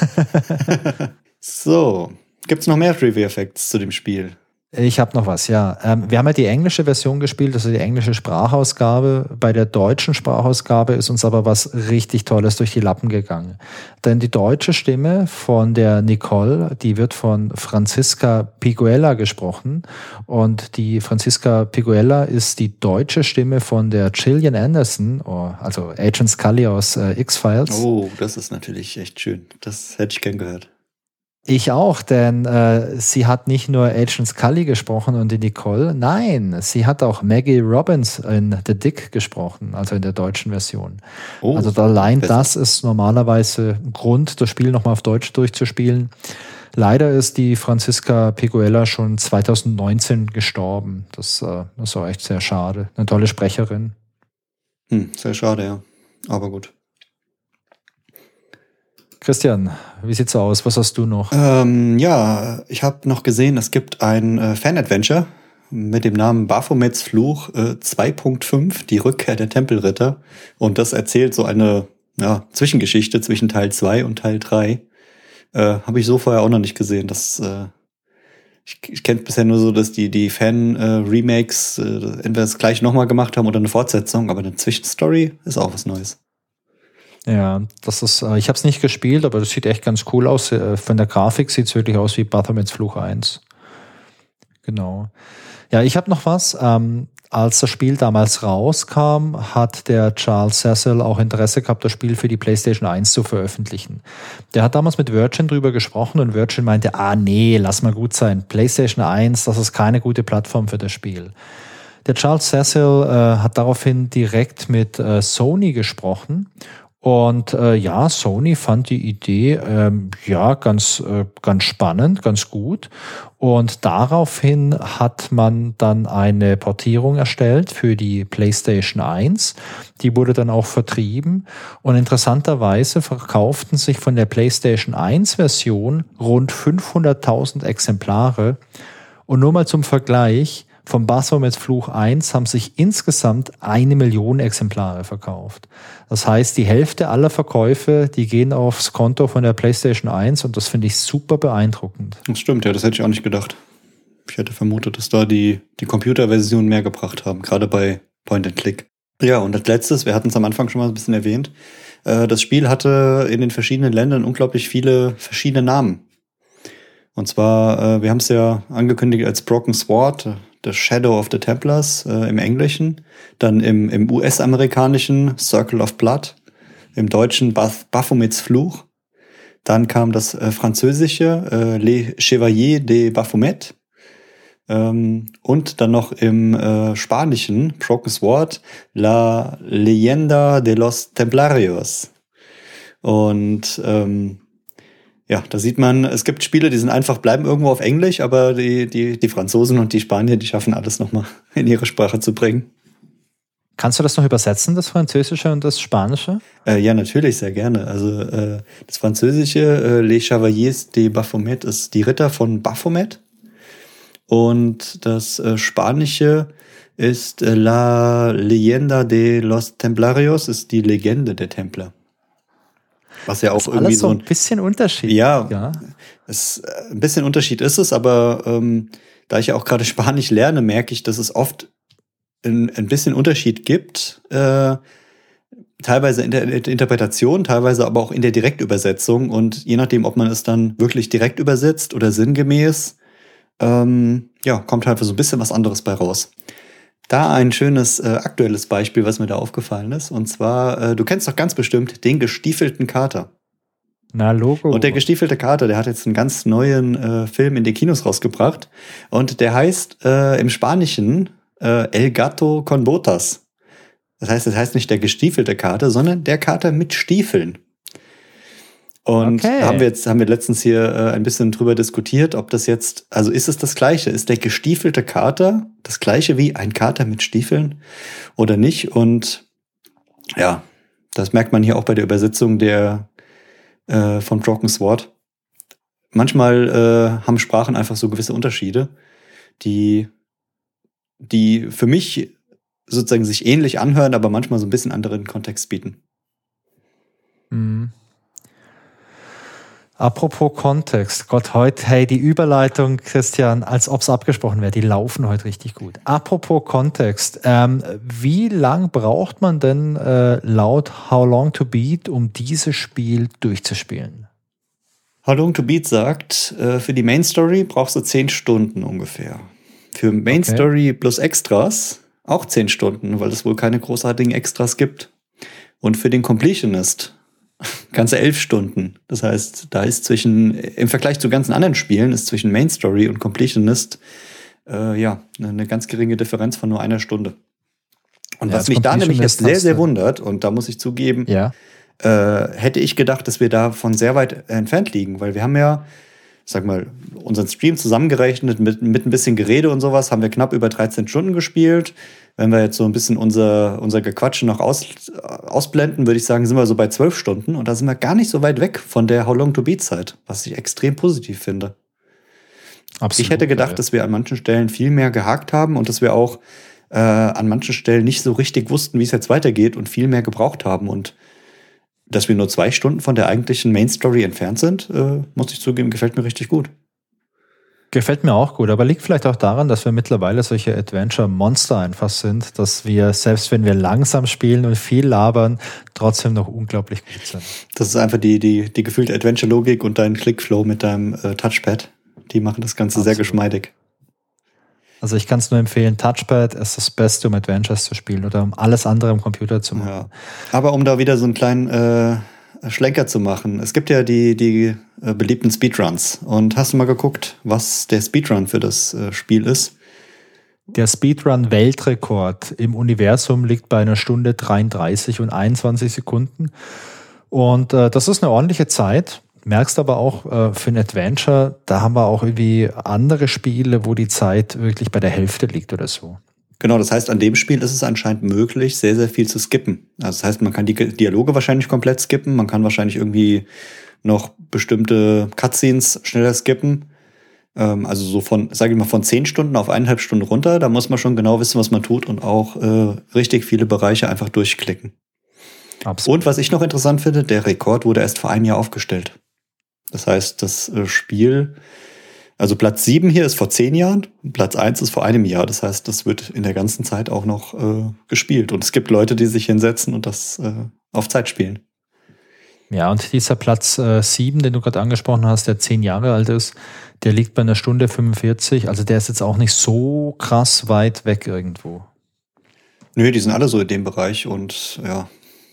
So, gibt's noch mehr Trivia Facts zu dem Spiel? Ich habe noch was, ja. Ähm, wir haben ja die englische Version gespielt, also die englische Sprachausgabe. Bei der deutschen Sprachausgabe ist uns aber was richtig Tolles durch die Lappen gegangen. Denn die deutsche Stimme von der Nicole, die wird von Franziska Piguella gesprochen. Und die Franziska Piguella ist die deutsche Stimme von der Gillian Anderson, also Agent Scully aus äh, X-Files. Oh, das ist natürlich echt schön. Das hätte ich gern gehört. Ich auch, denn äh, sie hat nicht nur Agent Scully gesprochen und die Nicole, nein, sie hat auch Maggie Robbins in The Dick gesprochen, also in der deutschen Version. Oh, also allein besser. Das ist normalerweise ein Grund, das Spiel nochmal auf Deutsch durchzuspielen. Leider ist die Franziska Piguella schon zwanzig neunzehn gestorben. Das, äh, das war echt sehr schade. Eine tolle Sprecherin. Hm, sehr schade, ja. Aber gut. Christian, wie sieht's aus? Was hast du noch? Ähm, ja, ich habe noch gesehen, es gibt ein äh, Fan-Adventure mit dem Namen Baphomets Fluch äh, zwei Punkt fünf, die Rückkehr der Tempelritter. Und das erzählt so eine ja, Zwischengeschichte zwischen Teil zwei und Teil drei. Äh, habe ich so vorher auch noch nicht gesehen. Das, äh, ich ich kenne bisher nur so, dass die, die Fan-Remakes äh, äh, entweder das gleiche nochmal gemacht haben oder eine Fortsetzung, aber eine Zwischenstory ist auch was Neues. Ja, das ist, ich habe es nicht gespielt, aber das sieht echt ganz cool aus. Von der Grafik sieht es wirklich aus wie Baphomets Fluch eins. Genau. Ja, ich habe noch was. Ähm, als das Spiel damals rauskam, hat der Charles Cecil auch Interesse gehabt, das Spiel für die PlayStation eins zu veröffentlichen. Der hat damals mit Virgin drüber gesprochen, und Virgin meinte, ah nee, lass mal gut sein. PlayStation eins, das ist keine gute Plattform für das Spiel. Der Charles Cecil äh, hat daraufhin direkt mit äh, Sony gesprochen. Und äh, ja, Sony fand die Idee ähm, ja ganz, äh, ganz spannend, ganz gut. Und daraufhin hat man dann eine Portierung erstellt für die PlayStation eins. Die wurde dann auch vertrieben. Und interessanterweise verkauften sich von der PlayStation eins Version rund fünfhunderttausend Exemplare. Und nur mal zum Vergleich, vom Baphomets Fluch eins haben sich insgesamt eine Million Exemplare verkauft. Das heißt, die Hälfte aller Verkäufe, die gehen aufs Konto von der PlayStation eins und das finde ich super beeindruckend. Das stimmt, ja, das hätte ich auch nicht gedacht. Ich hätte vermutet, dass da die, die Computerversion mehr gebracht haben, gerade bei Point and Click. Ja, und als letztes, wir hatten es am Anfang schon mal ein bisschen erwähnt, äh, das Spiel hatte in den verschiedenen Ländern unglaublich viele verschiedene Namen. Und zwar, äh, wir haben es ja angekündigt als Broken Sword, The Shadow of the Templars äh, im Englischen, dann im, im U S-amerikanischen Circle of Blood, im Deutschen Bath- Baphomets Fluch, dann kam das äh, französische äh, Les Chevaliers de Baphomet ähm, und dann noch im äh, Spanischen Broken Sword La Leyenda de los Templarios. Und ähm, ja, da sieht man, es gibt Spiele, die sind einfach, bleiben irgendwo auf Englisch, aber die, die, die Franzosen und die Spanier, die schaffen alles nochmal in ihre Sprache zu bringen. Kannst du das noch übersetzen, das Französische und das Spanische? Äh, ja, natürlich, sehr gerne. Also äh, das Französische, äh, Les Chevaliers de Baphomet, ist die Ritter von Baphomet. Und das äh, Spanische ist äh, La Leyenda de los Templarios, ist die Legende der Templer. Was ja auch irgendwie alles so so ein bisschen Unterschied. Ja, ja. Es, ein bisschen Unterschied ist es, aber ähm, da ich ja auch gerade Spanisch lerne, merke ich, dass es oft ein, ein bisschen Unterschied gibt. Äh, teilweise in der Interpretation, teilweise aber auch in der Direktübersetzung. Und je nachdem, ob man es dann wirklich direkt übersetzt oder sinngemäß, ähm, ja, kommt halt so ein bisschen was anderes bei raus. Da ein schönes äh, aktuelles Beispiel, was mir da aufgefallen ist. Und zwar, äh, du kennst doch ganz bestimmt den gestiefelten Kater. Na, Logo. Und der gestiefelte Kater, der hat jetzt einen ganz neuen äh, Film in die Kinos rausgebracht. Und der heißt äh, im Spanischen äh, El Gato con Botas. Das heißt, das heißt nicht der gestiefelte Kater, sondern der Kater mit Stiefeln. Und okay. da haben wir jetzt, haben wir letztens hier äh, ein bisschen drüber diskutiert, ob das jetzt, also ist es das Gleiche? Ist der gestiefelte Kater das Gleiche wie ein Kater mit Stiefeln oder nicht? Und ja, das merkt man hier auch bei der Übersetzung der äh, von Broken Sword. Manchmal äh, haben Sprachen einfach so gewisse Unterschiede, die, die für mich sozusagen sich ähnlich anhören, aber manchmal so ein bisschen anderen Kontext bieten. Mhm. Apropos Kontext, Gott, heute, hey, die Überleitung, Christian, als ob es abgesprochen wäre, die laufen heute richtig gut. Apropos Kontext, ähm, wie lang braucht man denn äh, laut How Long to Beat, um dieses Spiel durchzuspielen? How Long to Beat sagt, äh, für die Main Story brauchst du zehn Stunden ungefähr. Für Main Okay. Story plus Extras auch zehn Stunden, weil es wohl keine großartigen Extras gibt. Und für den Completionist ganze elf Stunden. Das heißt, da ist zwischen, im Vergleich zu ganzen anderen Spielen, ist zwischen Main Story und Completionist äh, ja, eine ganz geringe Differenz von nur einer Stunde. Und Ja, was als mich da nämlich jetzt Completionist sehr, hast sehr du- wundert, und da muss ich zugeben, Ja. äh, hätte ich gedacht, dass wir davon sehr weit entfernt liegen, weil wir haben ja, sag mal, unseren Stream zusammengerechnet mit, mit ein bisschen Gerede und sowas, haben wir knapp über dreizehn Stunden gespielt. Wenn wir jetzt so ein bisschen unser, unser Gequatsche noch aus, ausblenden, würde ich sagen, sind wir so bei zwölf Stunden. Und da sind wir gar nicht so weit weg von der How Long to Beat Zeit, was ich extrem positiv finde. Absolut. Ich hätte gedacht, ja. dass wir an manchen Stellen viel mehr gehakt haben und dass wir auch äh, an manchen Stellen nicht so richtig wussten, wie es jetzt weitergeht und viel mehr gebraucht haben. Und dass wir nur zwei Stunden von der eigentlichen Main Story entfernt sind, äh, muss ich zugeben, gefällt mir richtig gut. Gefällt mir auch gut, aber liegt vielleicht auch daran, dass wir mittlerweile solche Adventure-Monster einfach sind, dass wir, selbst wenn wir langsam spielen und viel labern, trotzdem noch unglaublich gut sind. Das ist einfach die, die, die gefühlte Adventure-Logik und dein Clickflow mit deinem äh, Touchpad. Die machen das Ganze Absolut. sehr geschmeidig. Also ich kann es nur empfehlen, Touchpad ist das Beste, um Adventures zu spielen oder um alles andere am Computer zu machen. Ja. Aber um da wieder so einen kleinen äh, Schlenker zu machen. Es gibt ja die, die äh, beliebten Speedruns. Und hast du mal geguckt, was der Speedrun für das äh, Spiel ist? Der Speedrun-Weltrekord im Universum liegt bei einer Stunde dreiunddreißig und einundzwanzig Sekunden. Und äh, das ist eine ordentliche Zeit. Merkst aber auch äh, für ein Adventure, da haben wir auch irgendwie andere Spiele, wo die Zeit wirklich bei der Hälfte liegt oder so. Genau, das heißt, an dem Spiel ist es anscheinend möglich, sehr, sehr viel zu skippen. Also das heißt, man kann die Dialoge wahrscheinlich komplett skippen, man kann wahrscheinlich irgendwie noch bestimmte Cutscenes schneller skippen. Ähm, also so von, sage ich mal, von zehn Stunden auf eineinhalb Stunden runter, da muss man schon genau wissen, was man tut und auch äh, richtig viele Bereiche einfach durchklicken. Absolut. Und was ich noch interessant finde, der Rekord wurde erst vor einem Jahr aufgestellt. Das heißt, das äh, Spiel, also Platz sieben hier ist vor zehn Jahren, Platz eins ist vor einem Jahr. Das heißt, das wird in der ganzen Zeit auch noch äh, gespielt. Und es gibt Leute, die sich hinsetzen und das äh, auf Zeit spielen. Ja, und dieser Platz äh, sieben, den du gerade angesprochen hast, der zehn Jahre alt ist, der liegt bei einer Stunde fünfundvierzig. Also der ist jetzt auch nicht so krass weit weg irgendwo. Nö, die sind alle so in dem Bereich und ja.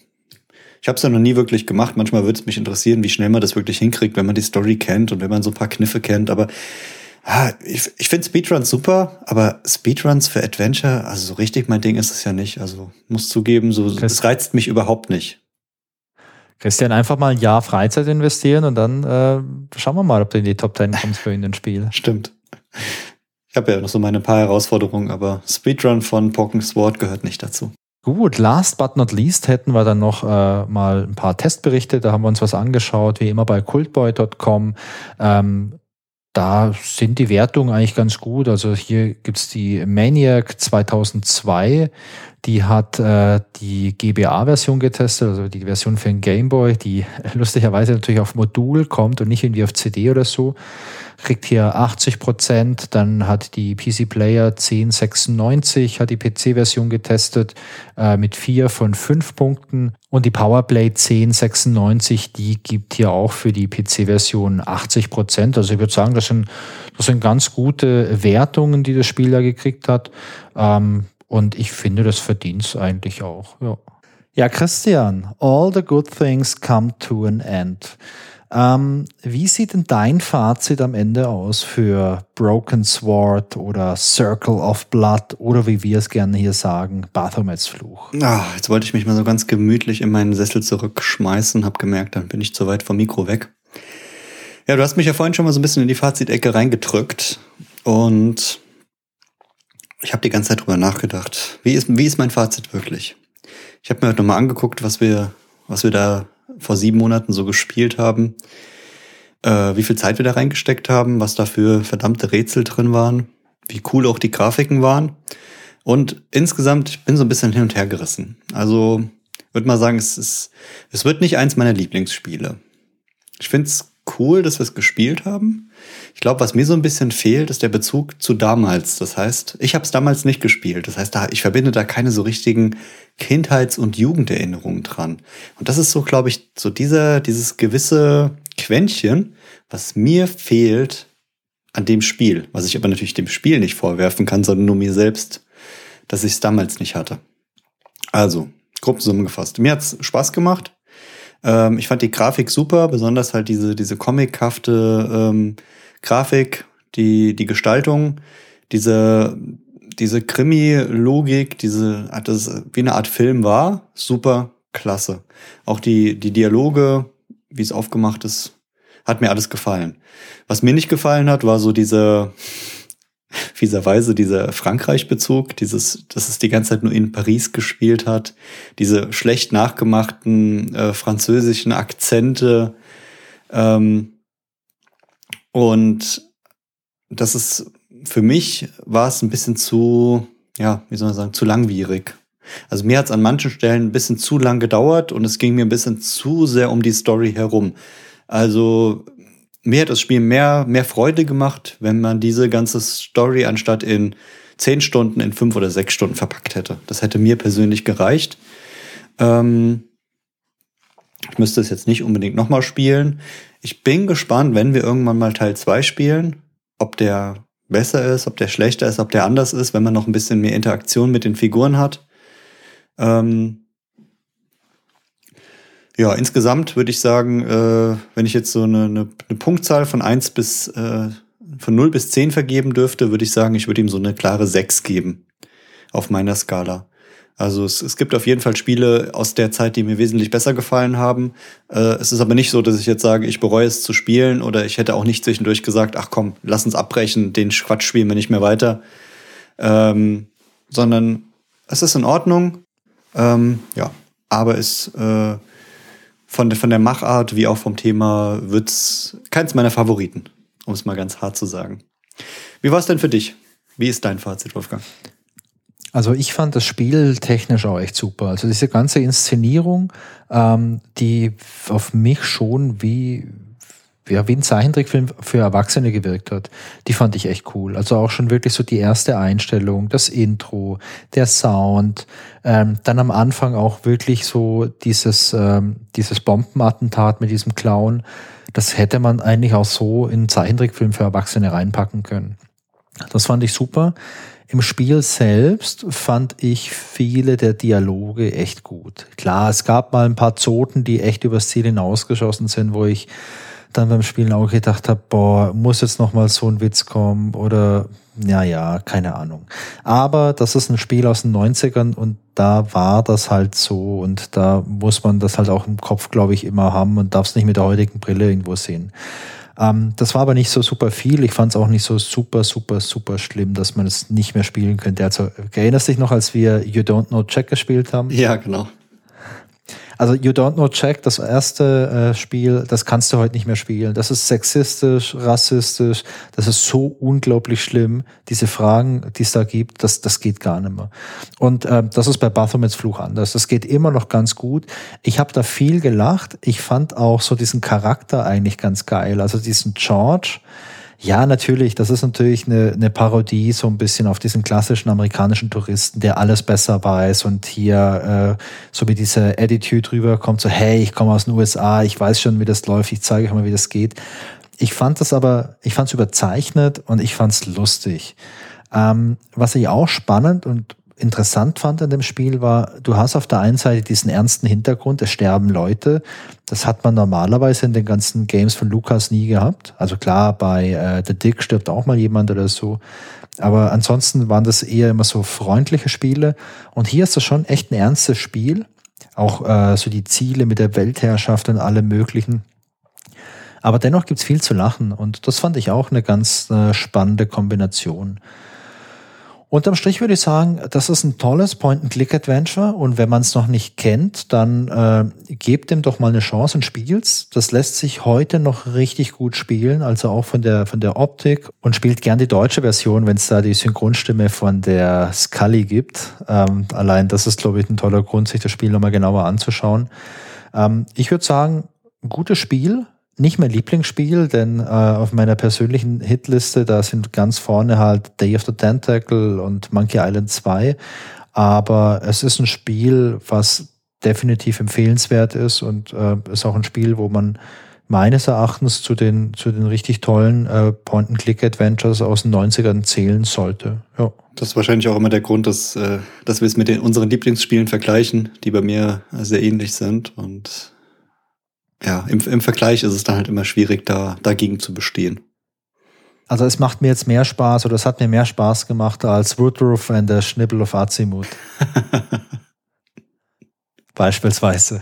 Ich habe es ja noch nie wirklich gemacht. Manchmal würde es mich interessieren, wie schnell man das wirklich hinkriegt, wenn man die Story kennt und wenn man so ein paar Kniffe kennt. Aber ah, ich, ich finde Speedruns super, aber Speedruns für Adventure, also so richtig mein Ding ist es ja nicht. Also muss zugeben, so es reizt mich überhaupt nicht. Christian, einfach mal ein Jahr Freizeit investieren und dann äh, schauen wir mal, ob du in die Top Ten kommst für ein Spiel. Stimmt. Ich habe ja noch so meine paar Herausforderungen, aber Speedrun von Pokémon Sword gehört nicht dazu. Gut, last but not least hätten wir dann noch äh, mal ein paar Testberichte, da haben wir uns was angeschaut, wie immer bei cultboy Punkt com. Ähm, da sind die Wertungen eigentlich ganz gut. Also hier gibt's die Maniac zweitausendzwei, die hat äh, die G B A-Version getestet, also die Version für den Gameboy, die lustigerweise natürlich auf Modul kommt und nicht irgendwie auf C D oder so. Kriegt hier achtzig Prozent, dann hat die P C Player zehn sechsundneunzig, hat die P C-Version getestet äh, mit vier von fünf Punkten und die Powerplay zehn sechsundneunzig, die gibt hier auch für die P C-Version achtzig Prozent. Also ich würde sagen, das sind, das sind ganz gute Wertungen, die das Spiel da gekriegt hat ähm, und ich finde, das verdient es eigentlich auch. Ja. ja, Christian, all the good things come to an end. Ähm, wie sieht denn dein Fazit am Ende aus für Broken Sword oder Circle of Blood oder wie wir es gerne hier sagen, Baphomets Fluch? Ach, jetzt wollte ich mich mal so ganz gemütlich in meinen Sessel zurückschmeißen, habe gemerkt, dann bin ich zu weit vom Mikro weg. Ja, du hast mich ja vorhin schon mal so ein bisschen in die Fazitecke reingedrückt und ich habe die ganze Zeit drüber nachgedacht. Wie ist, wie ist mein Fazit wirklich? Ich habe mir heute nochmal angeguckt, was wir, was wir da vor sieben Monaten so gespielt haben, äh, wie viel Zeit wir da reingesteckt haben, was da für verdammte Rätsel drin waren, wie cool auch die Grafiken waren. Und insgesamt, ich bin so ein bisschen hin und her gerissen. Also würde mal sagen, es ist, es wird nicht eins meiner Lieblingsspiele. Ich finde es cool, dass wir es gespielt haben. Ich glaube, was mir so ein bisschen fehlt, ist der Bezug zu damals. Das heißt, ich habe es damals nicht gespielt. Das heißt, da, ich verbinde da keine so richtigen Kindheits- und Jugenderinnerungen dran. Und das ist so, glaube ich, so dieser, dieses gewisse Quäntchen, was mir fehlt an dem Spiel. Was ich aber natürlich dem Spiel nicht vorwerfen kann, sondern nur mir selbst, dass ich es damals nicht hatte. Also, grob zusammengefasst. Mir hat es Spaß gemacht. Ähm, ich fand die Grafik super, besonders halt diese, diese comichafte ähm, Grafik, die, die Gestaltung, diese, diese Krimi-Logik, diese, das wie eine Art Film war, super klasse. Auch die, die Dialoge, wie es aufgemacht ist, hat mir alles gefallen. Was mir nicht gefallen hat, war so diese, fieserweise dieser Frankreich-Bezug, dieses, dass es die ganze Zeit nur in Paris gespielt hat, diese schlecht nachgemachten äh, französischen Akzente ähm, und das ist, für mich war es ein bisschen zu, ja, wie soll man sagen, zu langwierig. Also mir hat es an manchen Stellen ein bisschen zu lang gedauert und es ging mir ein bisschen zu sehr um die Story herum. Also mir hat das Spiel mehr, mehr Freude gemacht, wenn man diese ganze Story anstatt in zehn Stunden in fünf oder sechs Stunden verpackt hätte. Das hätte mir persönlich gereicht. Ähm, ich müsste es jetzt nicht unbedingt nochmal spielen. Ich bin gespannt, wenn wir irgendwann mal Teil zwei spielen, ob der besser ist, ob der schlechter ist, ob der anders ist, wenn man noch ein bisschen mehr Interaktion mit den Figuren hat. Ähm, Ja, insgesamt würde ich sagen, äh, wenn ich jetzt so eine, eine, eine Punktzahl von eins bis von null bis zehn vergeben dürfte, würde ich sagen, ich würde ihm so eine klare sechs geben auf meiner Skala. Also es, es gibt auf jeden Fall Spiele aus der Zeit, die mir wesentlich besser gefallen haben. Äh, es ist aber nicht so, dass ich jetzt sage, ich bereue es zu spielen, oder ich hätte auch nicht zwischendurch gesagt, ach komm, lass uns abbrechen, den Quatsch spielen wir nicht mehr weiter. Ähm, sondern es ist in Ordnung, ähm, ja, aber es äh, von, der, von der Machart wie auch vom Thema wird's keins meiner Favoriten, um es mal ganz hart zu sagen. Wie war es denn für dich? Wie ist dein Fazit, Wolfgang? Also ich fand das Spiel technisch auch echt super. Also diese ganze Inszenierung, ähm, die auf mich schon wie, ja, wie ein Zeichentrickfilm für Erwachsene gewirkt hat, die fand ich echt cool. Also auch schon wirklich so die erste Einstellung, das Intro, der Sound, ähm, dann am Anfang auch wirklich so dieses, ähm, dieses Bombenattentat mit diesem Clown. Das hätte man eigentlich auch so in einen Zeichentrickfilm für Erwachsene reinpacken können. Das fand ich super. Im Spiel selbst fand ich viele der Dialoge echt gut. Klar, es gab mal ein paar Zoten, die echt übers Ziel hinausgeschossen sind, wo ich dann beim Spielen auch gedacht habe, boah, muss jetzt noch mal so ein Witz kommen oder, ja, ja, keine Ahnung. Aber das ist ein Spiel aus den neunzigern und da war das halt so und da muss man das halt auch im Kopf, glaube ich, immer haben und darf es nicht mit der heutigen Brille irgendwo sehen. Ähm, das war aber nicht so super viel. Ich fand es auch nicht so super, super, super schlimm, dass man es nicht mehr spielen könnte. Also, erinnerst du dich noch, als wir You Don't Know Jack gespielt haben? Ja, genau. Also You Don't Know Jack, das erste äh, Spiel, das kannst du heute nicht mehr spielen. Das ist sexistisch, rassistisch, das ist so unglaublich schlimm. Diese Fragen, die es da gibt, das, das geht gar nicht mehr. Und äh, das ist bei Baphomets Fluch anders. Das geht immer noch ganz gut. Ich habe da viel gelacht. Ich fand auch so diesen Charakter eigentlich ganz geil. Also diesen George. Ja, natürlich, das ist natürlich eine, eine Parodie so ein bisschen auf diesen klassischen amerikanischen Touristen, der alles besser weiß und hier äh, so mit dieser Attitude rüberkommt, so hey, ich komme aus den U S A, ich weiß schon, wie das läuft, ich zeige euch mal, wie das geht. Ich fand das aber, ich fand es überzeichnet und ich fand es lustig. Ähm, was ich auch spannend und interessant fand an dem Spiel war, du hast auf der einen Seite diesen ernsten Hintergrund, es sterben Leute. Das hat man normalerweise in den ganzen Games von Lucas nie gehabt. Also klar, bei äh, The Dick stirbt auch mal jemand oder so. Aber ansonsten waren das eher immer so freundliche Spiele. Und hier ist das schon echt ein ernstes Spiel. Auch äh, so die Ziele mit der Weltherrschaft und allem Möglichen. Aber dennoch gibt's viel zu lachen. Und das fand ich auch eine ganz äh, spannende Kombination. Unterm Strich würde ich sagen, das ist ein tolles Point-and-Click-Adventure und wenn man es noch nicht kennt, dann äh, gebt dem doch mal eine Chance und spielt's. Das lässt sich heute noch richtig gut spielen, also auch von der von der Optik und spielt gern die deutsche Version, wenn es da die Synchronstimme von der Scully gibt. Ähm, allein das ist, glaube ich, ein toller Grund, sich das Spiel nochmal genauer anzuschauen. Ähm, ich würde sagen, ein gutes Spiel. Nicht mein Lieblingsspiel, denn äh, auf meiner persönlichen Hitliste, da sind ganz vorne halt Day of the Tentacle und Monkey Island zwei. Aber es ist ein Spiel, was definitiv empfehlenswert ist und äh, ist auch ein Spiel, wo man meines Erachtens zu den zu den richtig tollen äh, Point-and-Click-Adventures aus den neunzigern zählen sollte. Ja. Das ist wahrscheinlich auch immer der Grund, dass, äh, dass wir es mit den unseren Lieblingsspielen vergleichen, die bei mir sehr ähnlich sind und ja, im, im Vergleich ist es dann halt immer schwierig, da dagegen zu bestehen. Also es macht mir jetzt mehr Spaß oder es hat mir mehr Spaß gemacht als Woodruff and the Schnibble of Azimuth. Beispielsweise.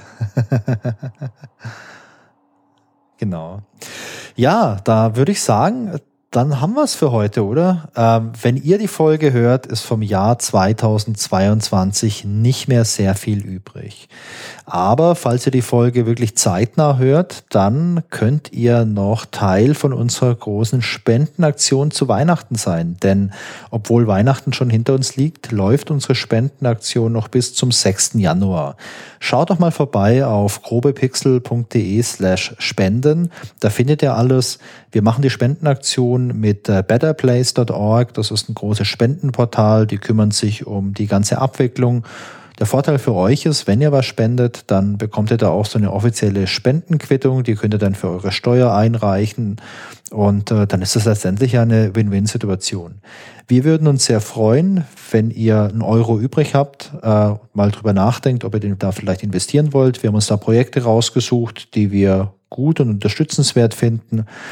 Genau. Ja, da würde ich sagen, dann haben wir es für heute, oder? Ähm, wenn ihr die Folge hört, ist vom Jahr zweitausendzweiundzwanzig nicht mehr sehr viel übrig. Aber falls ihr die Folge wirklich zeitnah hört, dann könnt ihr noch Teil von unserer großen Spendenaktion zu Weihnachten sein. Denn obwohl Weihnachten schon hinter uns liegt, läuft unsere Spendenaktion noch bis zum sechsten Januar. Schaut doch mal vorbei auf grobepixel.de slash spenden. Da findet ihr alles. Wir machen die Spendenaktion mit better place dot org. Das ist ein großes Spendenportal. Die kümmern sich um die ganze Abwicklung. Der Vorteil für euch ist, wenn ihr was spendet, dann bekommt ihr da auch so eine offizielle Spendenquittung. Die könnt ihr dann für eure Steuer einreichen. Und äh, dann ist das letztendlich eine Win-Win-Situation. Wir würden uns sehr freuen, wenn ihr einen Euro übrig habt, äh, mal drüber nachdenkt, ob ihr den da vielleicht investieren wollt. Wir haben uns da Projekte rausgesucht, die wir gut und unterstützenswert finden.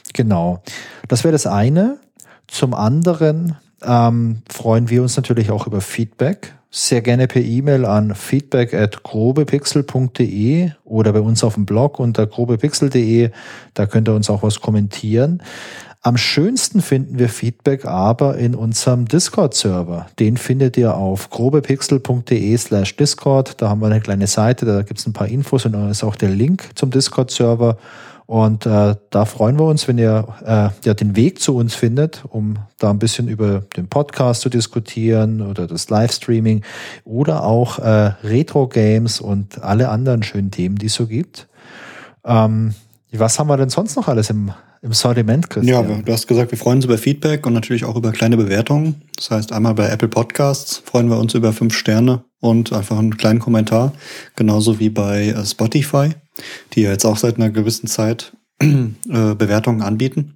Genau. Das wäre das eine. Zum anderen ähm, freuen wir uns natürlich auch über Feedback. Sehr gerne per E-Mail an feedback at grobepixel punkt de oder bei uns auf dem Blog unter grobepixel punkt de. Da könnt ihr uns auch was kommentieren. Am schönsten finden wir Feedback aber in unserem Discord-Server. Den findet ihr auf grobepixel punkt de slash Discord. Da haben wir eine kleine Seite, da gibt es ein paar Infos und da ist auch der Link zum Discord-Server. Und äh, da freuen wir uns, wenn ihr äh, ja, den Weg zu uns findet, um da ein bisschen über den Podcast zu diskutieren oder das Livestreaming oder auch äh, Retro-Games und alle anderen schönen Themen, die es so gibt. Ähm, was haben wir denn sonst noch alles im, im Sortiment, Christian? Ja, du hast gesagt, wir freuen uns über Feedback und natürlich auch über kleine Bewertungen. Das heißt, einmal bei Apple Podcasts freuen wir uns über fünf Sterne und einfach einen kleinen Kommentar. Genauso wie bei äh, Spotify, die ja jetzt auch seit einer gewissen Zeit äh, Bewertungen anbieten.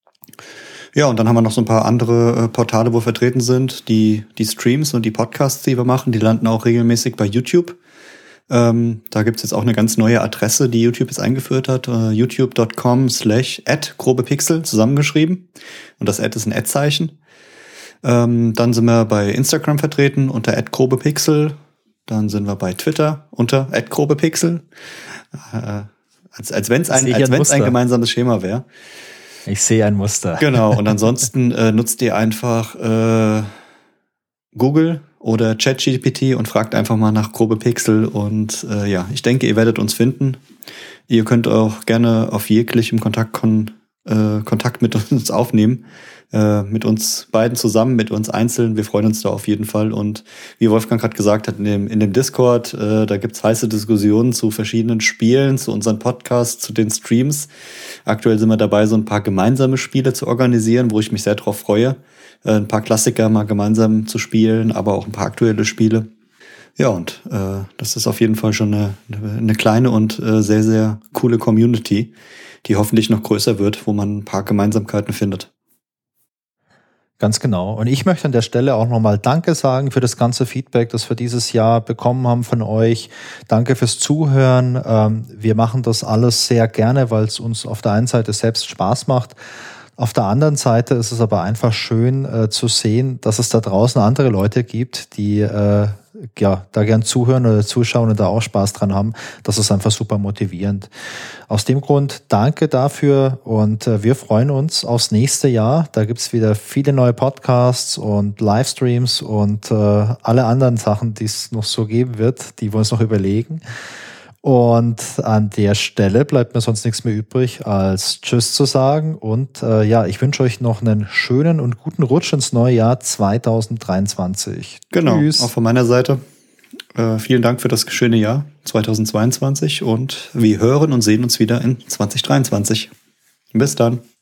Ja, und dann haben wir noch so ein paar andere äh, Portale, wo vertreten sind. Die, die Streams und die Podcasts, die wir machen, die landen auch regelmäßig bei YouTube. Ähm, da gibt's jetzt auch eine ganz neue Adresse, die YouTube jetzt eingeführt hat. Äh, youtube punkt com slash at grobepixel zusammengeschrieben. Und das Ad ist ein Ad-Zeichen. Ähm, dann sind wir bei Instagram vertreten unter at grobepixel. Dann sind wir bei Twitter unter at grobepixel. Äh, als als wenn es ein, als wenn's ein gemeinsames Schema wäre. Ich sehe ein Muster. Genau, und ansonsten äh, nutzt ihr einfach äh, Google oder ChatGPT und fragt einfach mal nach grobepixel. Und äh, ja, ich denke, ihr werdet uns finden. Ihr könnt auch gerne auf jeglichem Kontakt, kon, äh, Kontakt mit uns aufnehmen. Äh, mit uns beiden zusammen, mit uns einzeln. Wir freuen uns da auf jeden Fall. Und wie Wolfgang gerade gesagt hat, in dem, in dem Discord, äh, da gibt's heiße Diskussionen zu verschiedenen Spielen, zu unseren Podcasts, zu den Streams. Aktuell sind wir dabei, so ein paar gemeinsame Spiele zu organisieren, wo ich mich sehr drauf freue. Äh, ein paar Klassiker mal gemeinsam zu spielen, aber auch ein paar aktuelle Spiele. Ja, und äh, das ist auf jeden Fall schon eine, eine kleine und äh, sehr, sehr coole Community, die hoffentlich noch größer wird, wo man ein paar Gemeinsamkeiten findet. Ganz genau. Und ich möchte an der Stelle auch nochmal Danke sagen für das ganze Feedback, das wir dieses Jahr bekommen haben von euch. Danke fürs Zuhören. Ähm, wir machen das alles sehr gerne, weil es uns auf der einen Seite selbst Spaß macht. Auf der anderen Seite ist es aber einfach schön äh, zu sehen, dass es da draußen andere Leute gibt, die äh, ja da gern zuhören oder zuschauen und da auch Spaß dran haben. Das ist einfach super motivierend. Aus dem Grund danke dafür und äh, wir freuen uns aufs nächste Jahr. Da gibt's wieder viele neue Podcasts und Livestreams und äh, alle anderen Sachen, die es noch so geben wird, die wir uns noch überlegen. Und an der Stelle bleibt mir sonst nichts mehr übrig, als Tschüss zu sagen. Und äh, ja, ich wünsche euch noch einen schönen und guten Rutsch ins neue Jahr zwanzig dreiundzwanzig. Genau, Tschüss. Auch von meiner Seite. Äh, vielen Dank für das schöne Jahr zwanzig zweiundzwanzig und wir hören und sehen uns wieder in zwanzig dreiundzwanzig. Bis dann.